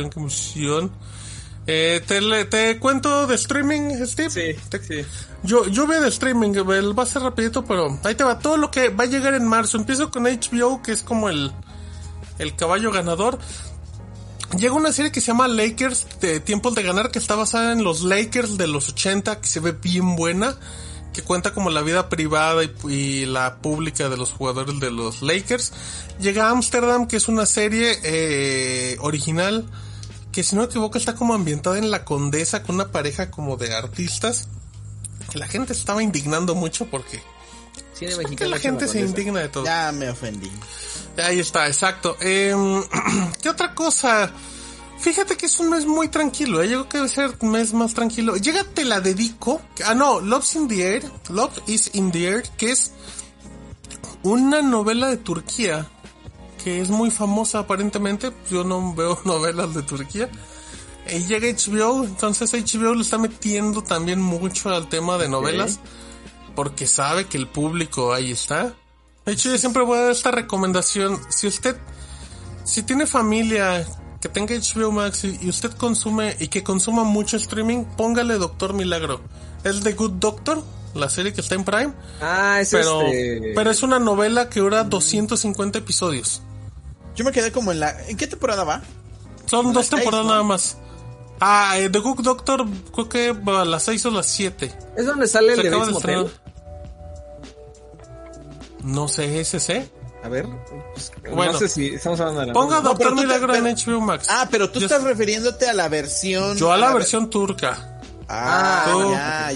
Te cuento de streaming, Steve. Sí. Yo veo de streaming, va a ser rapidito, pero ahí te va todo lo que va a llegar en marzo. Empiezo con HBO, que es como el caballo ganador. Llega una serie que se llama Lakers, de Tiempos de Ganar, que está basada en los Lakers de los 80, que se ve bien buena, que cuenta como la vida privada y la pública de los jugadores de los Lakers. Llega a Amsterdam, que es una serie original, que si no me equivoco está como ambientada en la Condesa, con una pareja como de artistas, que la gente estaba indignando mucho porque... Porque la gente se indigna de todo. Ya me ofendí. Ahí está, exacto. ¿Qué otra cosa? Fíjate que es un mes muy tranquilo. Yo creo que debe ser un mes más tranquilo. Llega Te la dedico. Love is in the Air, que es una novela de Turquía que es muy famosa aparentemente. Yo no veo novelas de Turquía. Y llega HBO, entonces HBO le está metiendo también mucho al tema de novelas. Porque sabe que el público ahí está. De hecho, yo siempre voy a dar esta recomendación. Si tiene familia que tenga HBO Max y usted consume y que consuma mucho streaming, póngale Doctor Milagro. Es The Good Doctor, la serie que está en Prime. Pero es una novela que dura 250 episodios. Yo me quedé como ¿en qué temporada va? Son 2 temporadas nada más. The Good Doctor creo que va a las 6 o las 7. ¿Es donde sale el de Bates Motel? No sé, ¿ese? A ver, bueno, no sé si estamos hablando de la... Ponga Doctor Milagro en HBO Max. Pero tú estás refiriéndote a la versión... Yo a la versión turca. Ya.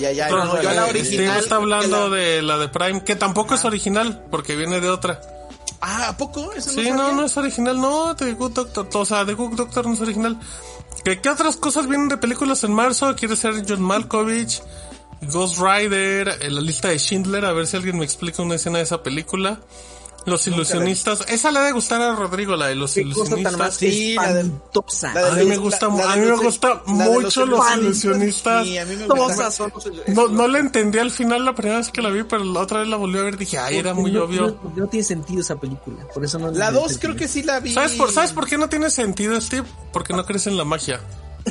Yo a la original. Steve está hablando de la de Prime, que tampoco es original, porque viene de otra. Ah, ¿a poco? ¿Eso Sí, sabía? no es original, no, The Good Doctor, o sea, The Good Doctor no es original. ¿Qué otras cosas vienen de películas en marzo? Quiere ser John Malkovich, Ghost Rider, la lista de Schindler, a ver si alguien me explica una escena de esa película. Los ilusionistas, esa le ha de gustar a Rodrigo, la de los Qué cosa tan ilusionistas. más Sí, espantosa. A mí me gusta mucho los ilusionistas. Sí, a mí me Todas gusta. son No le entendí al final la primera vez que la vi, pero la otra vez la volví a ver y dije, ay, era muy obvio. No tiene sentido esa película, por eso no. La 2 creo que sí la vi. ¿Sabes por qué no tiene sentido, Steve? Porque no crees en la magia.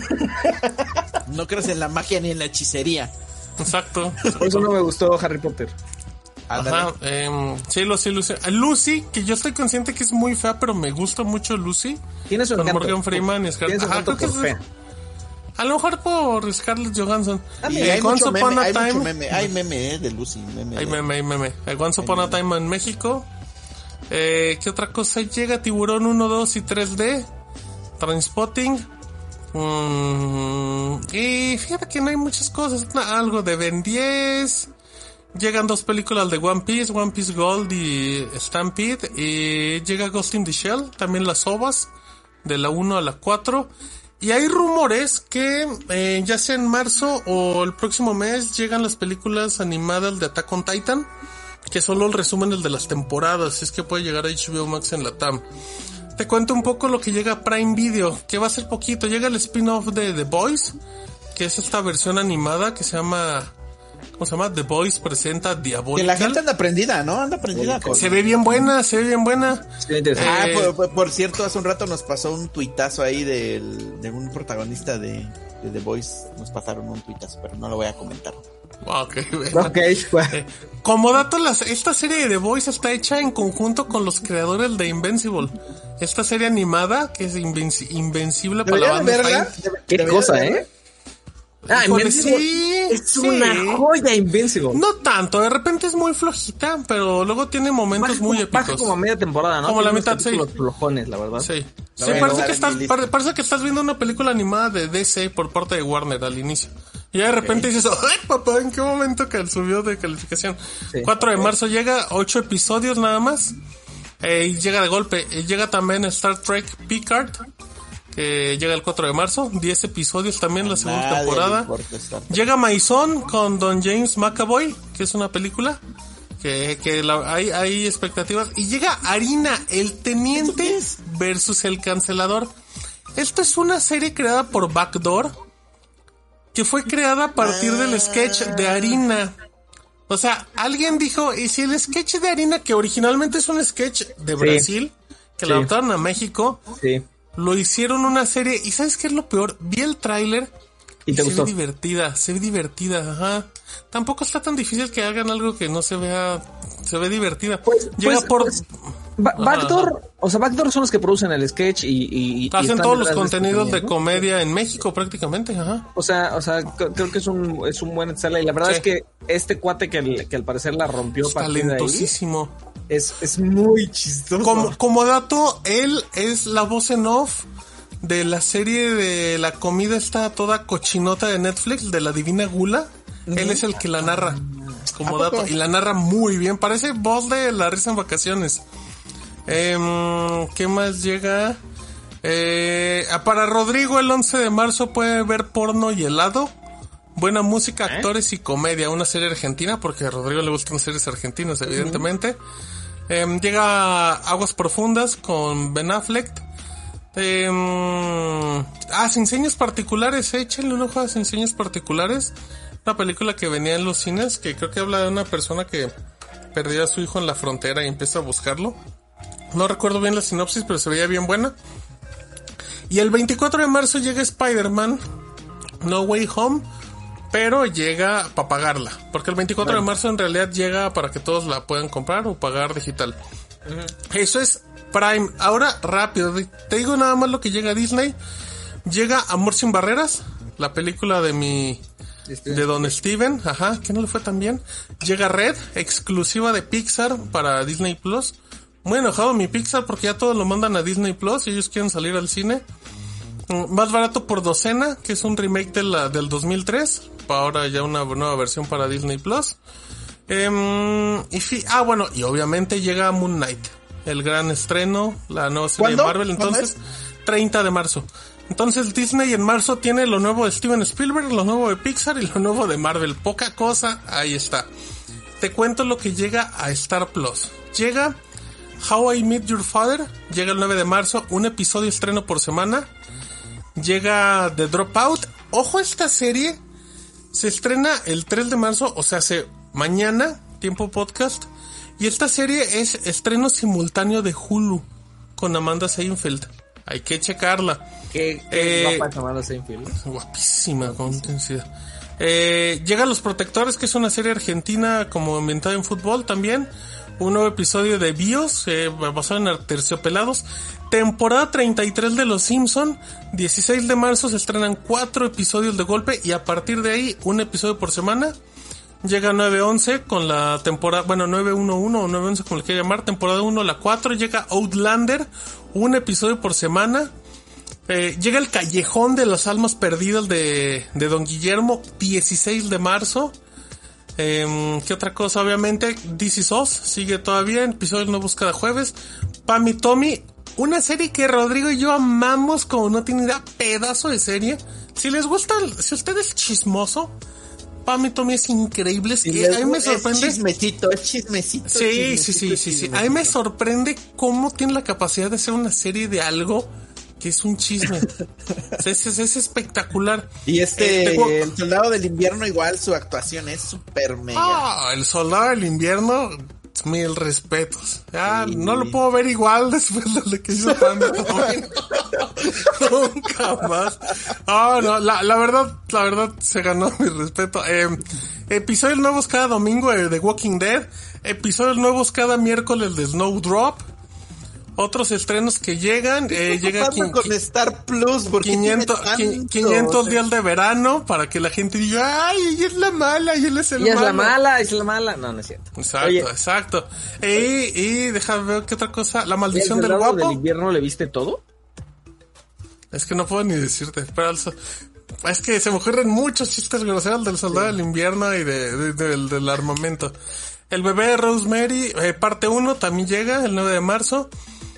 No crees en la magia ni en la hechicería. Exacto. Por eso no me gustó Harry Potter. Ajá, sí, los ilusionistas. Lucy, que yo estoy consciente que es muy fea, pero me gusta mucho Lucy. Tiene su Con encanto. Morgan Freeman y Scarlett. Tiene su Ajá, encanto creo que por es, fea. a lo mejor por Scarlett Johansson. Y hay Once mucho Upon meme, a hay mucho Time. meme, hay meme de Lucy, meme. Hay meme. Once Upon a Time en México. ¿Qué otra cosa llega? Tiburón 1, 2 y 3D. Trainspotting. Y fíjate que no hay muchas cosas. Algo de Ben 10. Llegan 2 películas de One Piece Gold y Stampede. Y llega Ghost in the Shell, también las OVAs, de la 1 a la 4. Y hay rumores que ya sea en marzo o el próximo mes llegan las películas animadas de Attack on Titan, que solo el resumen el de las temporadas, es que puede llegar a HBO Max en la TAM. Te cuento un poco lo que llega a Prime Video, que va a ser poquito. Llega el spin-off de The Boys, que es esta versión animada que se llama... ¿Cómo se llama? The Boys presenta Que Diabolical. la gente anda prendida, ¿no? Anda prendida con... Se ve bien buena. por cierto, hace un rato nos pasó un tuitazo ahí de un protagonista de The Voice. Nos pasaron un tuitazo, pero no lo voy a comentar. Ok, Pues. Como dato, esta serie de The Boys está hecha en conjunto con los creadores de Invincible. Esta serie animada que es invencible para la banda. verla? Qué cosa, ¿eh? Híjole, Invincible sí, es sí. una joya, Invincible. No tanto, de repente es muy flojita, pero luego tiene momentos muy épicos. Baja como a media temporada, ¿no? Como la Tiene mitad, unos sí. capítulos flojones, la verdad. Sí, La sí, voy a parece anotar que, en mi lista. parece que estás viendo una película animada de DC por parte de Warner al inicio. Y de repente dices, ¡ay, papá! ¿En qué momento que subió de calificación? Sí. 4 de marzo llega, 8 episodios nada más. Y llega de golpe. Llega también Star Trek Picard, que llega el 4 de marzo. 10 episodios también, la segunda Nadie le temporada. importa Star Trek. Llega Maison con Don James McAvoy, que es una película que hay expectativas. Y llega Harina, el teniente versus el cancelador. Esto es una serie creada por Backdoor, que fue creada a partir del sketch de Harina. O sea, alguien dijo, y si el sketch de Harina, que originalmente es un sketch de Brasil, que lo adaptaron a México, Sí. lo hicieron una serie. ¿Y sabes qué es lo peor? Vi el tráiler ¿Y te se gustó? ve divertida, ajá. Tampoco está tan difícil que hagan algo que no se vea, se ve divertida. Llega por... Backdoor, o sea, Backdoor son los que producen el sketch y hacen están todos los detrás de contenidos este de comedia en México prácticamente, ajá. O sea, creo que es un buen sala y la verdad Sí. es que este cuate que al parecer la rompió Es a partir de ahí, talentosísimo. es muy chistoso. Como dato, él es la voz en off de la serie de la comida esta toda cochinota de Netflix, de la Divina Gula. Él es el que la narra, como dato, y la narra muy bien. Parece voz de La Risa en Vacaciones. ¿Qué más llega? Para Rodrigo el 11 de marzo puede ver Porno y Helado. Buena música, actores y comedia. Una serie argentina, porque a Rodrigo le gustan series argentinas, evidentemente. Llega Aguas Profundas con Ben Affleck. Sin Señas Particulares, échenle un ojo a Sin Señas Particulares. Una película que venía en los cines, que creo que habla de una persona que perdió a su hijo en la frontera y empieza a buscarlo. No recuerdo bien la sinopsis, pero se veía bien buena. Y el 24 de marzo llega Spider-Man No Way Home, pero llega para pagarla, porque el 24 de marzo en realidad llega para que todos la puedan comprar o pagar digital. Eso es Prime. Ahora rápido, te digo nada más lo que llega a Disney. Llega Amor sin Barreras, la película de Don Steven, ajá, que no le fue tan bien. Llega Red, exclusiva de Pixar para Disney Plus. Muy enojado mi Pixar porque ya todos lo mandan a Disney Plus y ellos quieren salir al cine. Más barato por docena, que es un remake del 2003. Ahora ya una nueva versión para Disney Plus. Y obviamente llega Moon Knight. el gran estreno, la nueva serie de Marvel. Entonces, 30 de marzo. Entonces Disney en marzo tiene lo nuevo de Steven Spielberg, lo nuevo de Pixar y lo nuevo de Marvel. Poca cosa, ahí está. Te cuento lo que llega a Star Plus. Llega How I Met Your Father, llega el 9 de marzo, un episodio estreno por semana. Llega The Dropout. Ojo, esta serie se estrena el 3 de marzo, o sea, mañana, tiempo podcast. Y esta serie es estreno simultáneo de Hulu con Amanda Seinfeld. Hay que checarla. ¿Qué guapa es Amanda Seinfeld? Guapísima, con intensidad. Llega Los Protectores, que es una serie argentina como ambientada en fútbol también. Un nuevo episodio de BIOS, basado en Aterciopelados. Temporada 33 de Los Simpson. 16 de marzo se estrenan 4 episodios de golpe y a partir de ahí un episodio por semana. Llega 9-11 con la temporada, 9-1-1 o 9-11 como le quiera llamar, temporada 1, la 4. Llega Outlander, un episodio por semana. Llega El Callejón de las Almas Perdidas de Don Guillermo, 16 de marzo. ¿Qué otra cosa? Obviamente This Is Us sigue todavía, episodios nuevos cada jueves. Pam y Tommy, una serie que Rodrigo y yo amamos como no tiene idea, pedazo de serie. Si les gusta, si usted es chismoso, Pam y Tommy es increíble. Es que a mí me sorprende. Es chismecito. Sí. A mí me sorprende cómo tiene la capacidad de hacer una serie de algo que es un chisme. es espectacular. Y el Soldado del Invierno igual, su actuación es súper mega. El Soldado del Invierno, mil respetos. No lo puedo ver igual después de lo que hizo Pam y Tommy. Nunca más. No, la verdad se ganó mi respeto. Episodios nuevos cada domingo de The Walking Dead. Episodios nuevos cada miércoles de Snowdrop. Otros estrenos que llegan, llega con Star Plus, 500 días de verano para que la gente diga, ay, ella es la mala y él es el malo. Es la mala. No es cierto. Exacto. Y déjame ver qué otra cosa. La maldición del guapo. ¿Del invierno le viste todo? Es que no puedo ni decirte, pero es que se me ocurren muchos chistes groseros del Soldado del Invierno y del armamento. El bebé de Rosemary, parte 1, también llega el 9 de marzo.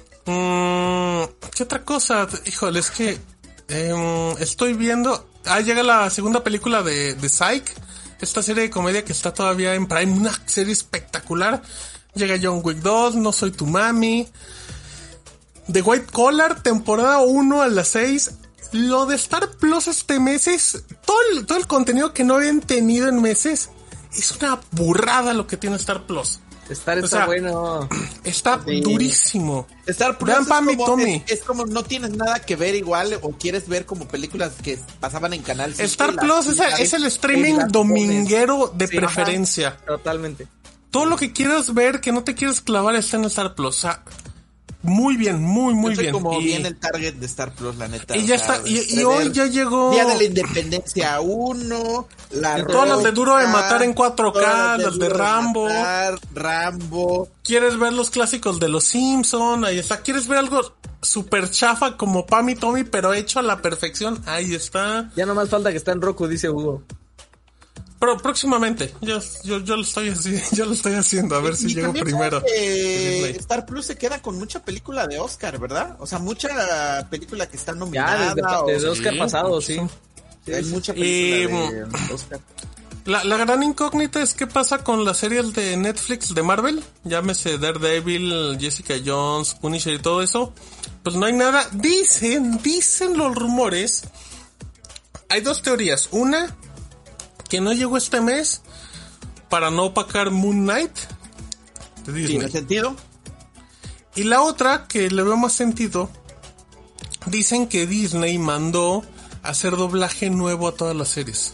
¿Qué otra cosa? Híjole, es que estoy viendo. Llega la segunda película de Psych, esta serie de comedia que está todavía en Prime, una serie espectacular. Llega John Wick 2, No Soy Tu Mami. The White Collar, temporada 1 a las 6. Lo de Star Plus este mes es todo el contenido que no habían tenido en meses. Es una burrada lo que tiene Star Plus. Está bueno. Está durísimo. Star Plus es como no tienes nada que ver igual o quieres ver como películas que pasaban en Canal 5. Star Plus es el streaming dominguero de preferencia. Totalmente. Todo lo que quieras ver, que no te quieras clavar, está en Star Plus. O sea, muy bien, muy bien. Como bien el target de Star Plus, la neta. Y ya está, y hoy ya llegó Día de la Independencia 1, todas las de Duro de Matar en 4K, las de Rambo. Rambo. ¿Quieres ver los clásicos de Los Simpson? Ahí está. ¿Quieres ver algo super chafa como Pam y Tommy, pero hecho a la perfección? Ahí está. Ya nomás falta que está en Roku, dice Hugo. Pero próximamente, yo lo estoy haciendo, a ver si llego primero. Star Plus se queda con mucha película de Oscar, ¿verdad? O sea, mucha película que está nominada. Ya, desde Oscar pasado, sí. Hay mucha película de Oscar. La gran incógnita es qué pasa con las series de Netflix de Marvel, llámese Daredevil, Jessica Jones, Punisher y todo eso. Pues no hay nada. Dicen los rumores. Hay dos teorías. Una, que no llegó este mes para no opacar Moon Knight de Disney. ¿Tiene sentido? Y la otra, que le veo más sentido, dicen que Disney mandó hacer doblaje nuevo a todas las series.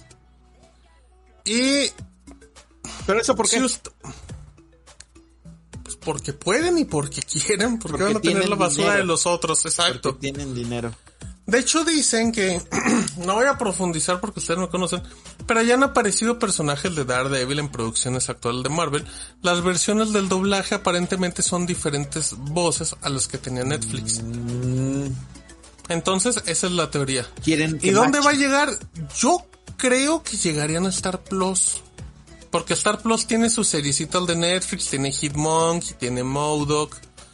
¿Pero eso por qué? Pues porque pueden y porque quieren, porque van a tener la basura dinero de los otros, exacto. Porque tienen dinero. De hecho dicen que, no voy a profundizar porque ustedes no conocen, pero ya han aparecido personajes de Daredevil en producciones actuales de Marvel. Las versiones del doblaje aparentemente son diferentes voces a las que tenía Netflix. Entonces, esa es la teoría. ¿Y dónde va a llegar? Yo creo que llegarían a Star Plus. Porque Star Plus tiene sus seriecitas de Netflix, tiene Hitmonkey, tiene MODOK.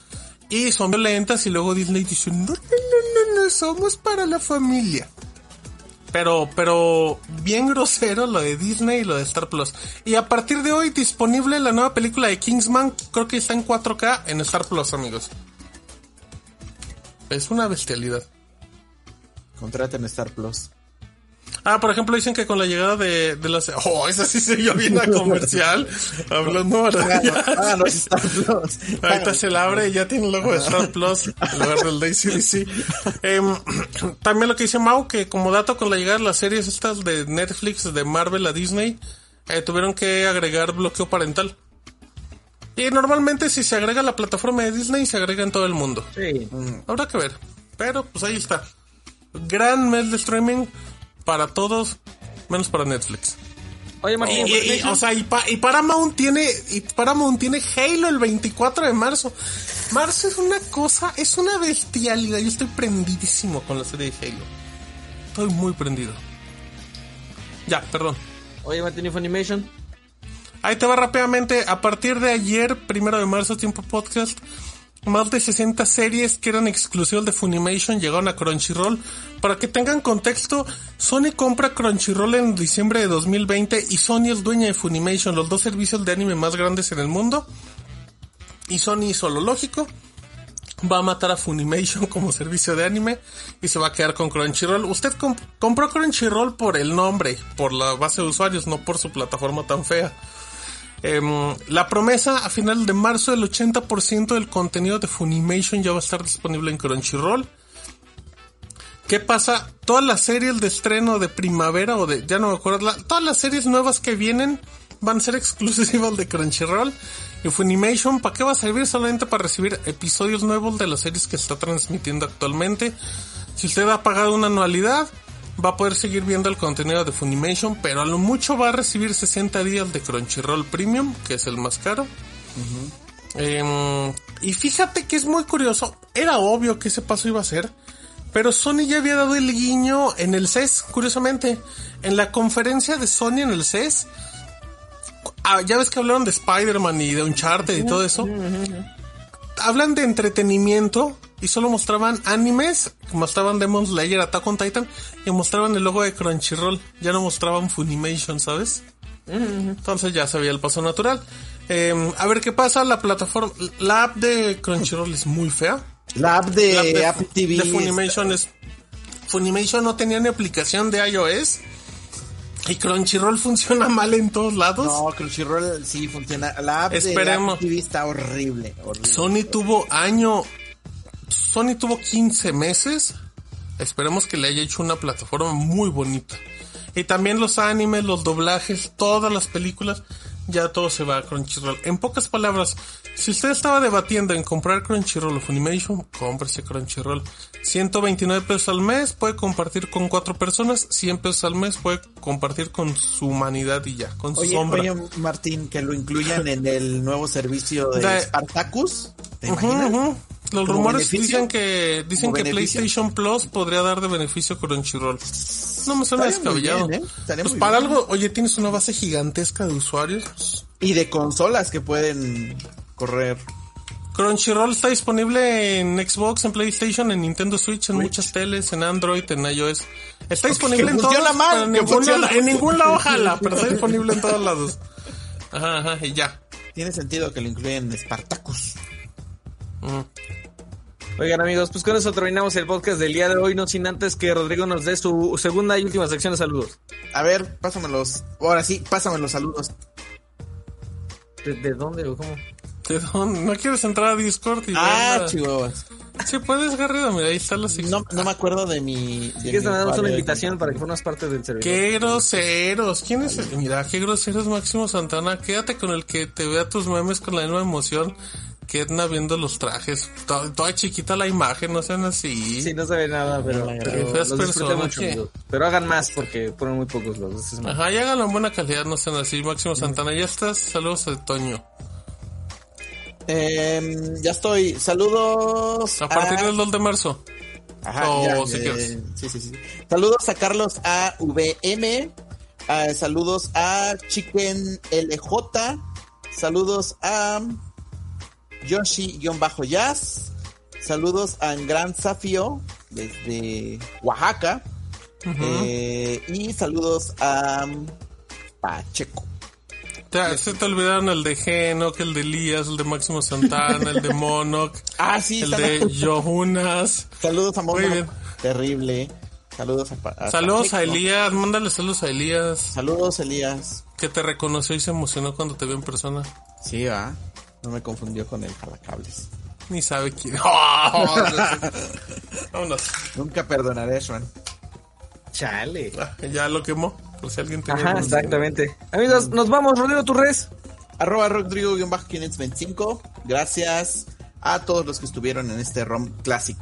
y son violentas, y luego Disney dice, no, somos para la familia. Pero bien grosero lo de Disney y lo de Star Plus. Y a partir de hoy disponible la nueva película de Kingsman, creo que está en 4K en Star Plus, amigos. Es una bestialidad. Contraten Star Plus. Por ejemplo, dicen que con la llegada de las... esa sí se oyó bien a comercial. Hablando, ¿verdad? Háganos Star Plus. Ahorita se la abre y ya tiene el logo de Star Plus en lugar del de ACDC. También lo que dice Mau, que como dato, con la llegada de las series estas de Netflix, de Marvel a Disney, tuvieron que agregar bloqueo parental. Y normalmente si se agrega a la plataforma de Disney, se agrega en todo el mundo. Sí. Habrá que ver. Pero pues ahí está. Gran mes de streaming para todos, menos para Netflix. Oye, Martín, y Paramount tiene Halo el 24 de marzo. Marzo es una cosa, es una bestialidad. Yo estoy prendidísimo con la serie de Halo. Estoy muy prendido. Ya, perdón. Oye, Martín, ¿y Funimation? Ahí te va rápidamente. A partir de ayer, 1 de marzo, tiempo podcast, más de 60 series que eran exclusivas de Funimation llegaron a Crunchyroll. Para que tengan contexto, Sony compra Crunchyroll en diciembre de 2020 y Sony es dueña de Funimation, los dos servicios de anime más grandes en el mundo. Y Sony hizo lo lógico, va a matar a Funimation como servicio de anime y se va a quedar con Crunchyroll. Usted compró Crunchyroll por el nombre, por la base de usuarios, no por su plataforma tan fea. La promesa, a final de marzo, el 80% del contenido de Funimation ya va a estar disponible en Crunchyroll. ¿Qué pasa? Todas las series de estreno de primavera o de... ya no me acuerdo. Todas las series nuevas que vienen van a ser exclusivas de Crunchyroll. Y Funimation, ¿para qué va a servir? Solamente para recibir episodios nuevos de las series que está transmitiendo actualmente. Si usted ha pagado una anualidad, va a poder seguir viendo el contenido de Funimation, pero a lo mucho va a recibir 60 días de Crunchyroll Premium, que es el más caro. Y fíjate que es muy curioso. Era obvio que ese paso iba a ser, pero Sony ya había dado el guiño en el CES, curiosamente. En la conferencia de Sony en el CES, ya ves que hablaron de Spider-Man y de Uncharted y todo eso. Hablan de entretenimiento y solo mostraban animes, mostraban Demon Slayer, Attack on Titan, y mostraban el logo de Crunchyroll. Ya no mostraban Funimation, ¿sabes? Entonces ya se veía el paso natural. A ver qué pasa. La plataforma, la app de Crunchyroll es muy fea. La app de Apple TV de Funimation Funimation no tenía ni aplicación de iOS. Y Crunchyroll funciona mal en todos lados. No, Crunchyroll sí funciona. La app de Apple TV está horrible. Sony tuvo 15 meses. Esperemos que le haya hecho una plataforma muy bonita. Y también los animes, los doblajes, todas las películas, ya todo se va a Crunchyroll. En pocas palabras, si usted estaba debatiendo en comprar Crunchyroll o Funimation, cómprese Crunchyroll. 129 pesos al mes, puede compartir con 4 personas. 100 pesos al mes, puede compartir con su humanidad y ya, con su sombra. Oye, Martín, que lo incluyan en el nuevo servicio de Spartacus. ¿Te imaginas? Los rumores dicen que PlayStation Plus podría dar de beneficio Crunchyroll. No me suena descabellado. Bien, pues para bien. Algo, oye, tienes una base gigantesca de usuarios. Y de consolas que pueden correr. Crunchyroll está disponible en Xbox, en PlayStation, en Nintendo Switch, en muchas teles, en Android, en iOS. Está disponible en todos, pero en ningún lado jala, pero está disponible en todos lados. Ajá, y ya. Tiene sentido que lo incluyan en Spartacus. Oigan, amigos, pues con eso terminamos el podcast del día de hoy, no sin antes que Rodrigo nos dé su segunda y última sección de saludos. A ver, pásamelos. Ahora sí, pásame los saludos. ¿De dónde o cómo? ¿De dónde? ¿No quieres entrar a Discord? Chihuahuas. Sí, puedes, Garrido, mira, ahí está la sección. No me acuerdo de mi... ¿Quieres darnos una invitación para que formas parte del servidor? ¡Qué groseros! ¿Quién es? Mira, qué groseros, Máximo Santana. Quédate con el que te vea tus memes con la misma emoción que Edna viendo los trajes. Toda chiquita la imagen, no sean así. Sí, no se ve nada, pero los disfruté mucho, amigos. Pero hagan más porque ponen muy pocos los. Ajá, y háganlo en buena calidad, no sean así. Máximo Santana, ya estás. Saludos a Toño. Ya estoy. Saludos. A partir del 2 de marzo. Ajá, si quieres. Sí. Saludos a Carlos AVM. Saludos a Chicken LJ. Saludos a Yoshi-Jazz. Saludos a Gran Zafio desde Oaxaca. Y saludos a Pacheco. Se te olvidaron el de Genoc, el de Elías, el de Máximo Santana, el de Monoc. Sí, el de Johunas. Saludos a Monoc. Terrible. Saludos a Elías, mándale saludos a Elías. Saludos, Elías. Que te reconoció y se emocionó cuando te vio en persona. Sí, va. No me confundió con el jalacables. Ni sabe quién. Vámonos. Nunca perdonaré a Swan. Chale. Ya lo quemó, por si alguien tenía. Ajá, exactamente. Amigos, nos vamos. Rodrigo, tu res. @Rodrigo_525. Gracias a todos los que estuvieron en este ROM Classic.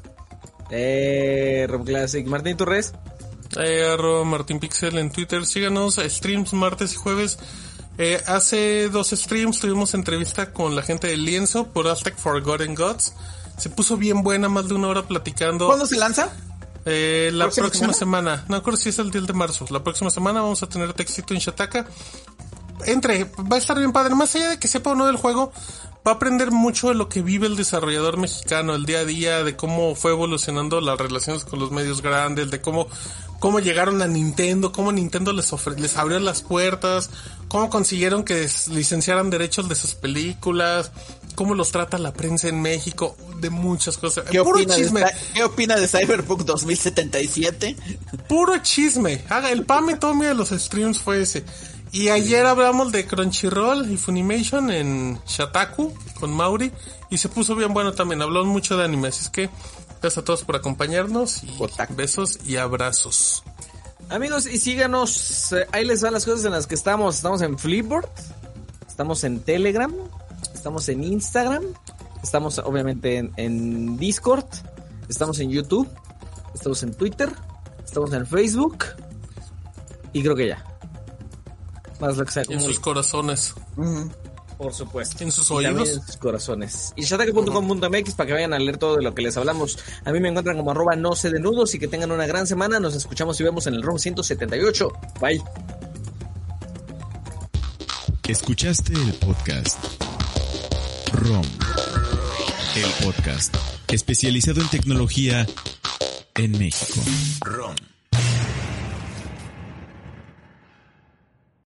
ROM Classic. Martín, tu res. Martín Pixel en Twitter. Síganos, streams martes y jueves. Hace 2 streams tuvimos entrevista con la gente de Lienzo por Aztec Forgotten Gods. Se puso bien buena, más de 1 hora platicando. ¿Cuándo se lanza? La próxima semana. No recuerdo si es el 10 de marzo. La próxima semana vamos a tener textito en Shataka. Va a estar bien padre. Más allá de que sepa o no del juego, va a aprender mucho de lo que vive el desarrollador mexicano, el día a día, de cómo fue evolucionando las relaciones con los medios grandes, de cómo llegaron a Nintendo, cómo Nintendo les abrió las puertas, cómo consiguieron que licenciaran derechos de sus películas, cómo los trata la prensa en México, de muchas cosas. ¿Qué opina de Cyberpunk 2077? Puro chisme. El Pam y Tommy de los streams fue ese. Y ayer hablamos de Crunchyroll y Funimation en Shataku con Mauri y se puso bien bueno también. Hablamos mucho de anime, así es que gracias a todos por acompañarnos y besos y abrazos. Amigos, y síganos, ahí les van las cosas en las que estamos. Estamos en Flipboard, estamos en Telegram, estamos en Instagram, estamos obviamente en Discord, estamos en YouTube, estamos en Twitter, estamos en Facebook y creo que ya. Más lo que sea. En sus corazones. Por supuesto. En sus oídos. En sus corazones. Y shataka.com.mx para que vayan a leer todo de lo que les hablamos. A mí me encuentran como @nocedenudos y que tengan una gran semana. Nos escuchamos y vemos en el ROM 178. Bye. Escuchaste el podcast ROM. El podcast especializado en tecnología en México. ROM.